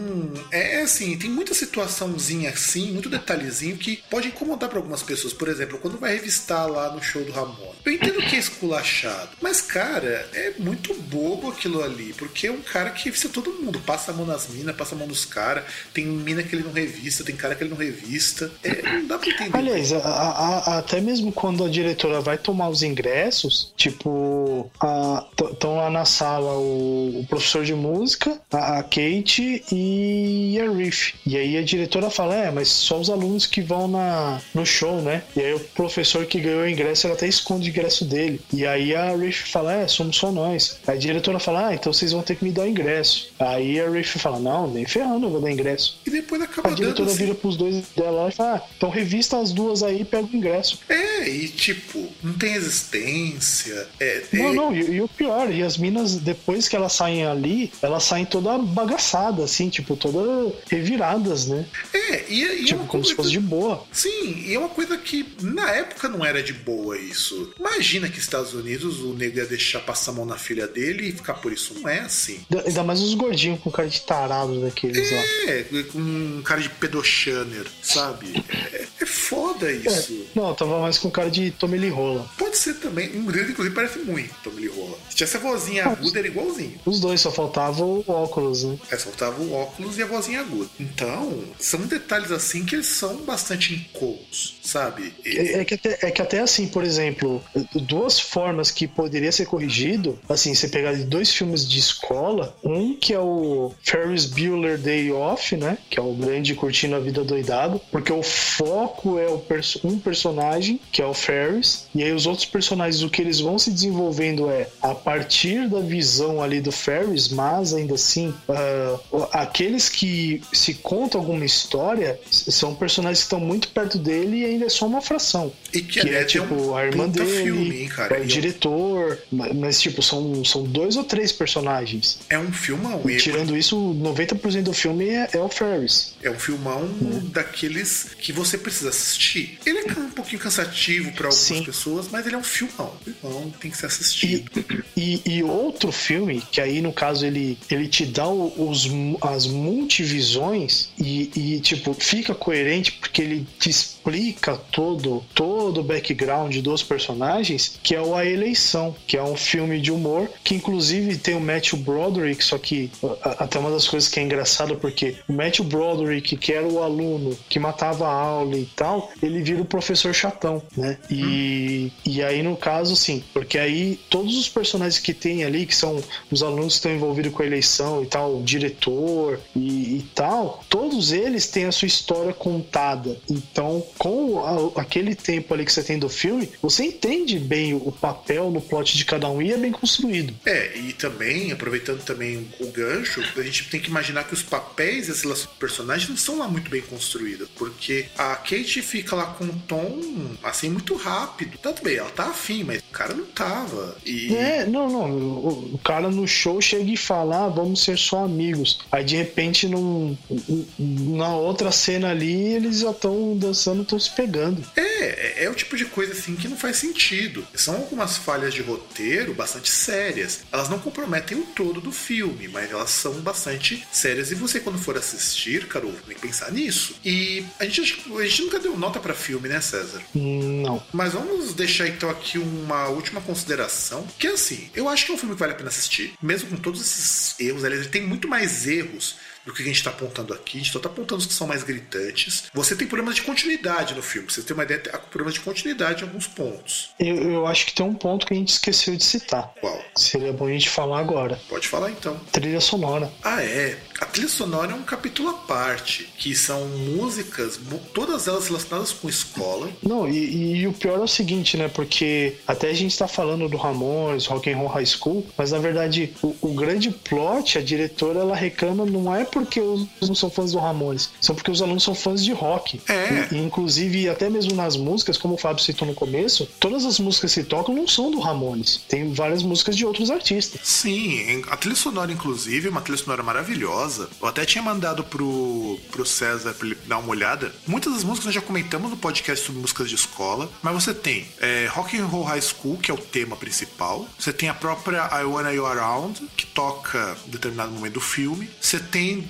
A: é assim, tem muita situaçãozinha assim, muito detalhezinho que pode incomodar para algumas pessoas. Por exemplo, quando vai revistar lá no show do Ramon. Eu entendo que é esculachado, mas, cara, é muito bobo aquilo ali, porque é um cara que revista todo mundo, passa a mão nas minas, passa a mão nos caras, tem mina que ele não revista, tem cara que ele não revista. Não dá pra entender.
B: Aliás, até mesmo quando a diretora vai tomar os ingressos, tipo, estão lá na sala o professor de música, a Kate e a Riff. E aí a diretora fala, mas só os alunos que vão no show, né? E aí o professor que ganhou o ingresso, ela até esconde o ingresso dele. E aí a Riff fala, somos só nós. Aí a diretora fala, então vocês vão ter que me dar o ingresso. Aí a Riff fala, não, nem ferrando, eu vou dar ingresso.
A: E depois acaba
B: a diretora vira pros dois dela e fala, então revista as duas aí e pega o ingresso.
A: E tipo, não tem existência.
B: Não, e o pior, e as minas, depois que elas saem ali, elas saem toda bagaçada, assim, tipo, toda reviradas, né? Tipo, como se fosse de boa.
A: Sim, e é uma coisa que na época não era de boa isso. Imagina que Estados Unidos o nego ia deixar passar a mão na filha dele e ficar por isso. Não é assim.
B: Ainda mais os gordinhos com cara de tarado daqueles lá.
A: Com cara de pedochaner, sabe? É foda isso.
B: Não, eu tava mais com cara de Tommy Lee Rola.
A: Pode ser também. Um grande, inclusive, parece muito Tommy Lee Rola. Se tivesse a vozinha aguda, era igualzinho.
B: Os dois, só faltava o óculos, né?
A: Só faltava o óculos e a vozinha aguda. Então, são detalhes assim que eles são bastante incômodos, sabe?
B: É que até assim, por exemplo, 2 formas que poderia ser corrigido, assim, você pegar 2 filmes de escola, um que é o Ferris Bueller Day Off, né? Que é o grande Curtindo a Vida Doidado, porque o foco é um personagem, que é o Ferris, e aí os outros personagens, o que eles vão se desenvolvendo é a partir da visão ali do Ferris, mas ainda assim, aqueles que se contam alguma história são personagens que estão muito perto dele e ainda é só uma fração.
A: E que é tipo
B: a irmã dele,
A: filme, hein, cara?
B: o diretor, mas tipo, são 2 ou 3 personagens.
A: É um filmão.
B: E tirando isso, 90% do filme é o Ferris.
A: É um filmão daqueles que você precisa assistir. Ele é um pouquinho cansativo para algumas pessoas, mas ele é um filmão. Filmão tem que ser assistido.
B: E outro filme, que aí no caso ele te dá as multivisões e tipo, fica coerente porque ele te explica todo o background dos personagens, que é o A Eleição, que é um filme de humor, que inclusive tem o Matthew Broderick, só que até uma das coisas que é engraçado, porque o Matthew Broderick, que era o aluno que matava a aula e tal, ele vira o professor chatão, né? E aí no caso, sim, porque aí todos os personagens que tem ali, que são os alunos que estão envolvidos com a eleição e tal, o diretor e tal, todos eles têm a sua história contada. Então, com aquele tempo ali que você tem do filme, você entende bem o papel no plot de cada um e é bem construído.
A: E também, aproveitando também o gancho, a gente tem que imaginar que os papéis e as relações dos personagens não são lá muito bem construídos, porque a Kate fica lá com um tom, assim, muito rápido. Tanto bem, ela tá afim, mas o cara não tava.
B: Não. O cara no show chega e fala, vamos ser só amigos. Aí, de repente, na outra cena ali, eles já estão dançando, estão se pegando.
A: É o tipo de coisa, assim, que não faz sentido. São algumas falhas de roteiro bastante sérias. Elas não comprometem o todo do filme, mas elas são bastante sérias. E você, quando for assistir, Carol, tem que pensar nisso. E a gente nunca deu nota pra filme, né, César?
B: Não.
A: Mas vamos deixar, então, aqui uma última consideração, que é assim, eu acho que é um filme que vale a pena assistir, mesmo com todos esses erros. Aliás, ele tem muito mais erros do que a gente está apontando aqui. A gente só está apontando os que são mais gritantes. Você tem problemas de continuidade no filme. Você tem uma ideia, há problemas de continuidade em alguns pontos.
B: Eu acho que tem um ponto que a gente esqueceu de citar.
A: Qual?
B: Seria bom a gente falar agora.
A: Pode falar, então.
B: Trilha sonora.
A: A trilha sonora é um capítulo à parte, que são músicas, todas elas relacionadas com escola.
B: Não, e o pior é o seguinte, né? Porque até a gente tá falando do Ramones, Rock and Roll High School, mas na verdade o grande plot, a diretora, ela reclama não é porque os alunos são fãs do Ramones, são porque os alunos são fãs de rock. E inclusive, até mesmo nas músicas, como o Fábio citou no começo, todas as músicas que tocam não são do Ramones. Tem várias músicas de outros artistas.
A: Sim, a trilha sonora, inclusive, é uma trilha sonora maravilhosa. Eu até tinha mandado pro César pra ele dar uma olhada. Muitas das músicas nós já comentamos no podcast sobre músicas de escola, mas você tem Rock and Roll High School, que é o tema principal. Você tem a própria I Wanna You Around, que toca em determinado momento do filme. Você tem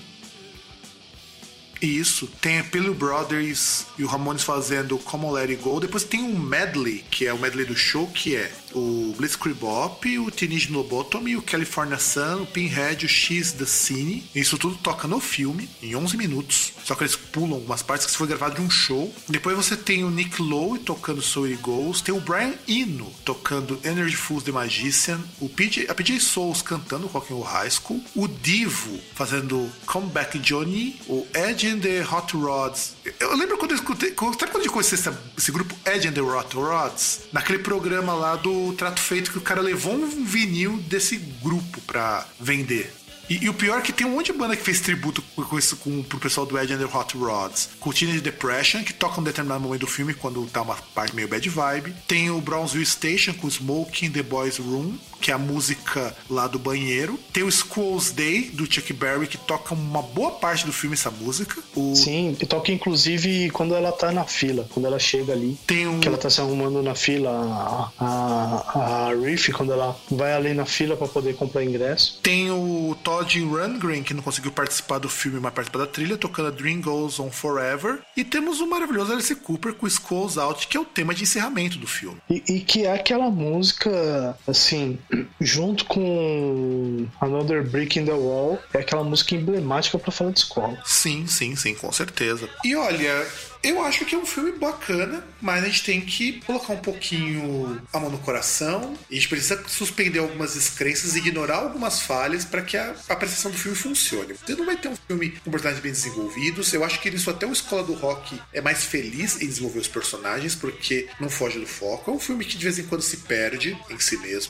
A: tem a Pillow Brothers e o Ramones fazendo Come On Let It Go. Depois tem um medley, que é o medley do show, que é o Blitzkrieg Bop, o Teenage Lobotomy, o California Sun, o Pinhead, o X The Cine. Isso tudo toca no filme, em 11 minutos. Só que eles pulam algumas partes que foi gravado de um show. Depois você tem o Nick Lowe tocando So It Goes. Tem o Brian Eno tocando Energy Fools The Magician. A PJ Souls cantando Rock and Roll High School. O Divo fazendo Come Back Johnny. O Edge and the Hot Rods. Eu lembro quando eu escutei... Sabe quando eu conheci esse grupo Edge and the Hot Rods? Naquele programa lá do Trato Feito, que o cara levou um vinil desse grupo pra vender. E o pior é que tem um monte de banda que fez tributo pro pessoal do Edge and the Hot Rods. Com o Teenage Depression, que toca em um determinado momento do filme, quando tá uma parte meio bad vibe. Tem o Brownsville Station com Smoking the Boys Room, que é a música lá do banheiro. Tem o School's Day, do Chuck Berry, que toca uma boa parte do filme essa música.
B: Sim, e toca inclusive quando ela tá na fila, quando ela chega ali. Que ela tá se arrumando na fila, a Riff, quando ela vai ali na fila pra poder comprar ingresso.
A: Tem o Todd Rundgren, que não conseguiu participar do filme, mas participar da trilha, tocando a Dream Goes On Forever. E temos o maravilhoso Alice Cooper com Skulls Out, que é o tema de encerramento do filme.
B: E que é aquela música, assim, junto com Another Brick in the Wall, é aquela música emblemática pra falar de escola.
A: Sim, com certeza. E olha, eu acho que é um filme bacana, mas a gente tem que colocar um pouquinho a mão no coração. A gente precisa suspender algumas descrenças e ignorar algumas falhas para que a apreciação do filme funcione. Você não vai ter um filme com personagens bem desenvolvidos. Eu acho que isso até o Escola do Rock é mais feliz em desenvolver os personagens, porque não foge do foco. É um filme que de vez em quando se perde em si mesmo, mas é um filme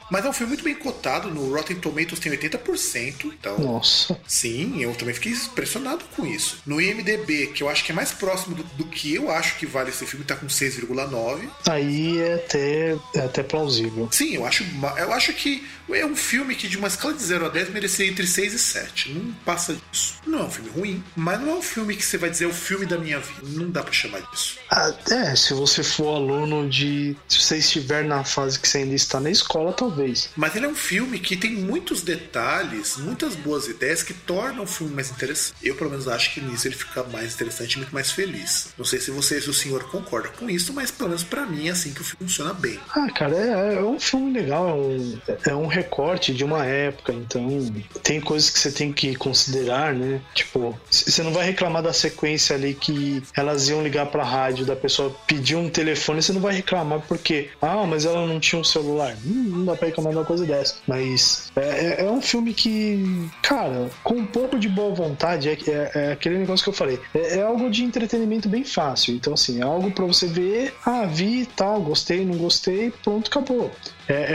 A: muito bem cotado. No Rotten Tomatoes tem 80%. Então,
B: nossa.
A: Sim, eu também fiquei impressionado com isso. No IMDb, que eu acho que é mais próximo do que eu acho que vale esse filme, tá com 6,9.
B: Aí é até plausível.
A: Sim, eu acho que é um filme que de uma escala de 0 a 10 merecia entre 6 e 7. Não passa disso. Não é um filme ruim, mas não é um filme que você vai dizer é o filme da minha vida. Não dá pra chamar disso.
B: Se você for aluno se você estiver na fase que você ainda está na escola, talvez.
A: Mas ele é um filme que tem muitos detalhes, muitas boas ideias que tornam o filme mais interessante. Eu, pelo menos, acho que nisso ele fica mais interessante e muito mais feliz. Não sei se você e o senhor concordam com isso, mas pelo menos pra mim é assim que o filme funciona bem.
B: Cara, é um filme legal, é um recorte de uma época, então tem coisas que você tem que considerar, né? Tipo, você não vai reclamar da sequência ali que elas iam ligar pra rádio, da pessoa pedir um telefone, você não vai reclamar porque, mas ela não tinha um celular. Não dá pra reclamar de uma coisa dessa. Mas é um filme que, cara, com um pouco de boa vontade, é aquele negócio que eu falei, é algo de entretenimento bem fácil. Então, assim, é algo pra você ver, vi e tal, gostei, não gostei, pronto, acabou. É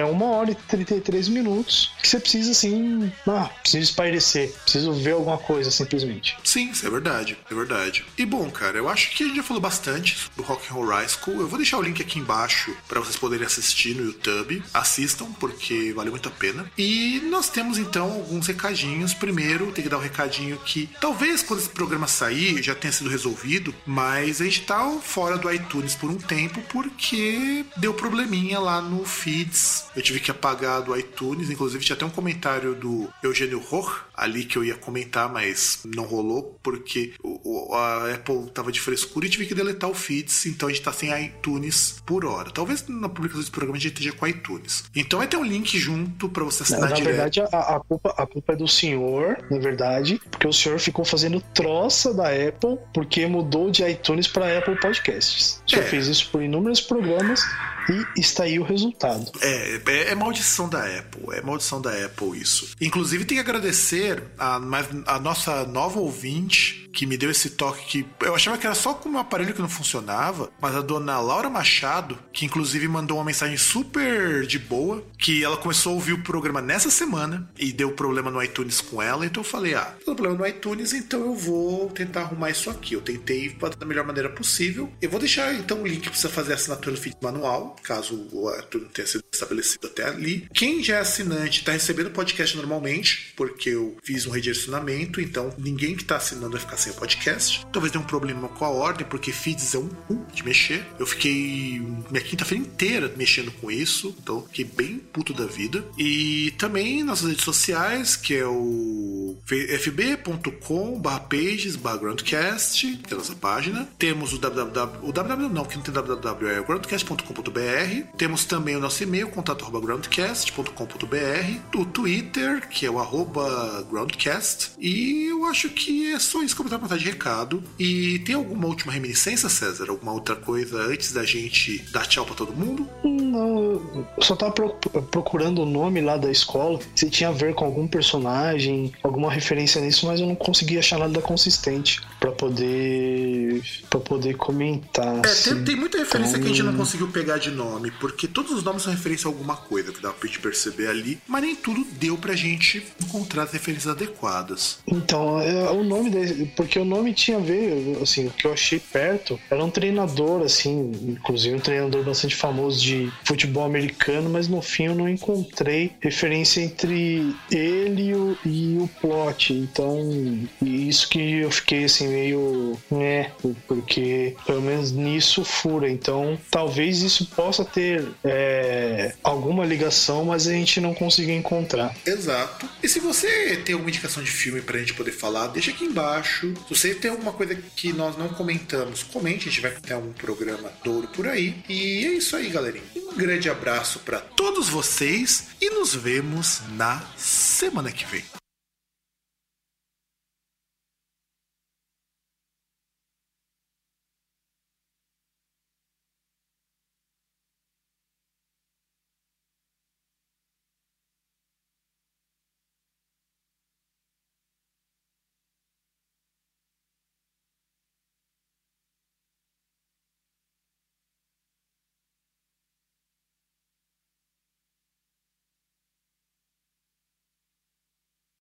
B: 1h33 que você precisa, assim, preciso espairecer, preciso ver alguma coisa, simplesmente.
A: Sim, isso é verdade, é verdade. E bom, cara, eu acho que a gente já falou bastante do Rock'n'Roll High School. Eu vou deixar o link aqui embaixo pra vocês poderem assistir no YouTube. Assistam, porque vale muito a pena. E nós temos, então, alguns recadinhos. Primeiro, tem que dar um recadinho que talvez quando esse programa sair já tenha sido resolvido, mas a gente tá fora do iTunes por um tempo porque deu probleminha lá no Feeds. Eu tive que apagar do iTunes, inclusive tinha até um comentário do Eugênio Rohr ali que eu ia comentar, mas não rolou porque a Apple tava de frescura e tive que deletar o Feeds, então a gente tá sem iTunes por hora. Talvez na publicação desse programa a gente esteja com iTunes. Então vai ter um link junto pra você assinar direto.
B: Na verdade, a culpa é do senhor, na verdade, porque o senhor ficou fazendo troça da Apple porque mudou de iTunes pra Apple Podcasts. O senhor fez isso por inúmeros programas e está aí o resultado.
A: É maldição da Apple. É maldição da Apple isso. Inclusive tem que agradecer a nossa nova ouvinte que me deu esse toque que eu achava que era só com um aparelho que não funcionava, mas a dona Laura Machado, que inclusive mandou uma mensagem super de boa, que ela começou a ouvir o programa nessa semana e deu problema no iTunes com ela, então eu falei, deu problema no iTunes, então eu vou tentar arrumar isso aqui. Eu tentei da melhor maneira possível. Eu vou deixar então o link para você fazer a assinatura do feed manual, caso o iTunes não tenha sido estabelecido até ali. Quem já é assinante está recebendo o podcast normalmente, porque eu fiz um redirecionamento, então ninguém que está assinando vai ficar sem o podcast. Talvez tenha um problema com a ordem, porque feeds é um de mexer. Eu fiquei minha quinta-feira inteira mexendo com isso, então fiquei bem puto da vida. E também nossas redes sociais, que é o fb.com/pages/groundcast, que é a nossa página. Temos o www não, que não tem www, é groundcast.com.br. Temos também o nosso e-mail, contato@groundcast.com.br. O Twitter, que é o @groundcast. E eu acho que é só isso que eu vou botar de recado. E tem alguma última reminiscência, César? Alguma outra coisa antes da gente dar tchau pra todo mundo?
B: Não, eu só tava procurando o nome lá da escola, se tinha a ver com algum personagem, alguma referência nisso, mas eu não consegui achar nada consistente pra poder comentar.
A: Tem muita referência que a gente não conseguiu pegar de nome, porque todos os nomes são referência a alguma coisa que dá pra gente perceber ali, mas nem tudo deu pra gente encontrar as referências adequadas.
B: Então, o nome porque o nome tinha a ver, assim, o que eu achei perto era um treinador, assim, inclusive um treinador bastante famoso de futebol americano, mas no fim eu não encontrei referência entre ele e o plot. Então, isso que eu fiquei assim meio porque pelo menos nisso fura. Então, talvez isso possa ter alguma ligação, mas a gente não conseguiu encontrar.
A: Exato. E se você tem alguma indicação de filme pra gente poder falar, deixa aqui embaixo. Se você tem alguma coisa que nós não comentamos, comente, a gente vai ter um programa douro por aí. E é isso aí, galerinha. Um grande abraço pra todos vocês e nos vemos na semana que vem.